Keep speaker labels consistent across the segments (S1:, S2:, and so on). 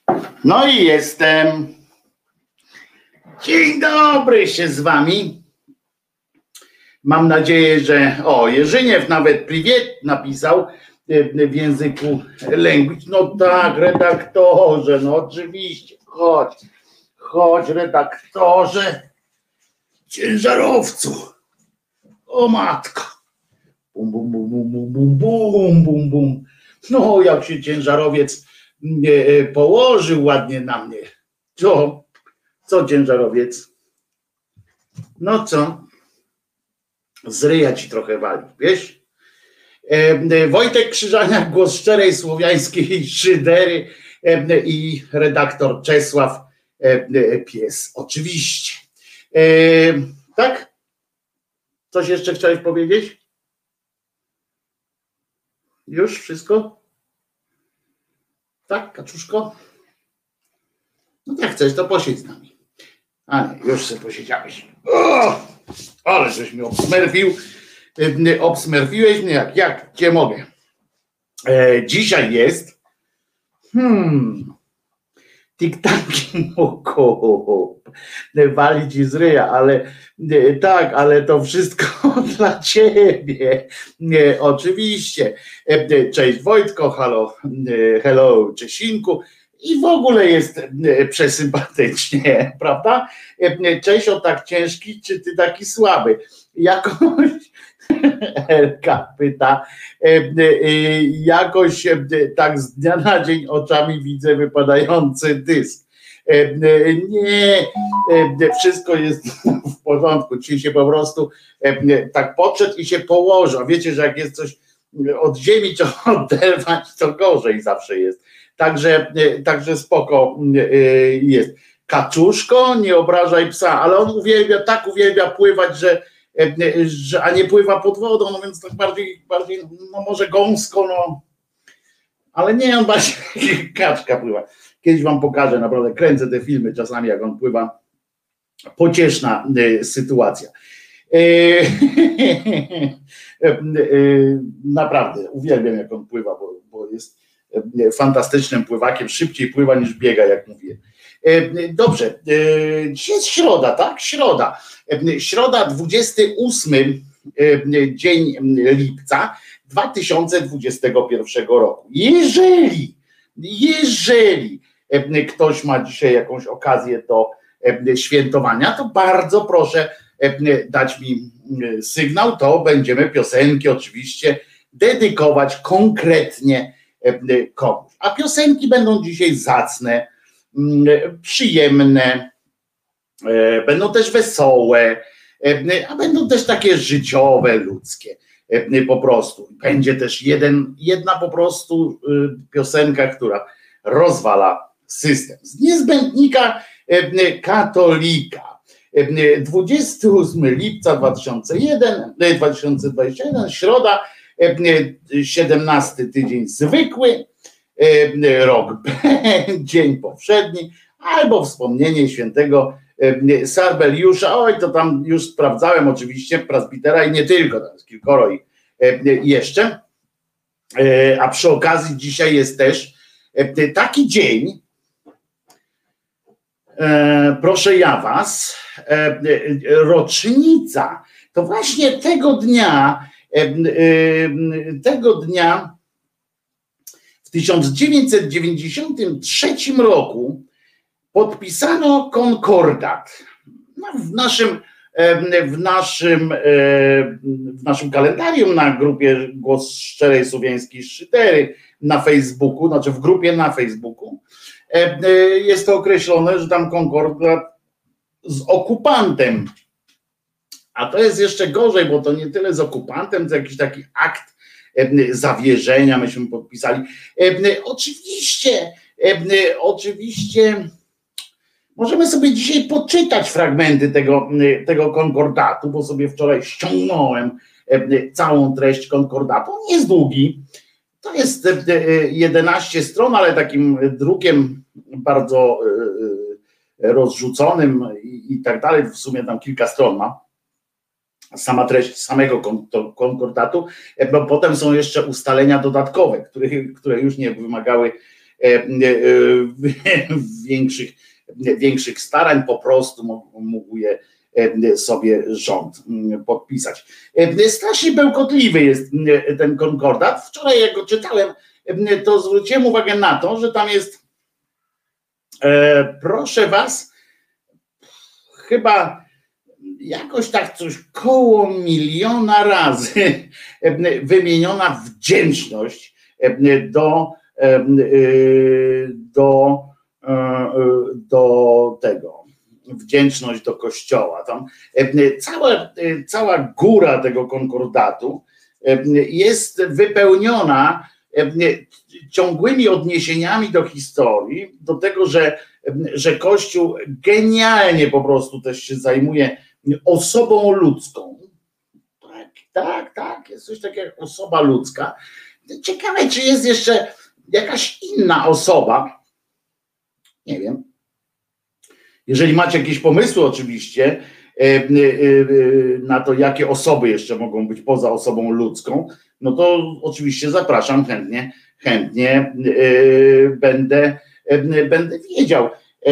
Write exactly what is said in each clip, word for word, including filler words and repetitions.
S1: No i jestem. Dzień dobry się z wami. Mam nadzieję, że... O, Jerzyniew nawet priwiet napisał w języku language. No tak, redaktorze, no oczywiście. Chodź, chodź redaktorze. Ciężarowcu. O matko. Bum, bum, bum, bum, bum, bum, bum, bum, bum. No, jak się ciężarowiec położył ładnie na mnie. Co? Co ciężarowiec? No co? Z ryja ci trochę wali, wiesz? E, Wojtek Krzyżaniak, głos szczerej słowiańskiej szydery e, i redaktor Czesław e, Pies, oczywiście. E, tak? Coś jeszcze chciałeś powiedzieć? Już wszystko? Tak, Kaczuszko? No jak chcesz, to posiedź z nami. A nie, już sobie posiedziałeś. O, ale żeś mnie obsmerfił. Obsmerfiłeś mnie jak, jak cię mogę. E, dzisiaj jest hmm, tik-taki moko. Wali ci z ryja, ale nie, tak, ale to wszystko dla ciebie. Nie, oczywiście. E, cześć Wojtko, halo, e, hello Czesinku. I w ogóle jest przesympatycznie, prawda? Cześć, o tak ciężki, czy ty taki słaby? Jakoś Elka pyta, jakoś tak z dnia na dzień oczami widzę wypadający dysk. Nie, wszystko jest w porządku, ci się po prostu tak podszedł i się położył. A wiecie, że jak jest coś od ziemi, to oderwać, to gorzej zawsze jest. Także, także spoko jest. Kaczuszko, nie obrażaj psa, ale on uwielbia, tak uwielbia pływać, że, że a nie pływa pod wodą, no więc tak bardziej, bardziej no może gąsko, no. Ale nie, on bardziej kaczka pływa. Kiedyś wam pokażę, naprawdę kręcę te filmy czasami, jak on pływa. Pocieszna sytuacja. Naprawdę, uwielbiam, jak on pływa, bo, bo jest fantastycznym pływakiem, szybciej pływa niż biega, jak mówię. Dobrze, dzisiaj jest środa, tak? Środa. Środa, dwudziesty ósmy dzień lipca dwa tysiące dwudziestego pierwszego roku. Jeżeli, jeżeli ktoś ma dzisiaj jakąś okazję do świętowania, to bardzo proszę dać mi sygnał, to będziemy piosenki oczywiście dedykować konkretnie komuś. A piosenki będą dzisiaj zacne, przyjemne, będą też wesołe, a będą też takie życiowe, ludzkie po prostu. Będzie też jeden, jedna po prostu piosenka, która rozwala system. Z niezbędnika katolika. dwudziestego ósmego lipca dwa tysiące dwudziestego pierwszego, środa, siedemnasty tydzień zwykły, rok B, dzień powszedni, albo wspomnienie świętego Sarbeliusza. Oj, to tam już sprawdzałem oczywiście, presbitera i nie tylko, tam jest kilkoro i jeszcze. A przy okazji dzisiaj jest też taki dzień, proszę ja was, rocznica, to właśnie tego dnia, tego dnia w tysiąc dziewięćset dziewięćdziesiątym trzecim roku podpisano konkordat. No, w naszym, w naszym, w naszym kalendarium na grupie Głos Szczerej Słowiańskiej Szydery na Facebooku, znaczy w grupie na Facebooku, jest to określone, że tam konkordat z okupantem. A to jest jeszcze gorzej, bo to nie tyle z okupantem, to jakiś taki akt zawierzenia myśmy podpisali. Oczywiście, oczywiście możemy sobie dzisiaj poczytać fragmenty tego, tego konkordatu, bo sobie wczoraj ściągnąłem całą treść konkordatu. On nie jest długi, to jest jedenaście stron, ale takim drukiem bardzo rozrzuconym i, i tak dalej, w sumie tam kilka stron ma. Sama treść samego konkordatu, bo potem są jeszcze ustalenia dodatkowe, które, które już nie wymagały w większych, większych starań, po prostu mógł je sobie rząd podpisać. Strasznie bełkotliwy jest ten konkordat. Wczoraj jak go czytałem, to zwróciłem uwagę na to, że tam jest, proszę was, chyba jakoś tak coś koło miliona razy wymieniona wdzięczność do, do, do tego, wdzięczność do Kościoła. Tam cała, cała góra tego konkordatu jest wypełniona ciągłymi odniesieniami do historii, do tego, że, że Kościół genialnie po prostu też się zajmuje osobą ludzką. Tak, tak, tak, jest coś takiego jak osoba ludzka. Ciekawe, czy jest jeszcze jakaś inna osoba, nie wiem. Jeżeli macie jakieś pomysły oczywiście na to, jakie osoby jeszcze mogą być poza osobą ludzką, no to oczywiście zapraszam, chętnie, chętnie będę, będę wiedział.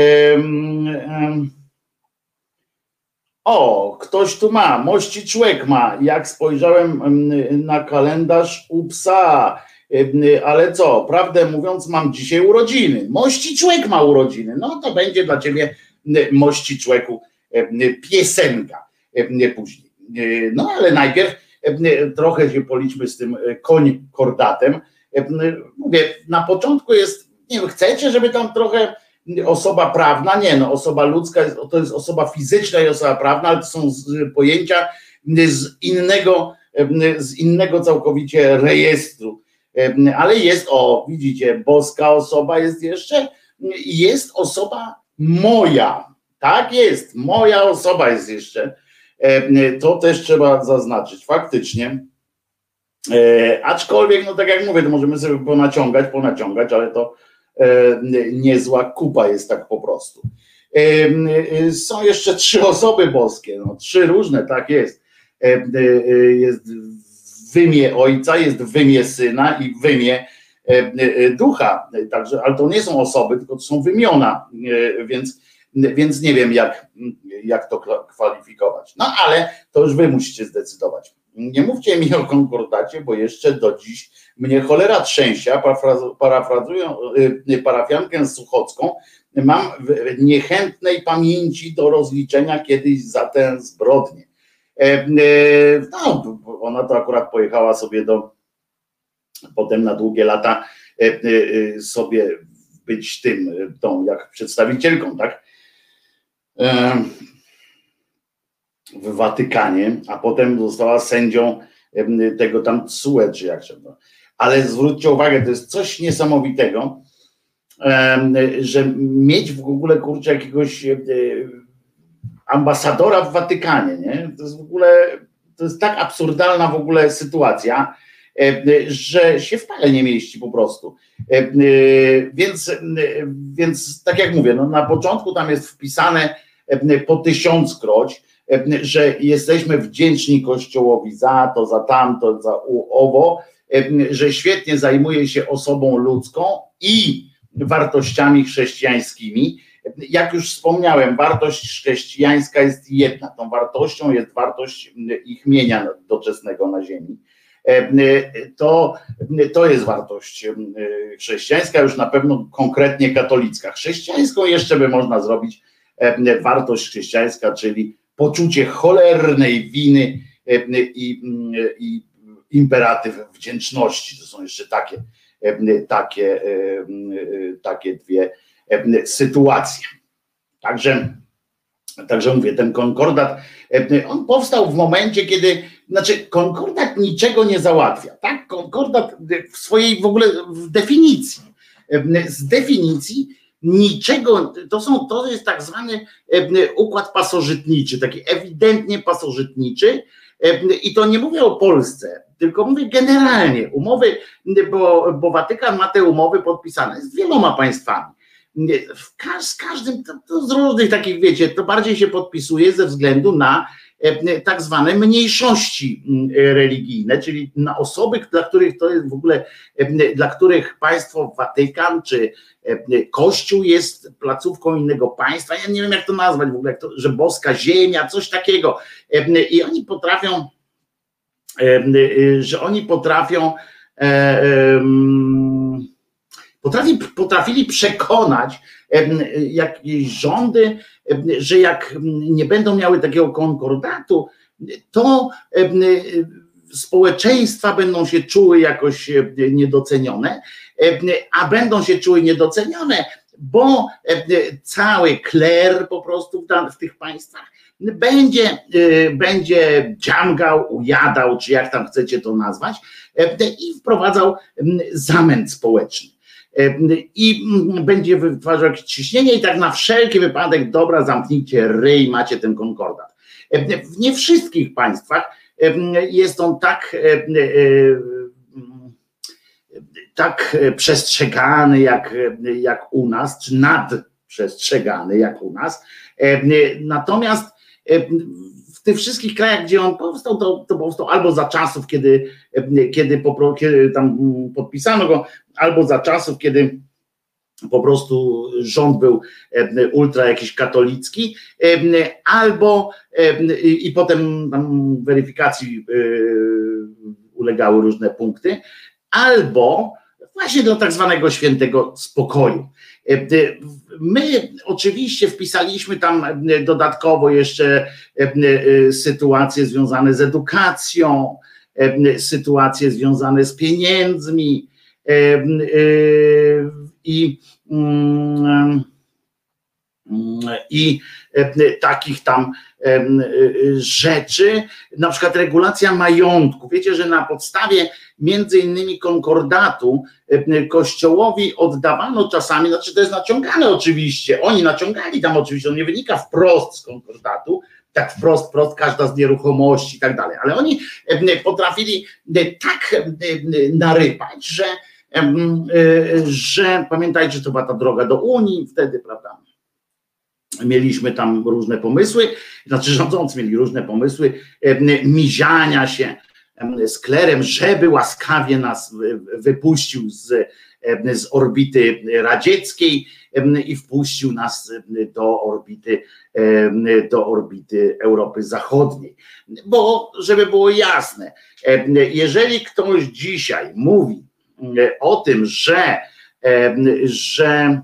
S1: O, ktoś tu ma, mości człek ma, jak spojrzałem na kalendarz u psa, ale co, prawdę mówiąc, mam dzisiaj urodziny. Mości człek ma urodziny, no to będzie dla ciebie, mości człeku, piosenka później. No ale najpierw trochę się policzmy z tym konkordatem. Mówię, na początku jest, nie wiem, chcecie, żeby tam trochę osoba prawna, nie no, osoba ludzka to jest osoba fizyczna i osoba prawna, ale to są pojęcia z innego, z innego całkowicie rejestru. Ale jest, o widzicie, boska osoba jest jeszcze, jest osoba moja, tak jest, moja osoba jest jeszcze, to też trzeba zaznaczyć, faktycznie, aczkolwiek, no tak jak mówię, to możemy sobie ponaciągać, ponaciągać, ale to niezła kupa jest tak po prostu. Są jeszcze trzy osoby boskie, no, trzy różne, tak jest, jest w imię Ojca, jest w imię Syna i w imię Ducha, także, ale to nie są osoby, tylko to są wymiona, więc, więc nie wiem jak, jak to kwalifikować. No ale to już wy musicie zdecydować. Nie mówcie mi o konkordacie, bo jeszcze do dziś mnie cholera trzęsia, parafrazują parafiankę suchocką, mam w niechętnej pamięci do rozliczenia kiedyś za tę zbrodnię. No, ona to akurat pojechała sobie do, potem na długie lata sobie być tym, tą jak przedstawicielką, tak? W Watykanie, a potem została sędzią tego tam T S U E, czy jak się to. Ale zwróćcie uwagę, to jest coś niesamowitego, że mieć w ogóle, kurczę, jakiegoś ambasadora w Watykanie, nie? To jest w ogóle, to jest tak absurdalna w ogóle sytuacja, że się w pale nie mieści po prostu. Więc, więc tak jak mówię, no na początku tam jest wpisane po tysiąckroć, że jesteśmy wdzięczni Kościołowi za to, za tamto, za owo, że świetnie zajmuje się osobą ludzką i wartościami chrześcijańskimi. Jak już wspomniałem, wartość chrześcijańska jest jedna. Tą wartością jest wartość ich mienia doczesnego na ziemi. To, to jest wartość chrześcijańska, już na pewno konkretnie katolicka. Chrześcijańską jeszcze by można zrobić wartość chrześcijańska, czyli poczucie cholernej winy i, i imperatyw wdzięczności. To są jeszcze takie, takie, takie dwie sytuacje. Także, także mówię, ten konkordat, on powstał w momencie, kiedy, znaczy konkordat niczego nie załatwia, tak? Konkordat w swojej w ogóle w definicji, z definicji niczego, to są, to jest tak zwany układ pasożytniczy, taki ewidentnie pasożytniczy, i to nie mówię o Polsce, tylko mówię generalnie, umowy, bo, bo Watykan ma te umowy podpisane z wieloma państwami. W, z każdym, to, to z różnych takich, wiecie, to bardziej się podpisuje ze względu na tak zwane mniejszości religijne, czyli na osoby, dla których to jest w ogóle, dla których państwo Watykan czy Kościół jest placówką innego państwa. Ja nie wiem, jak to nazwać w ogóle, jak to, że boska ziemia, coś takiego. I oni potrafią, że oni potrafią Potrafi, potrafili przekonać jakieś rządy, że jak nie będą miały takiego konkordatu, to społeczeństwa będą się czuły jakoś niedocenione, a będą się czuły niedocenione, bo cały kler po prostu w tych państwach będzie, będzie dziamgał, ujadał, czy jak tam chcecie to nazwać, i wprowadzał zamęt społeczny. I będzie wytwarzał jakieś ciśnienie i tak na wszelki wypadek, dobra, zamknijcie ryj, macie ten konkordat. W nie wszystkich państwach jest on tak, tak przestrzegany jak, jak u nas, czy nadprzestrzegany jak u nas. Natomiast w tych wszystkich krajach, gdzie on powstał, to, to powstał albo za czasów, kiedy, kiedy, po, kiedy tam podpisano go, albo za czasów, kiedy po prostu rząd był ultra jakiś katolicki, albo i potem tam weryfikacji ulegały różne punkty, albo właśnie dla tak zwanego świętego spokoju. My oczywiście wpisaliśmy tam dodatkowo jeszcze sytuacje związane z edukacją, sytuacje związane z pieniędzmi i, i takich tam rzeczy, na przykład regulacja majątku. Wiecie, że na podstawie między innymi konkordatu Kościołowi oddawano czasami, znaczy to jest naciągane oczywiście, oni naciągali tam oczywiście, on nie wynika wprost z konkordatu, tak wprost, wprost każda z nieruchomości i tak dalej, ale oni potrafili tak narypać, że, że pamiętajcie, że to była ta droga do Unii wtedy, prawda? Mieliśmy tam różne pomysły, znaczy rządzący mieli różne pomysły miziania się z klerem, żeby łaskawie nas wypuścił z, z orbity radzieckiej i wpuścił nas do orbity, do orbity Europy Zachodniej. Bo, żeby było jasne, jeżeli ktoś dzisiaj mówi o tym, że, że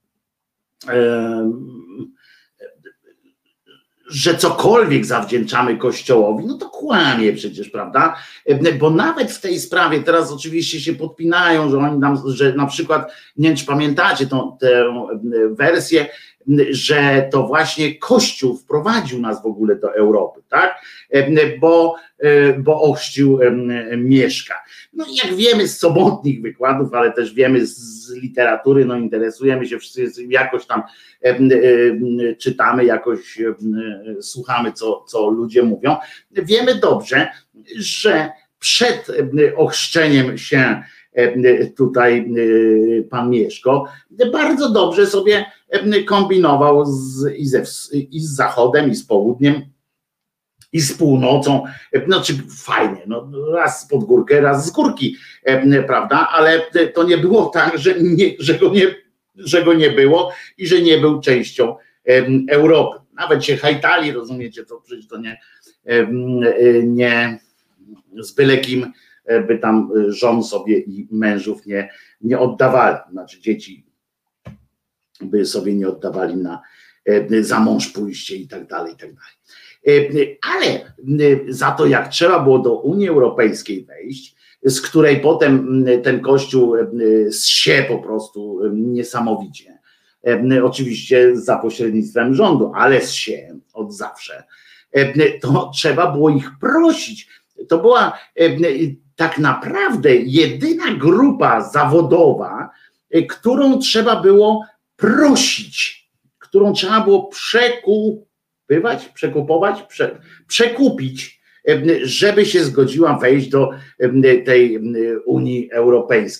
S1: że cokolwiek zawdzięczamy Kościołowi, no to kłamie przecież, prawda? Bo nawet w tej sprawie teraz oczywiście się podpinają, że oni nam, że na przykład, nie wiem, czy pamiętacie tą, tę wersję, że to właśnie Kościół wprowadził nas w ogóle do Europy, tak? Bo, bo ochrzcił Mieszka. No i jak wiemy z sobotnich wykładów, ale też wiemy z literatury, no interesujemy się wszyscy, jakoś tam czytamy, jakoś słuchamy, co, co ludzie mówią. Wiemy dobrze, że przed ochrzczeniem się tutaj pan Mieszko bardzo dobrze sobie kombinował z, i, ze, i z Zachodem, i z Południem, i z północą, znaczy fajnie, no, raz pod górkę, raz z górki, prawda, ale to nie było tak, że, nie, że, go nie, że go nie było i że nie był częścią Europy. Nawet się hajtali, rozumiecie, to przecież to nie, nie z byle kim by tam żon sobie i mężów nie, nie oddawali, znaczy dzieci by sobie nie oddawali na, za mąż pójście i tak dalej, i tak dalej. Ale za to, jak trzeba było do Unii Europejskiej wejść, z której potem ten Kościół zsie po prostu niesamowicie, oczywiście za pośrednictwem rządu, ale zsie od zawsze, to trzeba było ich prosić. To była tak naprawdę jedyna grupa zawodowa, którą trzeba było prosić, którą trzeba było przekupywać, przekupować, prze, przekupić, żeby się zgodziła wejść do tej Unii Europejskiej.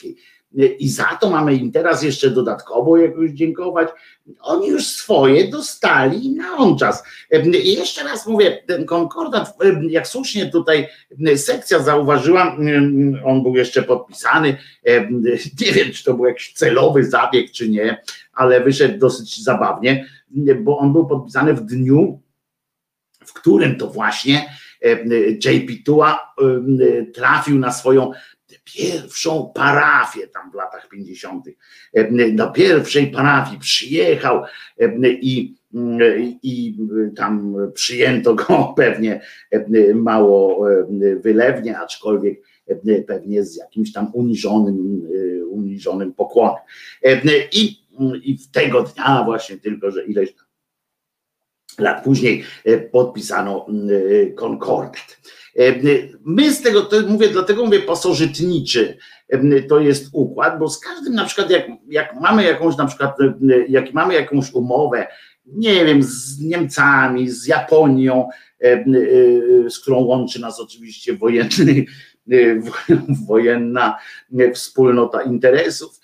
S1: i za to mamy im teraz jeszcze dodatkowo jakoś dziękować. Oni już swoje dostali na on czas. I jeszcze raz mówię, ten konkordat, jak słusznie tutaj sekcja zauważyła, on był jeszcze podpisany, nie wiem, czy to był jakiś celowy zabieg, czy nie, ale wyszedł dosyć zabawnie, bo on był podpisany w dniu, w którym to właśnie J P Tuła trafił na swoją pierwszą parafię tam w latach pięćdziesiątych. Do pierwszej parafii przyjechał i, i tam przyjęto go pewnie mało wylewnie, aczkolwiek pewnie z jakimś tam uniżonym, uniżonym pokłonem. I, i tego dnia właśnie tylko, że ileś lat później podpisano konkordat. My z tego, to mówię, dlatego mówię pasożytniczy, to jest układ, bo z każdym na przykład jak, jak mamy jakąś na przykład, jak mamy jakąś umowę, nie wiem, z Niemcami, z Japonią, z którą łączy nas oczywiście wojenny, wojenna wspólnota interesów,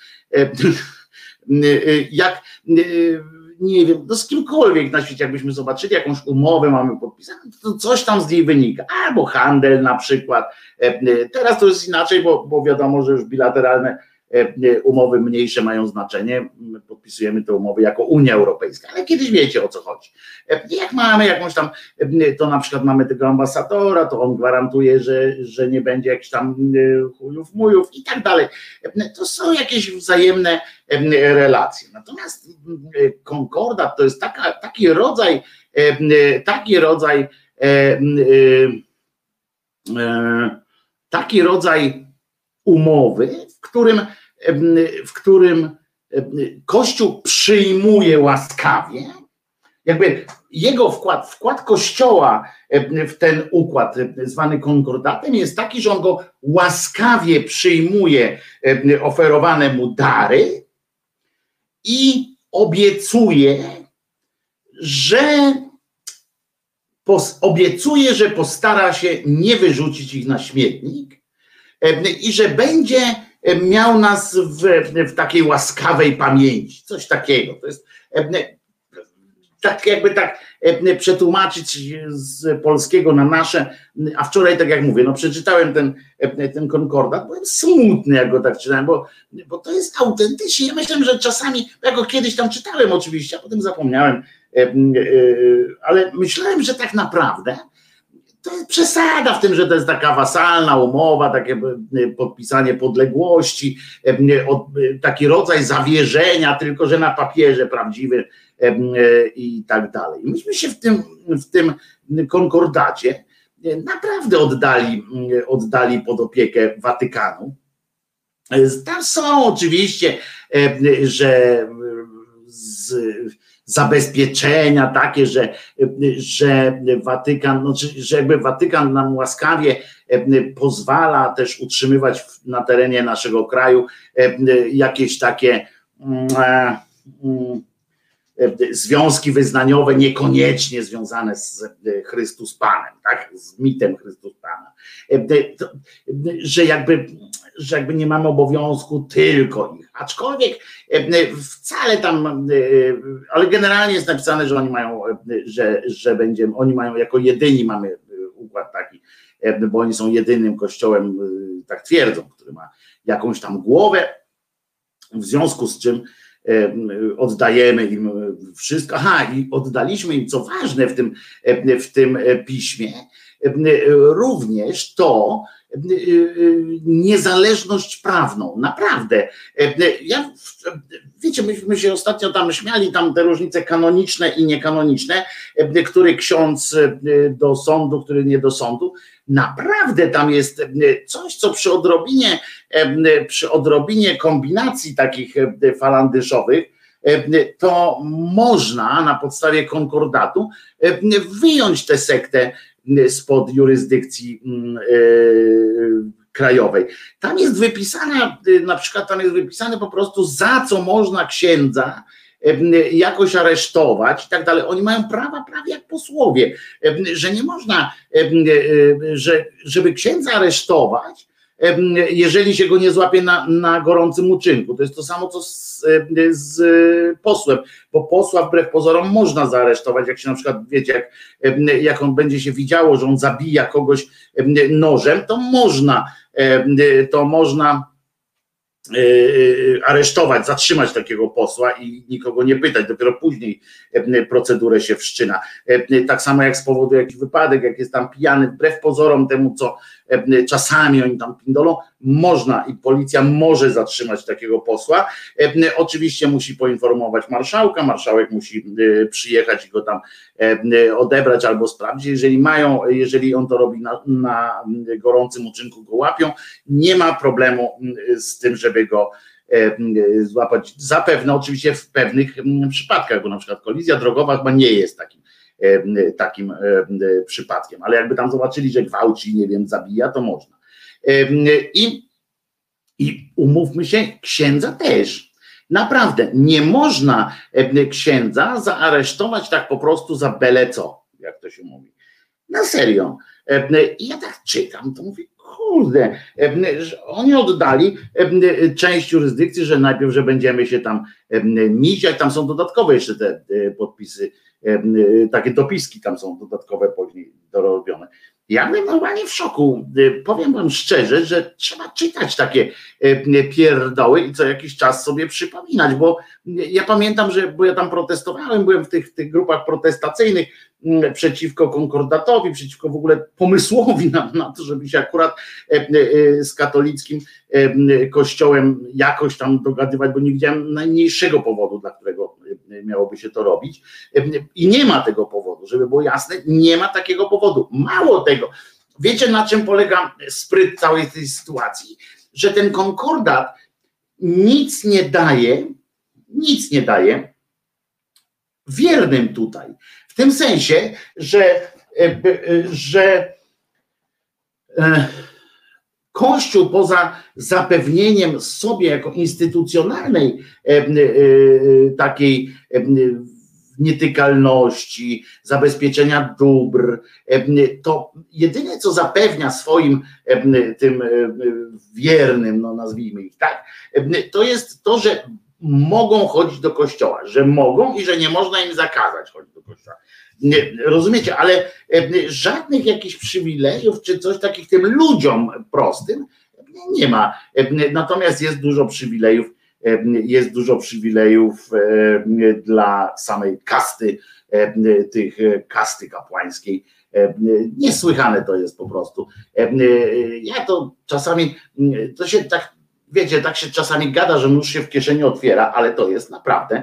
S1: jak nie wiem, no z kimkolwiek na świecie, jakbyśmy zobaczyli jakąś umowę, mamy podpisaną, to coś tam z niej wynika, albo handel na przykład. Teraz to jest inaczej, bo, bo wiadomo, że już bilateralne umowy mniejsze mają znaczenie, podpisujemy te umowy jako Unia Europejska, ale kiedyś wiecie, o co chodzi. Jak mamy jakąś tam, to na przykład mamy tego ambasadora, to on gwarantuje, że, że nie będzie jakichś tam chujów, mujów i tak dalej. To są jakieś wzajemne relacje. Natomiast konkordat to jest taka, taki rodzaj, taki rodzaj, taki rodzaj umowy, w którym, w którym Kościół przyjmuje łaskawie, jakby jego wkład, wkład Kościoła w ten układ zwany konkordatem jest taki, że on go łaskawie przyjmuje oferowane mu dary i obiecuje, że obiecuje, że postara się nie wyrzucić ich na śmietnik i że będzie miał nas w, w takiej łaskawej pamięci, coś takiego. To jest tak jakby tak przetłumaczyć z polskiego na nasze, a wczoraj, tak jak mówię, no przeczytałem ten, ten konkordat, byłem smutny, jak go tak czytałem, bo, bo to jest autentycznie. Ja myślałem, że czasami, ja go kiedyś tam czytałem oczywiście, a potem zapomniałem, ale myślałem, że tak naprawdę to jest przesada w tym, że to jest taka wasalna umowa, takie podpisanie podległości, taki rodzaj zawierzenia, tylko że na papierze prawdziwy i tak dalej. Myśmy się w tym, w tym konkordacie naprawdę oddali, oddali pod opiekę Watykanu. Tam są oczywiście, że z, zabezpieczenia takie, że, że Watykan, no, że jakby Watykan nam łaskawie pozwala też utrzymywać na terenie naszego kraju jakieś takie związki wyznaniowe niekoniecznie związane z Chrystus Panem, tak? Z mitem Chrystus Pana. Że jakby, że jakby nie mamy obowiązku tylko ich. Aczkolwiek wcale tam, ale generalnie jest napisane, że oni mają, że, że będziemy, oni mają jako jedyni, mamy układ taki, bo oni są jedynym kościołem, tak twierdzą, który ma jakąś tam głowę, w związku z czym oddajemy im wszystko. Aha, i oddaliśmy im, co ważne w tym, w tym piśmie, również to niezależność prawną. Naprawdę. Ja, wiecie, myśmy się ostatnio tam śmiali, tam te różnice kanoniczne i niekanoniczne, który ksiądz do sądu, który nie do sądu. Naprawdę tam jest coś, co przy odrobinie, przy odrobinie kombinacji takich falandyszowych, to można na podstawie konkordatu wyjąć tę sektę spod jurysdykcji krajowej. Tam jest wypisana, na przykład tam jest wypisane po prostu, za co można księdza jakoś aresztować i tak dalej. Oni mają prawa prawie jak posłowie, że nie można, że, żeby księdza aresztować, jeżeli się go nie złapie na, na gorącym uczynku. To jest to samo, co z, z posłem, bo posła wbrew pozorom można zaaresztować, jak się na przykład, wiecie, jak, jak on będzie się widziało, że on zabija kogoś nożem, to można, to można aresztować, zatrzymać takiego posła i nikogo nie pytać, dopiero później procedurę się wszczyna. Tak samo jak z powodu jakiś wypadek, jak jest tam pijany, wbrew pozorom temu, co czasami oni tam pindolą, można i policja może zatrzymać takiego posła. Oczywiście musi poinformować marszałka, marszałek musi przyjechać i go tam odebrać albo sprawdzić. Jeżeli mają, jeżeli on to robi na, na gorącym uczynku, go łapią, nie ma problemu z tym, żeby go złapać. Zapewne oczywiście w pewnych przypadkach, bo na przykład kolizja drogowa chyba nie jest takim takim przypadkiem, ale jakby tam zobaczyli, że gwałci, nie wiem, zabija, to można. I, i umówmy się, księdza też. Naprawdę, nie można księdza zaaresztować tak po prostu za byle co, jak to się mówi. Na serio. I ja tak czytam, to mówię, kurde, że oni oddali część jurysdykcji, że najpierw, że będziemy się tam miziać, tam są dodatkowe jeszcze te podpisy, takie dopiski tam są dodatkowe później dorobione. Ja byłem normalnie w szoku. Powiem wam szczerze, że trzeba czytać takie pierdoły i co jakiś czas sobie przypominać, bo ja pamiętam, że bo ja tam protestowałem, byłem w tych, w tych grupach protestacyjnych przeciwko konkordatowi, przeciwko w ogóle pomysłowi na, na to, żeby się akurat z katolickim kościołem jakoś tam dogadywać, bo nie widziałem najmniejszego powodu, dla którego miałoby się to robić. I nie ma tego powodu, żeby było jasne, nie ma takiego powodu. Mało tego, wiecie, na czym polega spryt całej tej sytuacji? Że ten konkordat nic nie daje, nic nie daje wiernym tutaj. W tym sensie, że, że Kościół poza zapewnieniem sobie jako instytucjonalnej takiej nietykalności, zabezpieczenia dóbr, to jedyne co zapewnia swoim tym wiernym, no nazwijmy ich tak, to jest to, że mogą chodzić do kościoła, że mogą i że nie można im zakazać chodzić do kościoła. Rozumiecie, ale żadnych jakichś przywilejów czy coś takich tym ludziom prostym nie ma. Natomiast jest dużo przywilejów, jest dużo przywilejów dla samej kasty, tych kasty kapłańskiej. Niesłychane to jest po prostu. Ja to czasami, to się tak, wiecie, tak się czasami gada, że nóż się w kieszeni otwiera, ale to jest naprawdę,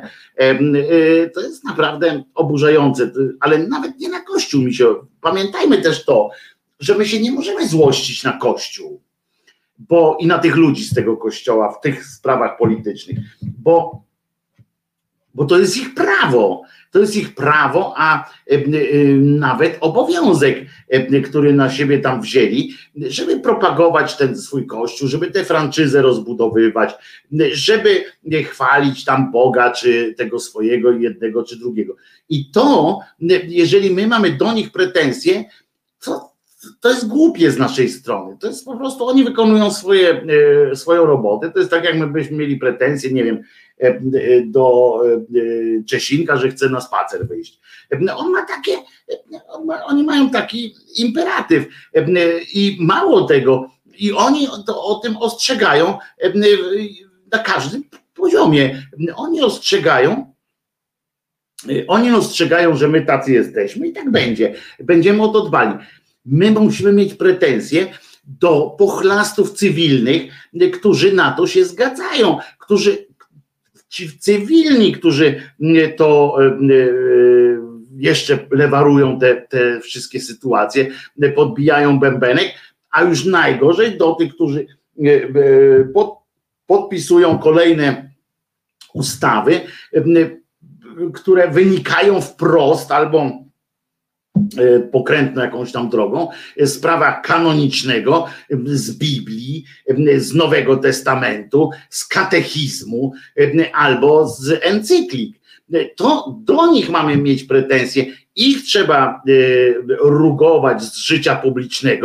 S1: to jest naprawdę oburzające, ale nawet nie na Kościół mi się, pamiętajmy też to, że my się nie możemy złościć na Kościół, bo i na tych ludzi z tego Kościoła, w tych sprawach politycznych, bo, bo to jest ich prawo, to jest ich prawo, a nawet obowiązek, który na siebie tam wzięli, żeby propagować ten swój Kościół, żeby tę franczyzę rozbudowywać, żeby chwalić tam Boga, czy tego swojego, jednego czy drugiego. I to, jeżeli my mamy do nich pretensje, to to jest głupie z naszej strony. To jest po prostu, oni wykonują swoje, swoją robotę. To jest tak, jak my byśmy mieli pretensje, nie wiem, do Czesinka, że chce na spacer wyjść. On ma takie, on ma, oni mają taki imperatyw i mało tego, i oni to o tym ostrzegają na każdym poziomie. Oni ostrzegają, oni ostrzegają, że my tacy jesteśmy i tak będzie. Będziemy o to dbali. My musimy mieć pretensje do pochlastów cywilnych, którzy na to się zgadzają, którzy, ci cywilni, którzy to jeszcze lewarują te, te wszystkie sytuacje, podbijają bębenek, a już najgorzej do tych, którzy pod, podpisują kolejne ustawy, które wynikają wprost albo pokrętną jakąś tam drogą, z prawa kanonicznego, z Biblii, z Nowego Testamentu, z katechizmu albo z encyklik. To do nich mamy mieć pretensje, ich trzeba rugować z życia publicznego,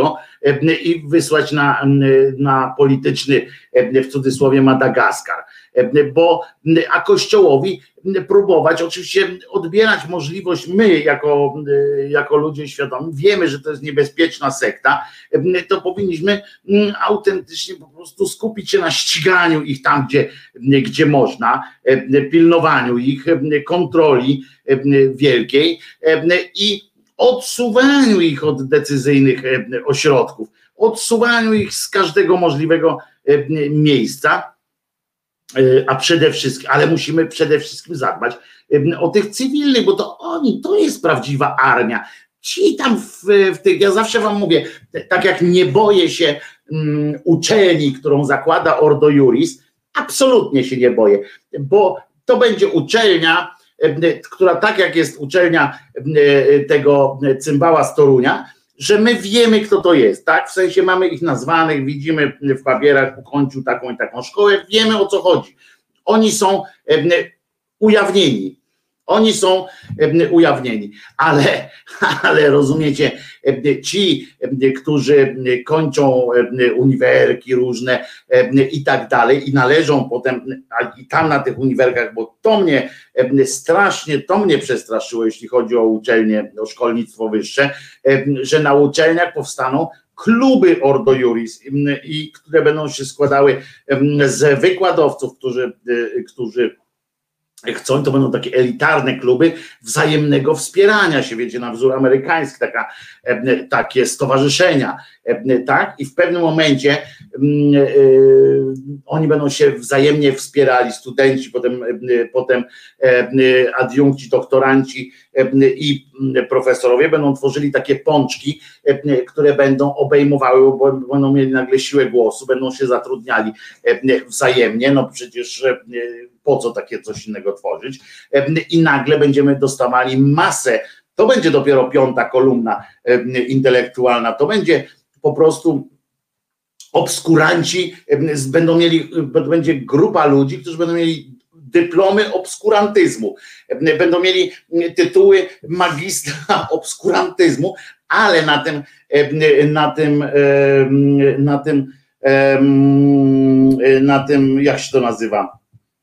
S1: i wysłać na, na polityczny, w cudzysłowie, Madagaskar. Bo, a Kościołowi próbować oczywiście odbierać możliwość, my jako, jako ludzie świadomi, wiemy, że to jest niebezpieczna sekta, to powinniśmy autentycznie po prostu skupić się na ściganiu ich tam, gdzie, gdzie można, pilnowaniu ich, kontroli wielkiej i odsuwaniu ich od decyzyjnych ośrodków, odsuwaniu ich z każdego możliwego miejsca. A przede wszystkim, ale musimy przede wszystkim zadbać o tych cywilnych, bo to oni, to jest prawdziwa armia. Ci tam w, w tych, ja zawsze wam mówię, tak jak nie boję się um, uczelni, którą zakłada Ordo Iuris, absolutnie się nie boję, bo to będzie uczelnia, która tak jak jest uczelnia tego cymbała z Torunia, że my wiemy, kto to jest, tak? W sensie mamy ich nazwanych, widzimy w papierach, ukończył taką i taką szkołę, wiemy, o co chodzi. Oni są ujawnieni. Oni są ujawnieni, ale, ale rozumiecie, ci, którzy kończą uniwerki różne i tak dalej i należą potem, i tam na tych uniwerkach, bo to mnie strasznie, to mnie przestraszyło, jeśli chodzi o uczelnie, o szkolnictwo wyższe, że na uczelniach powstaną kluby Ordo Iuris, i które będą się składały z wykładowców, którzy, którzy chcą, to będą takie elitarne kluby wzajemnego wspierania się, wiecie, na wzór amerykański, taka, takie stowarzyszenia, tak? I w pewnym momencie yy, oni będą się wzajemnie wspierali, studenci, potem, yy, potem yy, adiunkci, doktoranci yy, i profesorowie będą tworzyli takie pączki, yy, które będą obejmowały, bo będą mieli nagle siłę głosu, będą się zatrudniali yy, wzajemnie, no przecież yy, po co takie coś innego tworzyć, i nagle będziemy dostawali masę, to będzie dopiero piąta kolumna intelektualna, to będzie po prostu obskuranci, będą mieli, będzie grupa ludzi, którzy będą mieli dyplomy obskurantyzmu, będą mieli tytuły magistra obskurantyzmu, ale na tym, na tym, na tym, na tym, jak się to nazywa,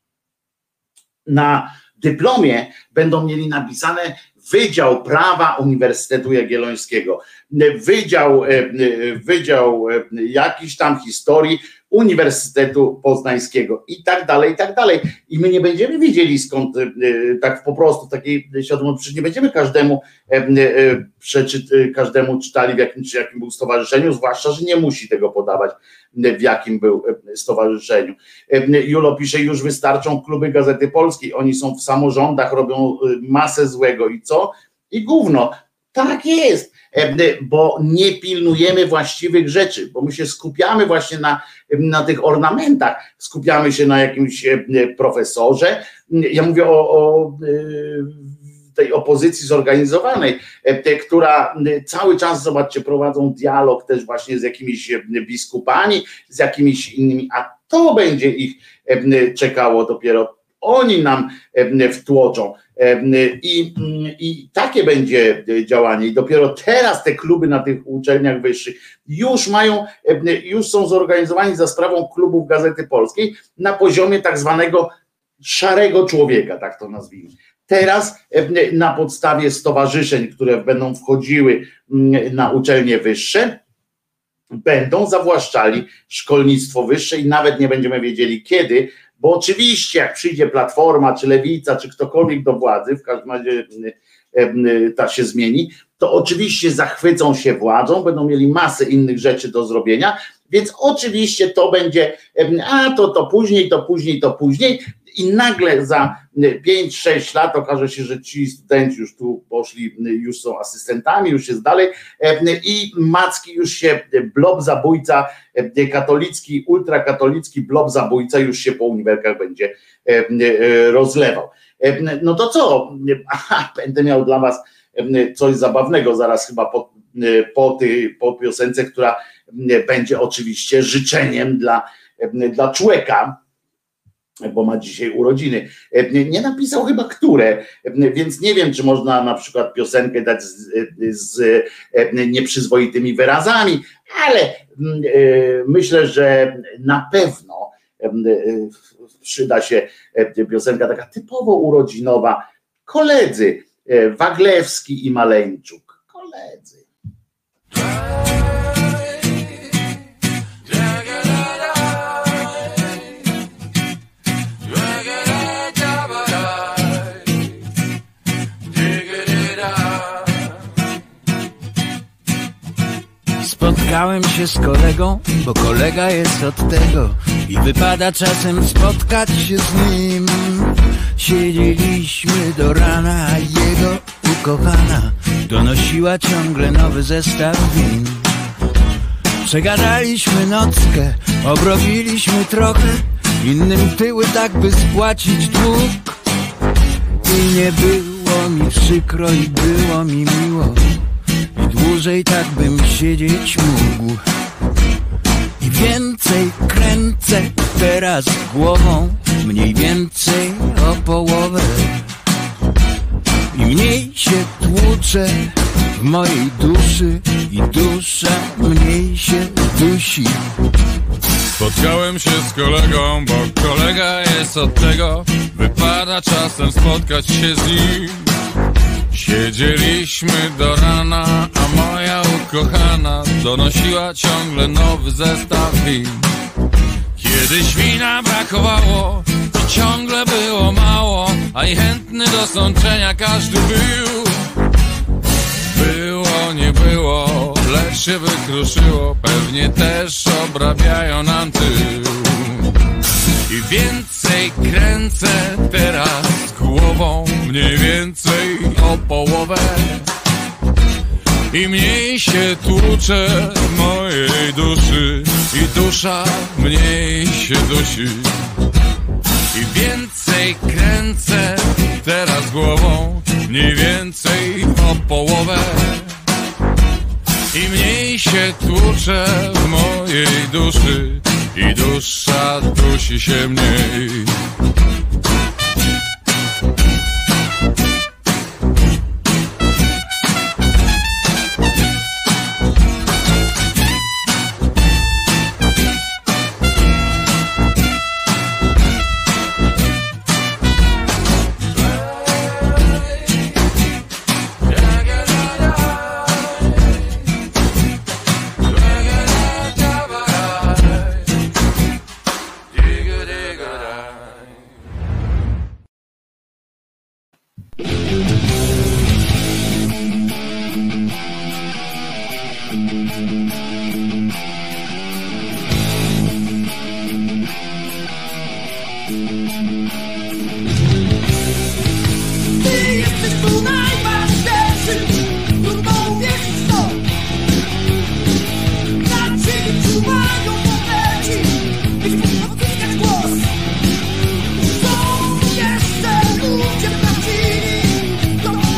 S1: na dyplomie będą mieli napisane Wydział Prawa Uniwersytetu Jagiellońskiego, Wydział, Wydział jakiś tam historii Uniwersytetu Poznańskiego i tak dalej, i tak dalej. I my nie będziemy wiedzieli skąd, tak po prostu takiej świadomości, nie będziemy każdemu przeczyt, każdemu czytali w jakim, czy jakim był stowarzyszeniu, zwłaszcza, że nie musi tego podawać, w jakim był stowarzyszeniu. Julo pisze, już wystarczą kluby Gazety Polskiej, oni są w samorządach, robią masę złego i co? I gówno. Tak jest, bo nie pilnujemy właściwych rzeczy, bo my się skupiamy właśnie na, na tych ornamentach, skupiamy się na jakimś profesorze. Ja mówię o, o tej opozycji zorganizowanej, która cały czas, zobaczcie, prowadzą dialog też właśnie z jakimiś biskupami, z jakimiś innymi, a to będzie ich czekało dopiero. Oni nam wtłoczą. I, I takie będzie działanie. I dopiero teraz te kluby na tych uczelniach wyższych już mają, już są zorganizowani za sprawą klubów Gazety Polskiej na poziomie tak zwanego szarego człowieka, tak to nazwijmy. Teraz na podstawie stowarzyszeń, które będą wchodziły na uczelnie wyższe, będą zawłaszczali szkolnictwo wyższe i nawet nie będziemy wiedzieli kiedy, bo oczywiście jak przyjdzie Platforma, czy Lewica, czy ktokolwiek do władzy, w każdym razie ta się zmieni, to oczywiście zachwycą się władzą, będą mieli masę innych rzeczy do zrobienia, więc oczywiście to będzie, a to to później, to później, to później i nagle za pięć sześć lat okaże się, że ci studenci już tu poszli, już są asystentami, już jest dalej i macki już się blob zabójca katolicki, ultrakatolicki blob zabójca już się po uniwerkach będzie rozlewał. No to co? Aha, będę miał dla was coś zabawnego zaraz chyba po, po, tej, po piosence, która będzie oczywiście życzeniem dla, dla człowieka. bo ma dzisiaj urodziny. Nie napisał chyba które, więc nie wiem, czy można na przykład piosenkę dać z, z nieprzyzwoitymi wyrazami, ale myślę, że na pewno przyda się piosenka taka typowo urodzinowa. Koledzy Waglewski i Maleńczuk. Koledzy.
S2: Spotkałem się z kolegą, bo kolega jest od tego i wypada czasem spotkać się z nim. Siedzieliśmy do rana, a jego ukochana donosiła ciągle nowy zestaw win. Przegadaliśmy nockę, obrobiliśmy trochę, innym tyły tak by spłacić dług. I nie było mi przykro i było mi miło, i dłużej tak bym siedzieć mógł. I więcej kręcę teraz głową, mniej więcej o połowę. I mniej się tłuczę w mojej duszy, i dusza mniej się dusi.
S3: Spotkałem się z kolegą, bo kolega jest od tego, wypada czasem spotkać się z nim. Siedzieliśmy do rana, a moja ukochana donosiła ciągle nowy zestaw win. Kiedyś wina brakowało i ciągle było mało, a i chętny do sączenia każdy był. Było, nie było, lecz się wykruszyło, pewnie też obrabiają nam tył. I więcej kręcę teraz głową, mniej więcej o połowę. I mniej się tłuczę w mojej duszy, i dusza mniej się dusi. I więcej kręcę teraz głową, mniej więcej o połowę. I mniej się tłuczę w mojej duszy, i dusza dusi się mniej.
S4: Don't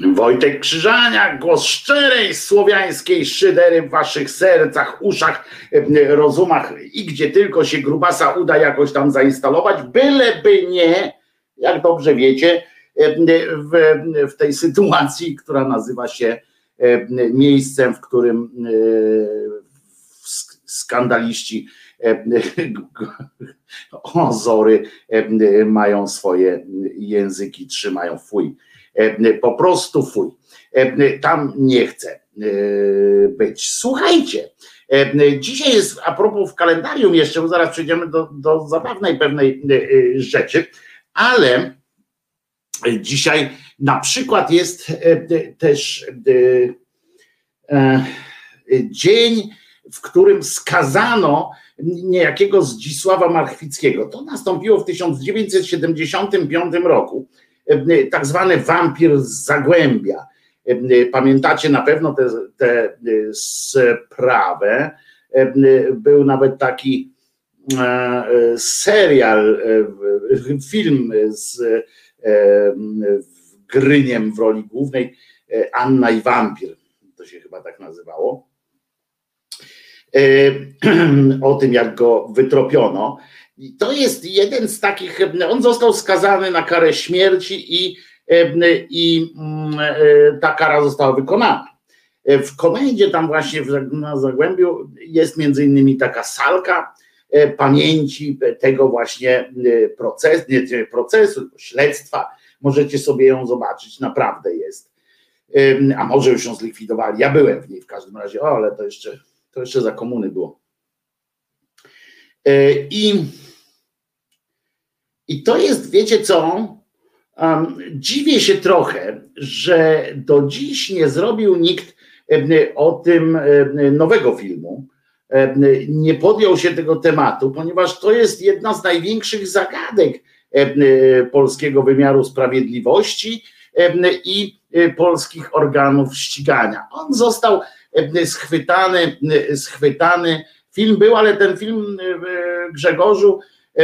S1: Wojtek Krzyżaniak, głos szczerej słowiańskiej szydery w waszych sercach, uszach, rozumach i gdzie tylko się grubasa uda jakoś tam zainstalować, byleby nie, jak dobrze wiecie, w, w tej sytuacji, która nazywa się miejscem, w którym skandaliści Ozory mają swoje języki, trzymają fuj. Po prostu fuj. Tam nie chcę być. Słuchajcie, dzisiaj jest, a propos w kalendarium jeszcze, bo zaraz przejdziemy do, do zabawnej pewnej rzeczy, ale dzisiaj na przykład jest też dzień, w którym skazano niejakiego Zdzisława Marchwickiego. To nastąpiło w tysiąc dziewięćset siedemdziesiątym piątym roku. Tak zwany wampir z Zagłębia. Pamiętacie na pewno tę sprawę. Był nawet taki serial, film z Gryniem w roli głównej, Anna i wampir, to się chyba tak nazywało, o tym, jak go wytropiono. I to jest jeden z takich, on został skazany na karę śmierci i, i ta kara została wykonana. W komendzie tam właśnie na Zagłębiu jest między innymi taka salka pamięci tego właśnie procesu, nie procesu, śledztwa. Możecie sobie ją zobaczyć, naprawdę jest. A może już ją zlikwidowali, ja byłem w niej w każdym razie, o, ale to jeszcze, to jeszcze za komuny było. I I to jest, wiecie co, um, dziwię się trochę, że do dziś nie zrobił nikt o tym nowego filmu, nie podjął się tego tematu, ponieważ to jest jedna z największych zagadek polskiego wymiaru sprawiedliwości i polskich organów ścigania. On został schwytany, schwytany, film był, ale ten film, Grzegorzu,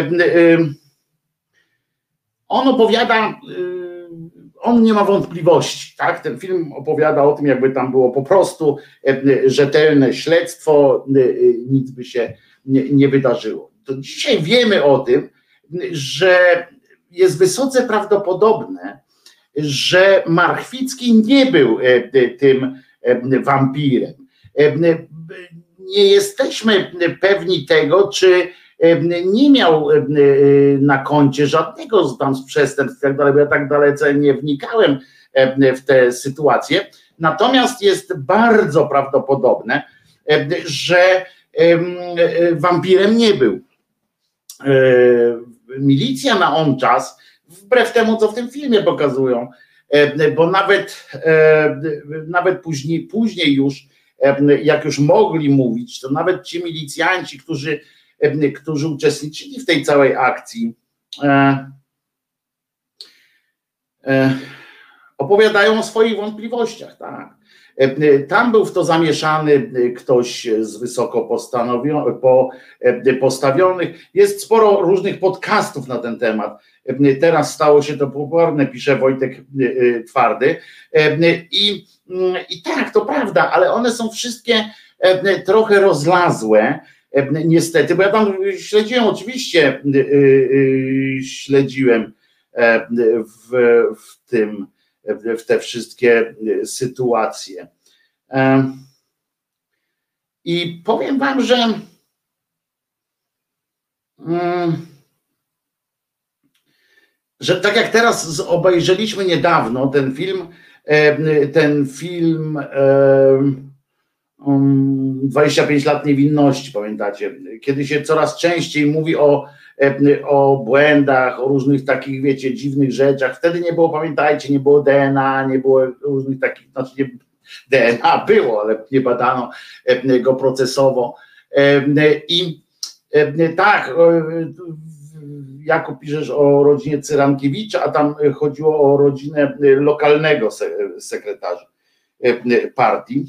S1: on opowiada, on nie ma wątpliwości, tak? Ten film opowiada o tym, jakby tam było po prostu rzetelne śledztwo, nic by się nie, nie wydarzyło. To dzisiaj wiemy o tym, że jest wysoce prawdopodobne, że Marchwicki nie był tym wampirem. Nie jesteśmy pewni tego, czy nie miał na koncie żadnego tam z przestępstw i tak dalej, bo ja tak dalece nie wnikałem w tę sytuację. Natomiast jest bardzo prawdopodobne, że wampirem nie był. Milicja na on czas, wbrew temu, co w tym filmie pokazują, bo nawet, nawet później, później już, jak już mogli mówić, to nawet ci milicjanci, którzy którzy uczestniczyli w tej całej akcji, e, e, opowiadają o swoich wątpliwościach. Tak. E, tam był w to zamieszany ktoś z wysoko po, e, postawionych. Jest sporo różnych podcastów na ten temat. E, teraz stało się to popularne, pisze Wojtek e, Twardy. E, i, I tak, to prawda, ale one są wszystkie e, trochę rozlazłe. Niestety, bo ja tam śledziłem, oczywiście yy, śledziłem w, w tym, w te wszystkie sytuacje. I powiem wam, że że tak jak teraz obejrzeliśmy niedawno ten film, ten film dwadzieścia pięć lat niewinności, pamiętacie, kiedy się coraz częściej mówi o, o błędach, o różnych takich, wiecie, dziwnych rzeczach. Wtedy nie było, pamiętajcie, nie było D N A, nie było różnych takich, znaczy nie, D N A było, ale nie badano go procesowo. I tak, Jakub, piszesz o rodzinie Cyrankiewicza, a tam chodziło o rodzinę lokalnego sekretarza partii,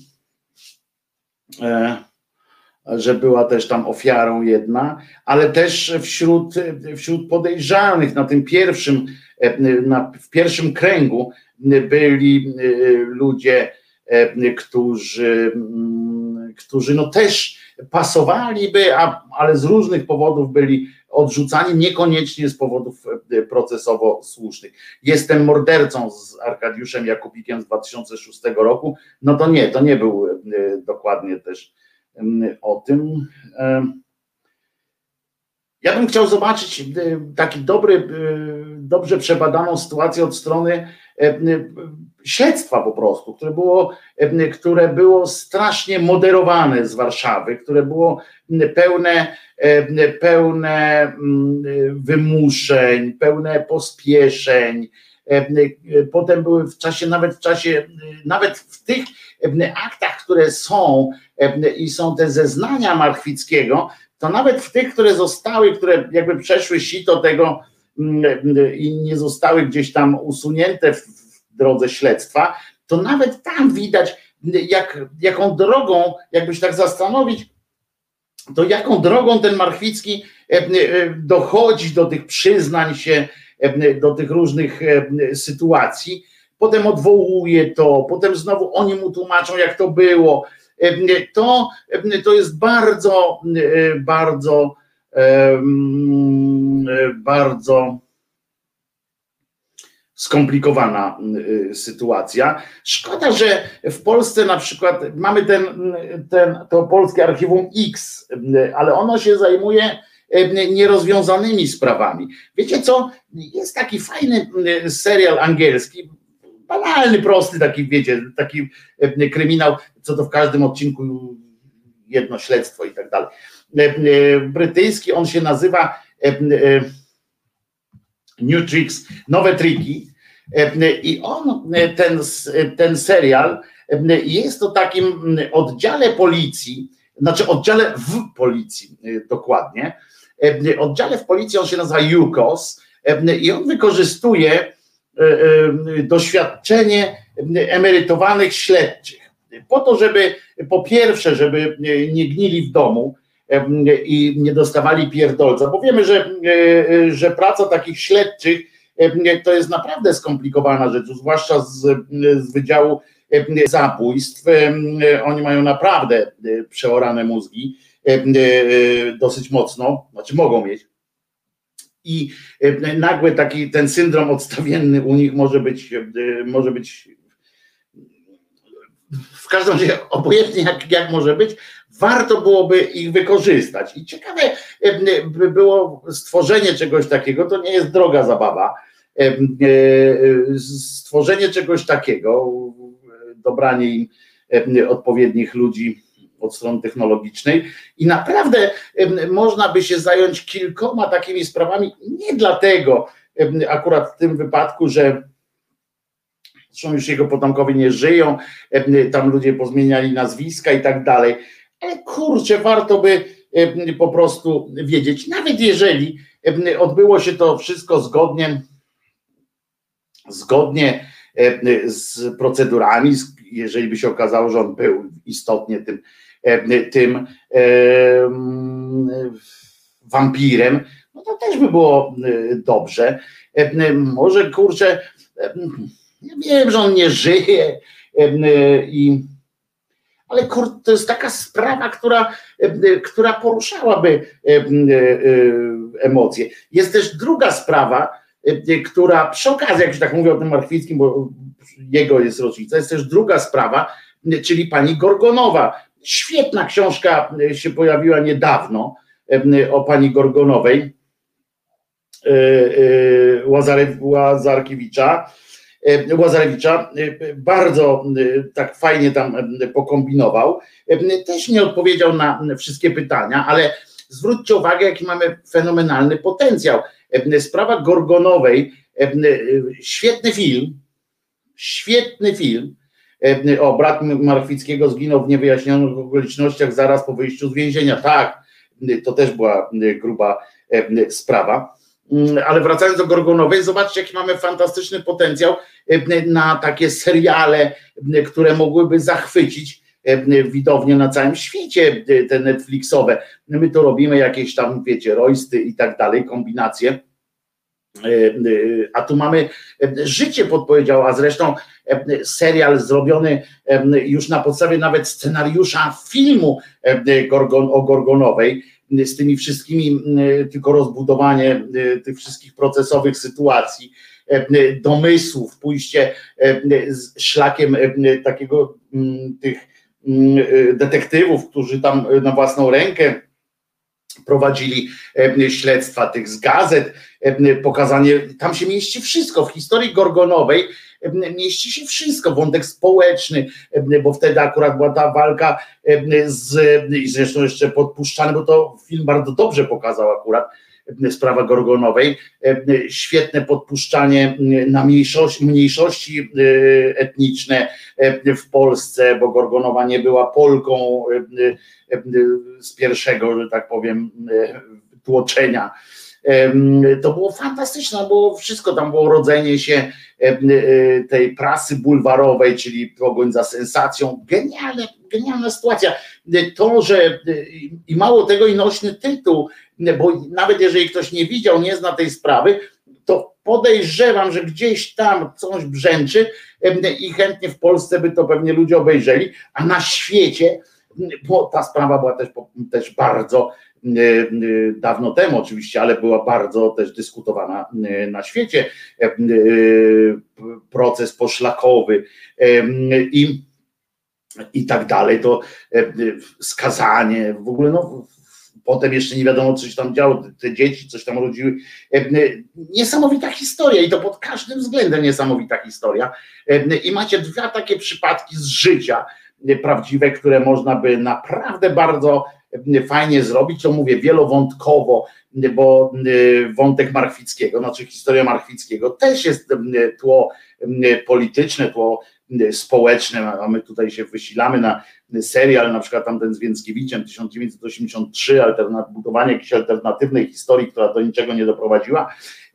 S1: że była też tam ofiarą jedna, ale też wśród, wśród podejrzanych na tym pierwszym na, w pierwszym kręgu byli ludzie, którzy, którzy no też pasowaliby, a, ale z różnych powodów byli odrzucani, niekoniecznie z powodów procesowo słusznych. Jestem mordercą z Arkadiuszem Jakubikiem z dwa tysiące szóstego roku, no to nie, to nie był dokładnie też o tym. Ja bym chciał zobaczyć taki dobry, dobrze przebadaną sytuację od strony śledztwa po prostu, które było, które było strasznie moderowane z Warszawy, które było pełne, pełne wymuszeń, pełne pospieszeń. Potem były w czasie, nawet w czasie, nawet w tych aktach, które są i są te zeznania Marchwickiego, to nawet w tych, które zostały, które jakby przeszły sito tego i nie zostały gdzieś tam usunięte w drodze śledztwa, to nawet tam widać, jak, jaką drogą, jakby się tak zastanowić, to jaką drogą ten Marchwicki dochodzi do tych przyznań się, do tych różnych sytuacji, potem odwołuje to, potem znowu oni mu tłumaczą, jak to było. To, to jest bardzo, bardzo, bardzo skomplikowana sytuacja. Szkoda, że w Polsce na przykład mamy ten, ten, to polskie archiwum X, ale ono się zajmuje nierozwiązanymi sprawami. Wiecie co? Jest taki fajny serial angielski, banalny, prosty, taki, wiecie, taki kryminał, co to w każdym odcinku jedno śledztwo i tak dalej. Brytyjski, on się nazywa New Tricks, nowe triki, i on, ten, ten serial jest o takim oddziale policji, znaczy oddziale w policji dokładnie, oddziale w policji, on się nazywa U K O S i on wykorzystuje doświadczenie emerytowanych śledczych po to, żeby po pierwsze, żeby nie gnili w domu i nie dostawali pierdolca, bo wiemy, że, że praca takich śledczych to jest naprawdę skomplikowana rzecz, zwłaszcza z, z Wydziału Zabójstw. Oni mają naprawdę przeorane mózgi dosyć mocno, znaczy mogą mieć. I nagle taki ten syndrom odstawienny u nich może być, może być w każdym razie obojętnie jak, jak może być, warto byłoby ich wykorzystać. I ciekawe by było stworzenie czegoś takiego, to nie jest droga zabawa, stworzenie czegoś takiego, dobranie im odpowiednich ludzi od strony technologicznej i naprawdę można by się zająć kilkoma takimi sprawami, nie dlatego akurat w tym wypadku, że zresztą już jego potomkowie nie żyją, tam ludzie pozmieniali nazwiska i tak dalej, ale kurczę, warto by po prostu wiedzieć, nawet jeżeli odbyło się to wszystko zgodnie, zgodnie z procedurami, jeżeli by się okazało, że on był istotnie tym, tym wampirem, no to też by było dobrze. Może kurczę, ja wiem, że on nie żyje, i, ale kurczę, to jest taka sprawa, która, która poruszałaby emocje. Jest też druga sprawa, która przy okazji, jak już tak mówię o tym Marchwickim, bo jego jest rocznica, jest też druga sprawa, czyli pani Gorgonowa. Świetna książka się pojawiła niedawno o pani Gorgonowej, Łazarkiewicza, Łazarewicza, bardzo tak fajnie tam pokombinował. Też nie odpowiedział na wszystkie pytania, ale zwróćcie uwagę, jaki mamy fenomenalny potencjał. Sprawa Gorgonowej, świetny film, świetny film. O, brat Marchwickiego zginął w niewyjaśnionych okolicznościach zaraz po wyjściu z więzienia. Tak, to też była gruba sprawa. Ale wracając do Gorgonowej, zobaczcie, jaki mamy fantastyczny potencjał na takie seriale, które mogłyby zachwycić widownie na całym świecie, te Netflixowe. My to robimy jakieś tam, wiecie, rojsty i tak dalej, kombinacje. A tu mamy życie podpowiedział, a zresztą serial zrobiony już na podstawie nawet scenariusza filmu o Gorgonowej, z tymi wszystkimi, tylko rozbudowanie tych wszystkich procesowych sytuacji, domysłów, pójście szlakiem takiego tych detektywów, którzy tam na własną rękę prowadzili śledztwa tych z gazet, pokazanie, tam się mieści wszystko, w historii Gorgonowej mieści się wszystko, wątek społeczny, bo wtedy akurat była ta walka z, i zresztą jeszcze podpuszczany, bo to film bardzo dobrze pokazał akurat, sprawa Gorgonowej, świetne podpuszczanie na mniejszości, mniejszości etniczne w Polsce, bo Gorgonowa nie była Polką z pierwszego, że tak powiem, tłoczenia. To było fantastyczne, było wszystko, tam było rodzenie się tej prasy bulwarowej, czyli pogoń za sensacją, genialne, genialna sytuacja. To, że i mało tego, i nośny tytuł, bo nawet jeżeli ktoś nie widział, nie zna tej sprawy, to podejrzewam, że gdzieś tam coś brzęczy i chętnie w Polsce by to pewnie ludzie obejrzeli, a na świecie, bo ta sprawa była też, też bardzo dawno temu oczywiście, ale była bardzo też dyskutowana na świecie, proces poszlakowy i, i tak dalej, to skazanie, w ogóle no potem jeszcze nie wiadomo, co się tam działo, te dzieci coś tam rodziły. Niesamowita historia i to pod każdym względem niesamowita historia. I macie dwa takie przypadki z życia prawdziwe, które można by naprawdę bardzo fajnie zrobić, to mówię wielowątkowo, bo wątek Marchwickiego, znaczy historia Marchwickiego też jest tło polityczne, tło społeczne, a my tutaj się wysilamy na serial, na przykład tamten z Więckiewiczem tysiąc dziewięćset osiemdziesiąt trzy, alternat, budowanie jakiejś alternatywnej historii, która do niczego nie doprowadziła,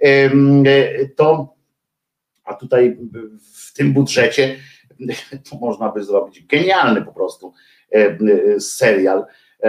S1: to a tutaj w tym budżecie to można by zrobić genialny po prostu serial.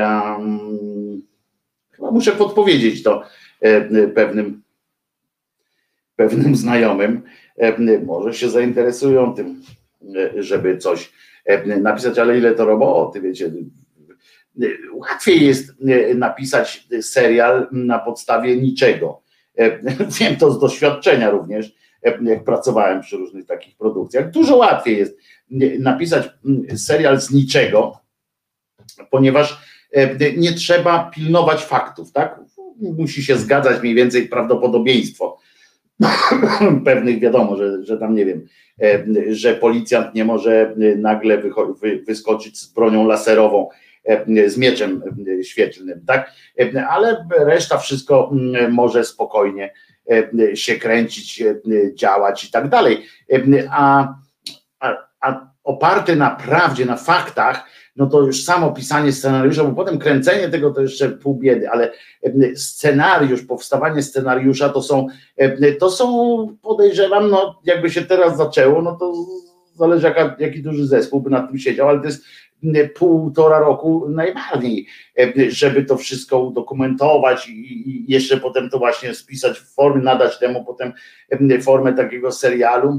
S1: Chyba muszę podpowiedzieć to pewnym pewnym znajomym, może się zainteresują tym, żeby coś napisać, ale ile to roboty, wiecie, łatwiej jest napisać serial na podstawie niczego. Wiem to z doświadczenia również, jak pracowałem przy różnych takich produkcjach. Dużo łatwiej jest napisać serial z niczego, ponieważ nie trzeba pilnować faktów, tak? Musi się zgadzać mniej więcej prawdopodobieństwo pewnych, wiadomo, że, że tam nie wiem, że policjant nie może nagle wyskoczyć z bronią laserową, z mieczem świetlnym, tak? Ale reszta wszystko może spokojnie się kręcić, działać i tak dalej. A, a, a oparte na prawdzie, na faktach, no to już samo pisanie scenariusza, bo potem kręcenie tego to jeszcze pół biedy, ale scenariusz, powstawanie scenariusza to są, to są podejrzewam, no jakby się teraz zaczęło, no to zależy jaka, jaki duży zespół by nad tym siedział, ale to jest półtora roku najbardziej, żeby to wszystko udokumentować i jeszcze potem to właśnie spisać w formie, nadać temu potem formę takiego serialu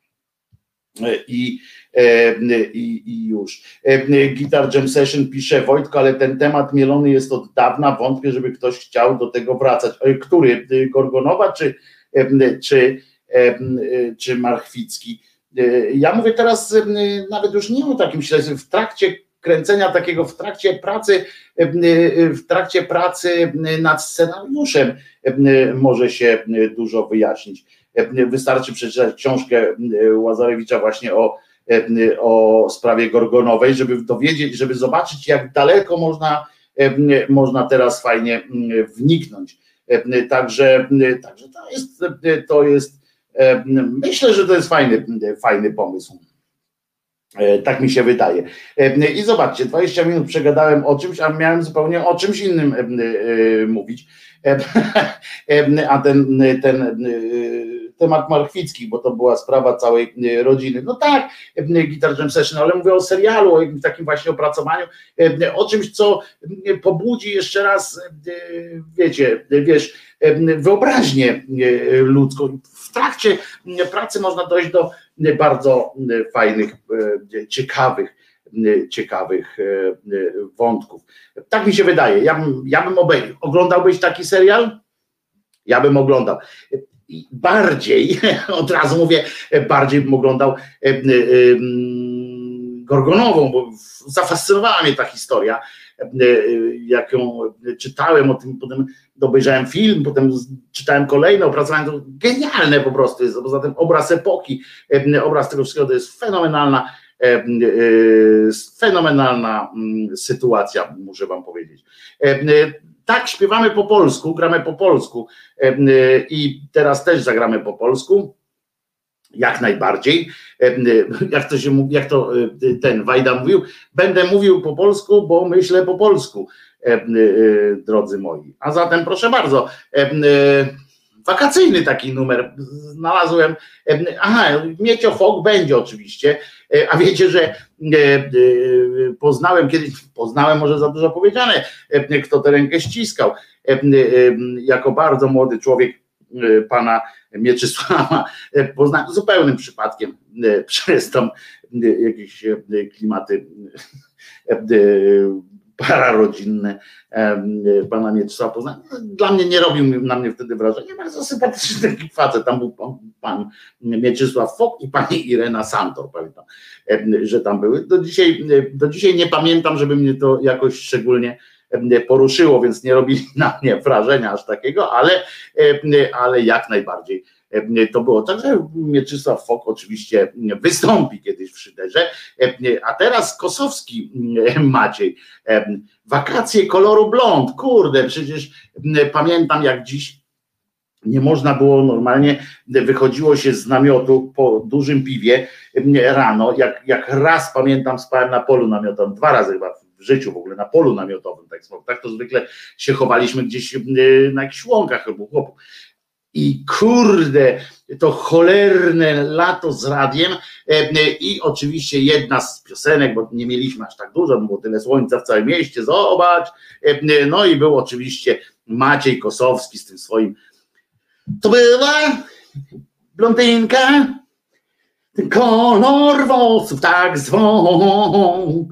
S1: i I, i już. Guitar Jam Session pisze: Wojtko, ale ten temat mielony jest od dawna, wątpię, żeby ktoś chciał do tego wracać. Który? Gorgonowa czy, czy, czy Marchwicki? Ja mówię teraz nawet już nie o takim śledztwie, w trakcie kręcenia takiego, w trakcie pracy, w trakcie pracy nad scenariuszem może się dużo wyjaśnić. Wystarczy przeczytać książkę Łazarewicza właśnie o o sprawie Gorgonowej, żeby dowiedzieć, żeby zobaczyć, jak daleko można, można teraz fajnie wniknąć. Także, także to jest, to jest, myślę, że to jest fajny, fajny pomysł. Tak mi się wydaje. I zobaczcie, dwadzieścia minut przegadałem o czymś, a miałem zupełnie o czymś innym mówić. A ten, ten temat Marchwicki, bo to była sprawa całej rodziny. No tak, Guitar Jam Session, ale mówię o serialu, o jakimś takim właśnie opracowaniu, o czymś, co pobudzi jeszcze raz, wiecie, wiesz, wyobraźnię ludzką. W trakcie pracy można dojść do bardzo fajnych, ciekawych, ciekawych wątków. Tak mi się wydaje. Ja bym, ja bym obejrzał. Oglądałbyś taki serial? Ja bym oglądał. I bardziej, od razu mówię, bardziej bym oglądał Gorgonową, bo zafascynowała mnie ta historia. Jak ją czytałem o tym, potem obejrzałem film, potem czytałem kolejne opracowanie, to genialne po prostu jest, poza tym obraz epoki, obraz tego wszystkiego, to jest fenomenalna, fenomenalna sytuacja, muszę wam powiedzieć. Tak, śpiewamy po polsku, gramy po polsku i teraz też zagramy po polsku. Jak najbardziej, jak to się mówi, jak to ten Wajda mówił, będę mówił po polsku, bo myślę po polsku, drodzy moi. A zatem proszę bardzo, wakacyjny taki numer znalazłem, aha, Miecio Folk będzie oczywiście, a wiecie, że poznałem kiedyś, poznałem może za dużo powiedziane, kto tę rękę ściskał, jako bardzo młody człowiek pana Mieczysława, poznałem zupełnym przypadkiem przez tam jakieś klimaty pararodzinne pana Mieczysława poznałem. Dla mnie nie robił na mnie wtedy wrażenia, bardzo sympatyczny taki facet, tam był pan, pan Mieczysław Fok i pani Irena Santor, pamiętam, że tam były. Do dzisiaj, do dzisiaj nie pamiętam, żeby mnie to jakoś szczególnie poruszyło, więc nie robili na mnie wrażenia aż takiego, ale, ale jak najbardziej to było. Także Mieczysław Fok oczywiście wystąpi kiedyś w Szyderze, a teraz Kosowski Maciej. Wakacje koloru blond, kurde, przecież pamiętam jak dziś nie można było normalnie, wychodziło się z namiotu po dużym piwie rano, jak, jak raz pamiętam spałem na polu namiotowym, dwa razy chyba w życiu w ogóle, na polu namiotowym, tak, tak to zwykle się chowaliśmy gdzieś na jakichś łąkach albo chłopu. I kurde, to cholerne lato z radiem i oczywiście jedna z piosenek, bo nie mieliśmy aż tak dużo, było tyle słońca w całym mieście, zobacz, no i był oczywiście Maciej Kosowski z tym swoim, to była blondynka, ten kolor włosów tak zwą.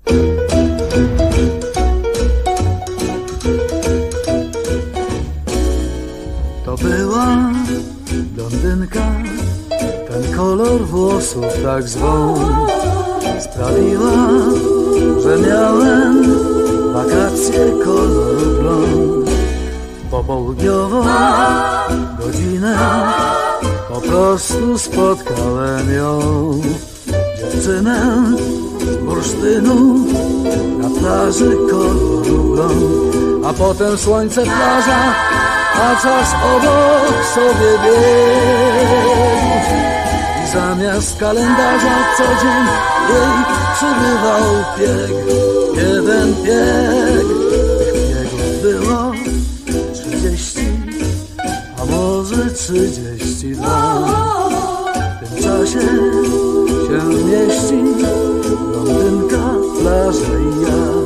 S2: To była blondynka, ten kolor włosów tak zwą sprawiła, że miałem wakacje koloru blond. W popołudniową godzinę po prostu spotkałem ją, dziewczynę z bursztynu na plaży koloru blond. A potem słońce, plaża, a czas obok sobie biegł i zamiast kalendarza co dzień jej przybywał bieg. Jeden bieg, tych biegów było trzydzieści, a może trzydzieści dwa. W tym czasie się mieści blondynka, plaża i ja.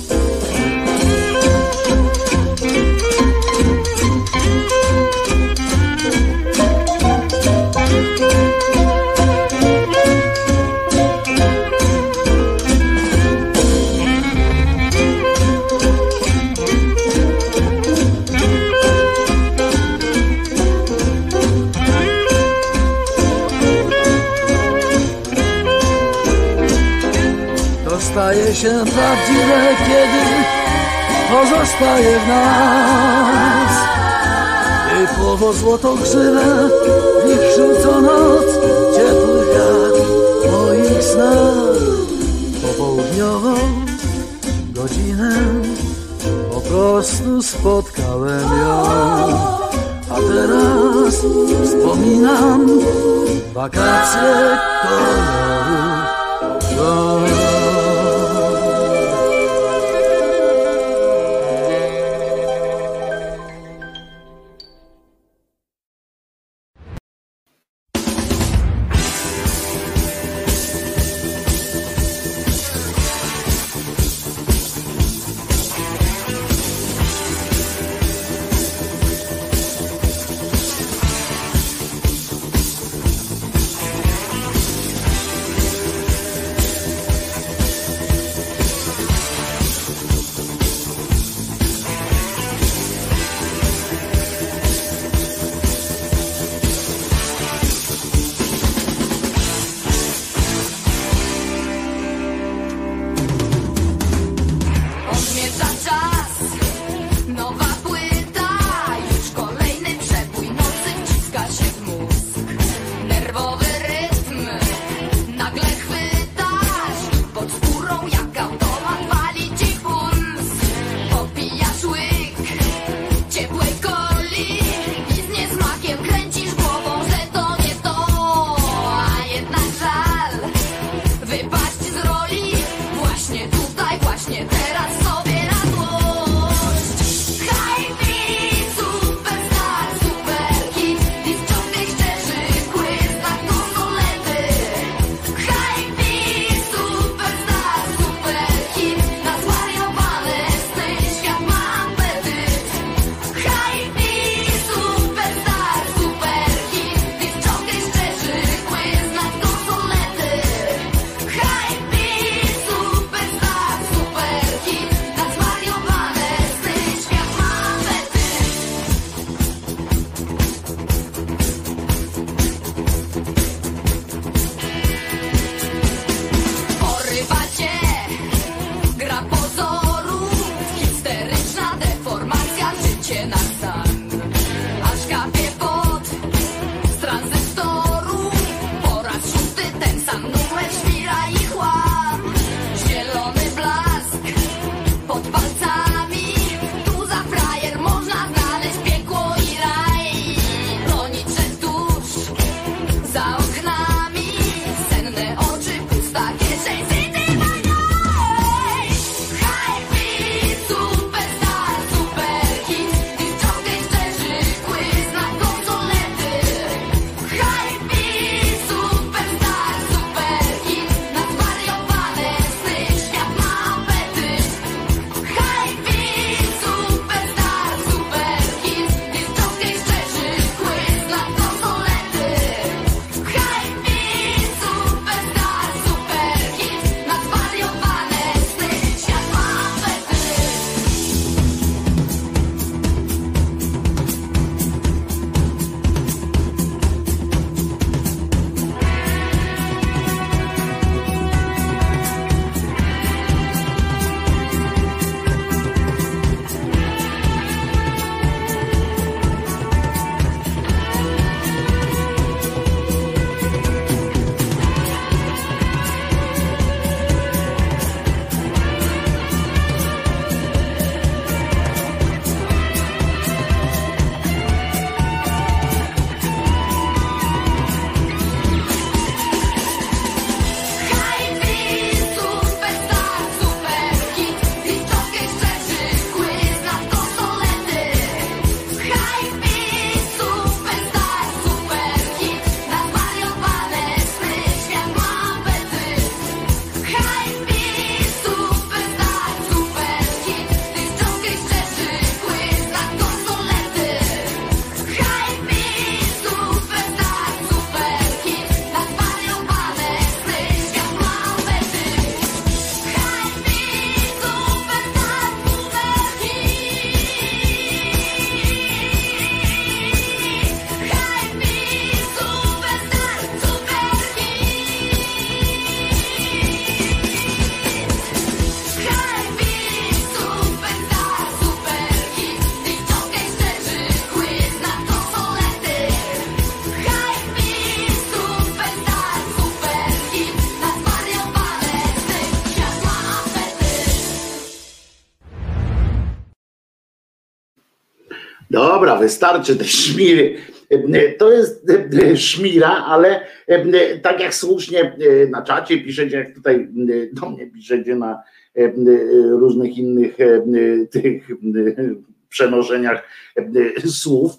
S2: Staje się prawdziwe, kiedy pozostaje w nas i płowo złotogrzywe wichrzy co noc ciepły wiatr moich snach. Popołudniową godzinę po prostu spotkałem ją, a teraz wspominam wakacje koloru.
S1: Dobra, wystarczy te szmiry. To jest szmira, ale tak jak słusznie na czacie piszecie, jak tutaj do mnie piszecie na różnych innych tych przenoszeniach słów,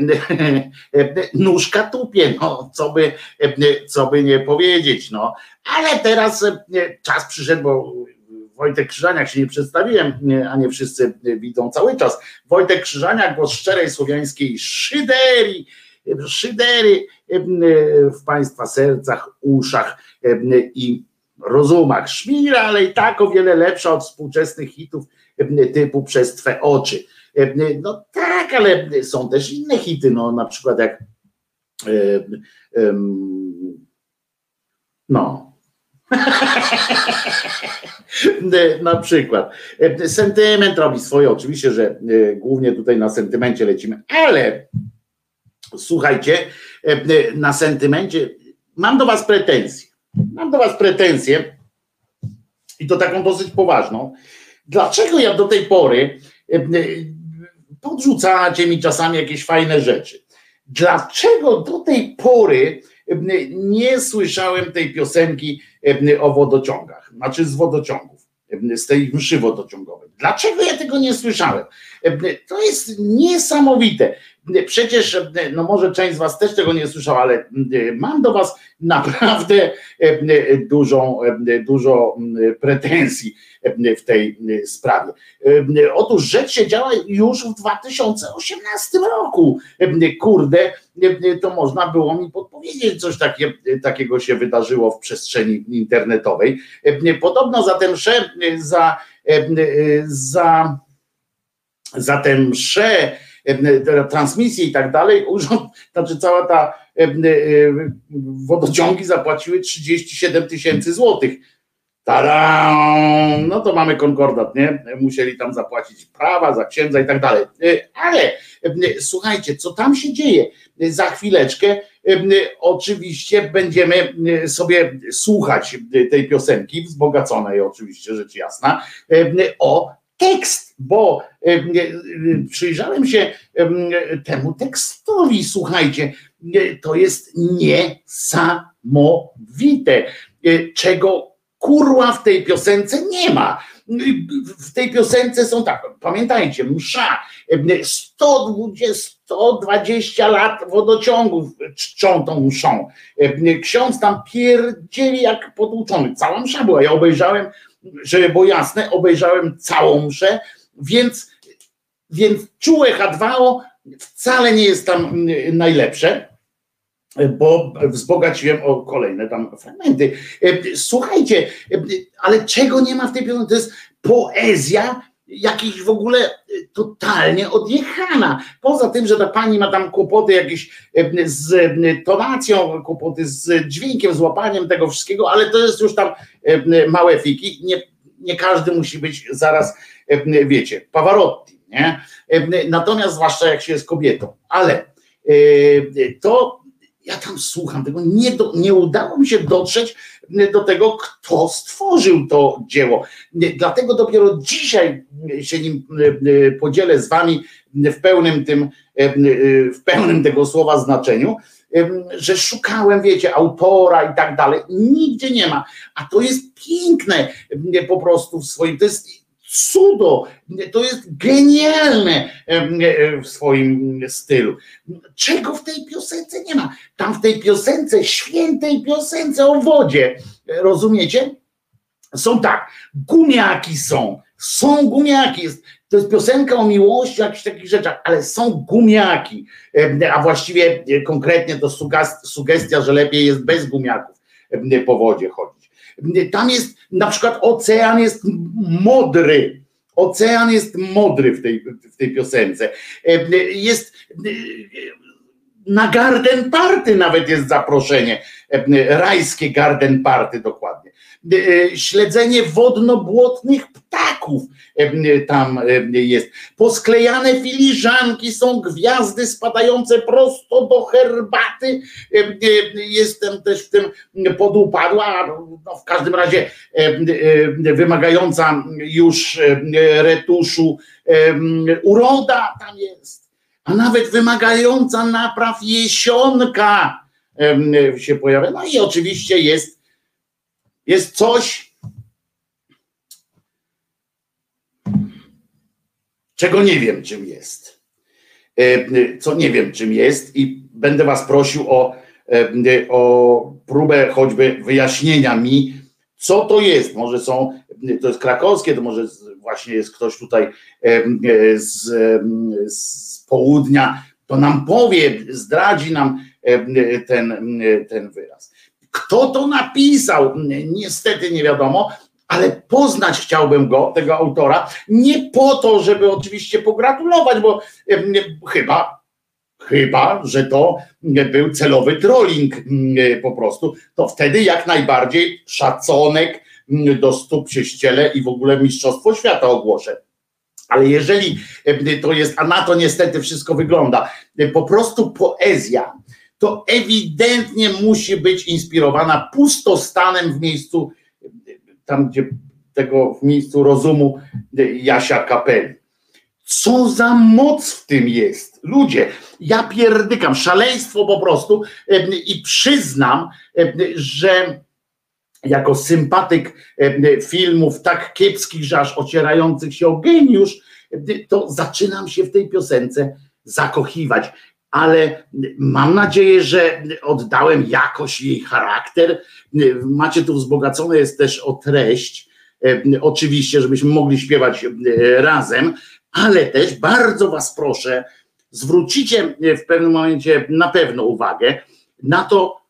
S1: nóżka tupie, no co by, co by nie powiedzieć, no. Ale teraz czas przyszedł, bo Wojtek Krzyżaniak, się nie przedstawiłem, a nie wszyscy widzą cały czas. Wojtek Krzyżaniak, głos szczerej słowiańskiej szydery, szydery w Państwa sercach, uszach i rozumach. Szmira, ale i tak o wiele lepsza od współczesnych hitów typu Przez Twe oczy. No tak, ale są też inne hity, no na przykład jak no na przykład sentyment robi swoje, oczywiście, że głównie tutaj na sentymencie lecimy, ale słuchajcie, na sentymencie mam do was pretensje, mam do was pretensję i to taką dosyć poważną. Dlaczego ja do tej pory podrzucacie mi czasami jakieś fajne rzeczy? Dlaczego do tej pory nie słyszałem tej piosenki o wodociągach, znaczy z wodociągów, z tej mszy wodociągowej? Dlaczego ja tego nie słyszałem? To jest niesamowite. Przecież, no może część z was też tego nie słyszała, ale mam do was naprawdę dużą, dużo pretensji w tej sprawie. Otóż rzecz się działa już w dwa tysiące osiemnastym roku. Kurde, to można było mi podpowiedzieć, coś takie, takiego się wydarzyło w przestrzeni internetowej. Podobno za tę mszę, za, za, za tę mszę, transmisję i tak dalej, urząd, znaczy cała ta wodociągi zapłaciły trzydzieści siedem tysięcy złotych. Tada! No to mamy konkordat, nie? Musieli tam zapłacić prawa za księdza i tak dalej. Ale słuchajcie, co tam się dzieje? Za chwileczkę oczywiście będziemy sobie słuchać tej piosenki, wzbogaconej oczywiście, rzecz jasna, o tekst, bo przyjrzałem się temu tekstowi, słuchajcie, to jest niesamowite, czego kurła w tej piosence nie ma. W tej piosence są tak, pamiętajcie, msza, sto dwadzieścia, sto dwadzieścia lat wodociągów czczą tą mszą. Ksiądz tam pierdzieli jak potłuczony, cała msza była, ja obejrzałem, żeby było jasne, obejrzałem całą mszę, więc, więc czułe H dwa O wcale nie jest tam najlepsze, bo wzbogaciłem o kolejne tam fragmenty. Słuchajcie, ale czego nie ma w tej piosence? To jest poezja jakiś w ogóle totalnie odjechana. Poza tym, że ta pani ma tam kłopoty jakieś z tonacją, kłopoty z dźwiękiem, z łapaniem tego wszystkiego, ale to jest już tam małe fiki. Nie, nie każdy musi być zaraz, wiecie, Pavarotti, nie? Natomiast zwłaszcza jak się jest kobietą. Ale to ja tam słucham tego, nie, do, nie udało mi się dotrzeć do tego, kto stworzył to dzieło. Dlatego dopiero dzisiaj się nim podzielę z wami w pełnym tym, w pełnym tego słowa znaczeniu, że szukałem, wiecie, autora i tak dalej. Nigdzie nie ma. A to jest piękne po prostu w swoim, to jest cudo, to jest genialne w swoim stylu. Czego w tej piosence nie ma? Tam w tej piosence, świętej piosence o wodzie, rozumiecie? Są tak, gumiaki są, są gumiaki, jest, to jest piosenka o miłości, o jakichś takich rzeczach, ale są gumiaki, a właściwie konkretnie to sugestia, że lepiej jest bez gumiaków po wodzie chodzić. Tam jest na przykład ocean jest modry. Ocean jest modry w tej, w tej piosence. Jest na garden party nawet jest zaproszenie. Rajskie garden party dokładnie. Śledzenie wodno-błotnych ptaków tam jest. Posklejane filiżanki są gwiazdy spadające prosto do herbaty. Jestem też w tym podupadła, no w każdym razie wymagająca już retuszu uroda tam jest, a nawet wymagająca napraw jesionka się pojawia. No i oczywiście jest Jest coś, czego nie wiem, czym jest. Co nie wiem, czym jest i będę was prosił o, o próbę choćby wyjaśnienia mi, co to jest. Może są, to jest krakowskie, to może właśnie jest ktoś tutaj z, z południa, to nam powie, zdradzi nam ten, ten wyraz. Kto to napisał? Niestety nie wiadomo, ale poznać chciałbym go, tego autora, nie po to, żeby oczywiście pogratulować, bo chyba, chyba, że to był celowy trolling po prostu, to wtedy jak najbardziej szacunek do stóp się ścielę i w ogóle mistrzostwo świata ogłoszę. Ale jeżeli to jest, a na to niestety wszystko wygląda, po prostu poezja, to ewidentnie musi być inspirowana pustostanem w miejscu, tam gdzie tego w miejscu rozumu Jasia Kapeli. Co za moc w tym jest? Ludzie, ja pierdykam, szaleństwo po prostu i przyznam, że jako sympatyk filmów tak kiepskich, że aż ocierających się o geniusz, to zaczynam się w tej piosence zakochiwać. Ale mam nadzieję, że oddałem jakoś jej charakter. Macie tu wzbogacone jest też o treść, oczywiście, żebyśmy mogli śpiewać razem, ale też bardzo was proszę, zwrócicie w pewnym momencie na pewno uwagę na to,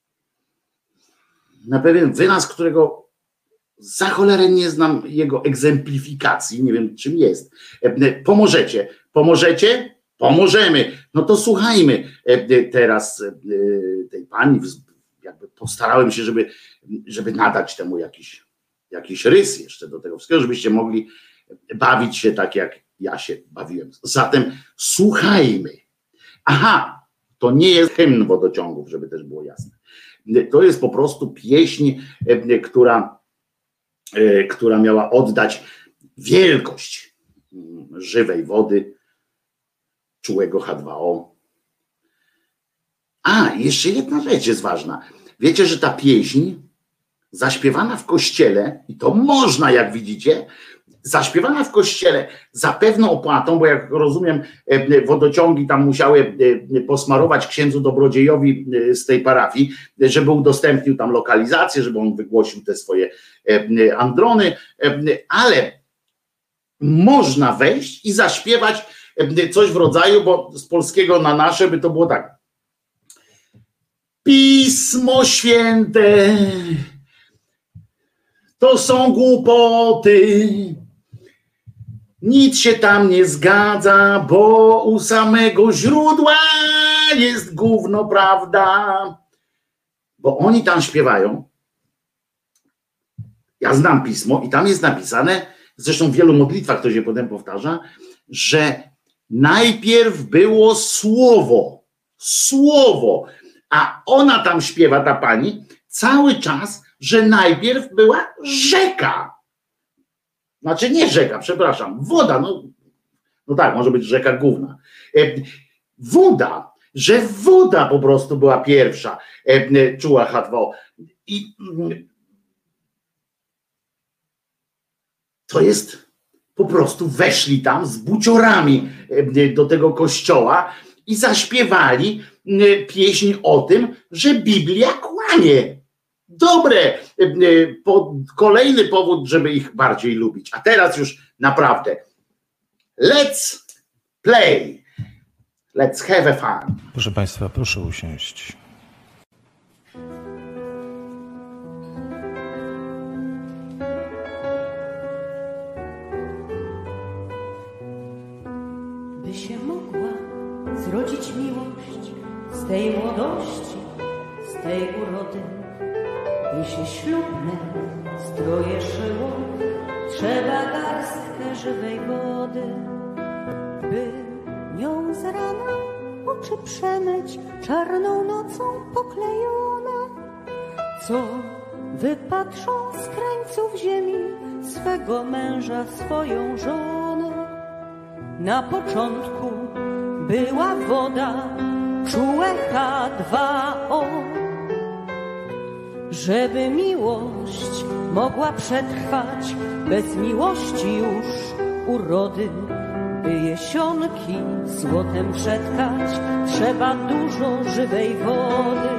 S1: na pewien wyraz, którego za cholerę nie znam jego egzemplifikacji, nie wiem czym jest. Pomożecie, pomożecie? Pomożemy. No to słuchajmy teraz tej pani, jakby postarałem się, żeby, żeby nadać temu jakiś, jakiś rys jeszcze do tego wszystkiego, żebyście mogli bawić się tak, jak ja się bawiłem. Zatem słuchajmy. Aha, to nie jest hymn wodociągów, żeby też było jasne. To jest po prostu pieśń, która, która miała oddać wielkość żywej wody, czułego H dwa O. A, jeszcze jedna rzecz jest ważna. Wiecie, że ta pieśń zaśpiewana w kościele, i to można, jak widzicie, zaśpiewana w kościele za pewną opłatą, bo jak rozumiem, wodociągi tam musiały posmarować księdzu dobrodziejowi z tej parafii, żeby udostępnił tam lokalizację, żeby on wygłosił te swoje androny, ale można wejść i zaśpiewać coś w rodzaju, bo z polskiego na nasze by to było tak. Pismo Święte to są głupoty, nic się tam nie zgadza, bo u samego źródła jest gówno, prawda? Bo oni tam śpiewają, ja znam pismo i tam jest napisane, zresztą w wielu modlitwach to się potem powtarza, że najpierw było słowo, słowo, a ona tam śpiewa, ta pani, cały czas, że najpierw była rzeka. Znaczy nie rzeka, przepraszam, woda, no, no tak, może być rzeka gówna. Woda, że woda po prostu była pierwsza, czuła H dwa O. I to jest, po prostu weszli tam z buciorami do tego kościoła i zaśpiewali pieśń o tym, że Biblia kłamie. Dobre, po, kolejny powód, żeby ich bardziej lubić. A teraz już naprawdę let's play. Let's have a fun.
S4: Proszę Państwa, proszę usiąść.
S5: By się mogła zrodzić miłość z tej młodości, z tej urody, by się ślubne stroje szyło, trzeba garstkę żywej wody, by nią z rana oczy przemyć czarną nocą poklejone, co wypatrzą z krańców ziemi swego męża, swoją żonę. Na początku była woda, czułe H dwa O. Żeby miłość mogła przetrwać, bez miłości już urody, by jesionki złotem przetkać, trzeba dużo żywej wody.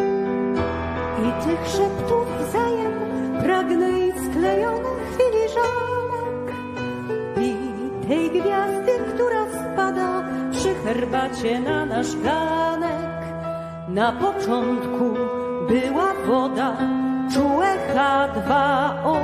S5: I tych szeptów wzajem pragnę i sklejonych filiżanek, i tej gwiazdy, która spada przy herbacie na nasz ganek. Na początku była woda, czułe H dwa O.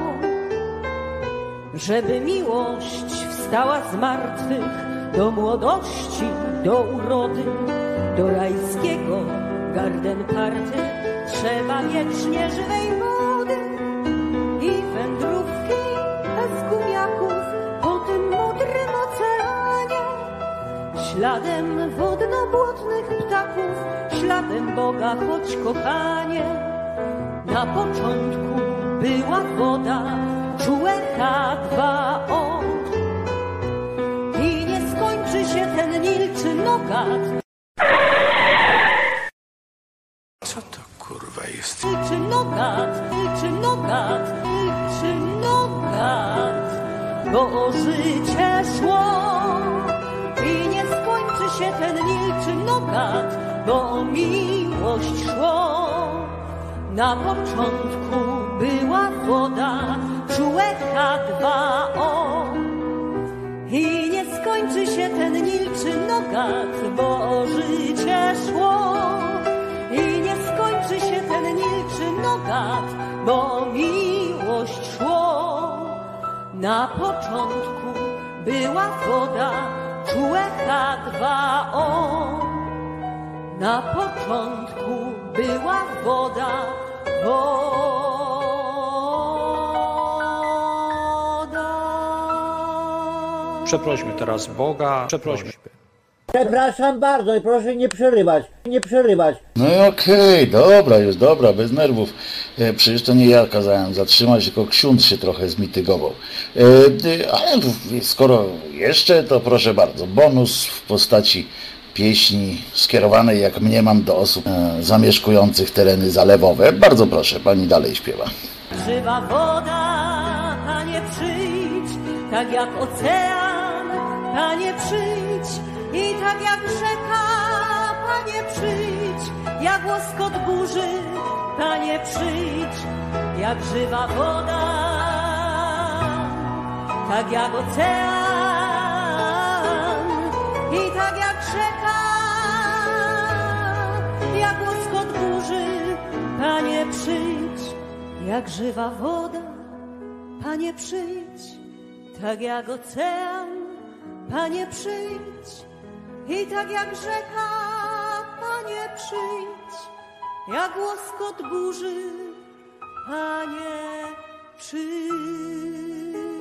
S5: Żeby miłość wstała z martwych, do młodości, do urody, do rajskiego garden party, trzeba wiecznie żywej wody i wędrówki bez gumiaków po tym modrym oceanie, śladem wodno-błotnych ptaków, śladem Boga, choć kochanie. Na początku była woda, czułe H dwa O. I nie skończy się ten Nil czy Nogat.
S2: Co to kurwa jest?
S5: Nil czy Nogat, Nil czy Nogat, Nil czy Nogat, bo o życie szło. I nie skończy się ten Nil czy Nogat, bo o miłość szło. Na początku była woda, czułe H dwa O. I nie skończy się ten Nil czy Nogat, bo o życie szło. I nie skończy się ten Nil czy Nogat, bo o miłość szło. Na początku była woda, czułe H dwa O. Na początku była woda, woda.
S6: Przeprośmy teraz Boga, przeprośmy.
S7: Przepraszam bardzo i proszę nie przerywać, nie przerywać.
S8: No i okej, dobra, już dobra, bez nerwów. E, przecież to nie ja kazałem zatrzymać, tylko ksiądz się trochę zmitygował. E, e, ale skoro jeszcze, to proszę bardzo, bonus w postaci pieśni skierowanej, jak mniemam, do osób e, zamieszkujących tereny zalewowe. Bardzo proszę, pani dalej śpiewa.
S5: żywa woda, Panie przyjdź, tak jak ocean, Panie przyjdź, i tak jak rzeka, Panie przyjdź, jak łoskot burzy, Panie przyjdź, jak żywa woda, tak jak ocean, i tak jak rzeka, jak łoskot burzy, Panie przyjdź, jak żywa woda, Panie przyjdź, tak jak ocean, Panie przyjdź, i tak jak rzeka, Panie przyjdź, jak łoskot burzy, Panie przyjdź.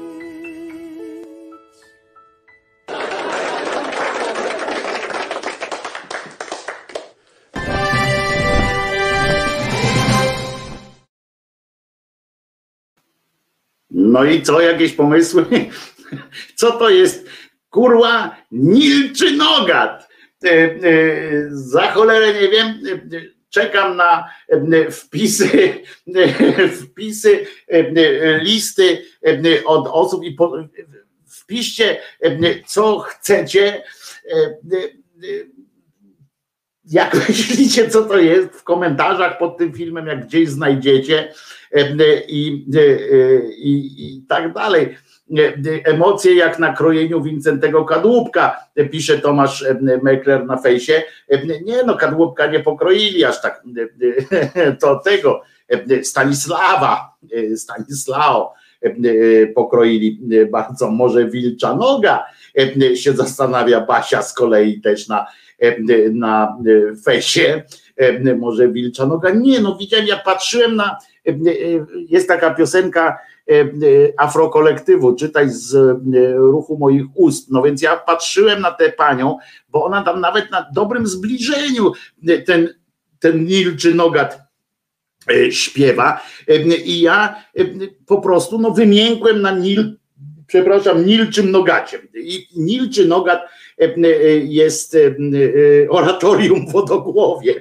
S1: No i co, jakieś pomysły? Co to jest, kurwa, Nil czy Nogat? Za cholerę nie wiem, czekam na wpisy, wpisy, listy od osób i wpiszcie, co chcecie. Jak myślicie, co to jest, w komentarzach pod tym filmem, jak gdzieś znajdziecie i, i, i tak dalej. Emocje jak na krojeniu Wincentego Kadłubka, pisze Tomasz Mekler na fejsie. Nie no, Kadłubka nie pokroili aż tak, to tego Stanisława, Stanislao pokroili bardzo, może Wilcza Noga, się zastanawia Basia z kolei też na na fejsie, może Wilcza Noga. Nie, no widziałem, ja patrzyłem na, jest taka piosenka Afrokolektywu, czytaj z ruchu moich ust, no więc ja patrzyłem na tę panią, bo ona tam nawet na dobrym zbliżeniu ten, ten Nil czy Nogat śpiewa i ja po prostu no wymiękłem na Nil, przepraszam, Nilczym Nogacie. I Nil czy Nogat jest oratorium w Wodogłowie.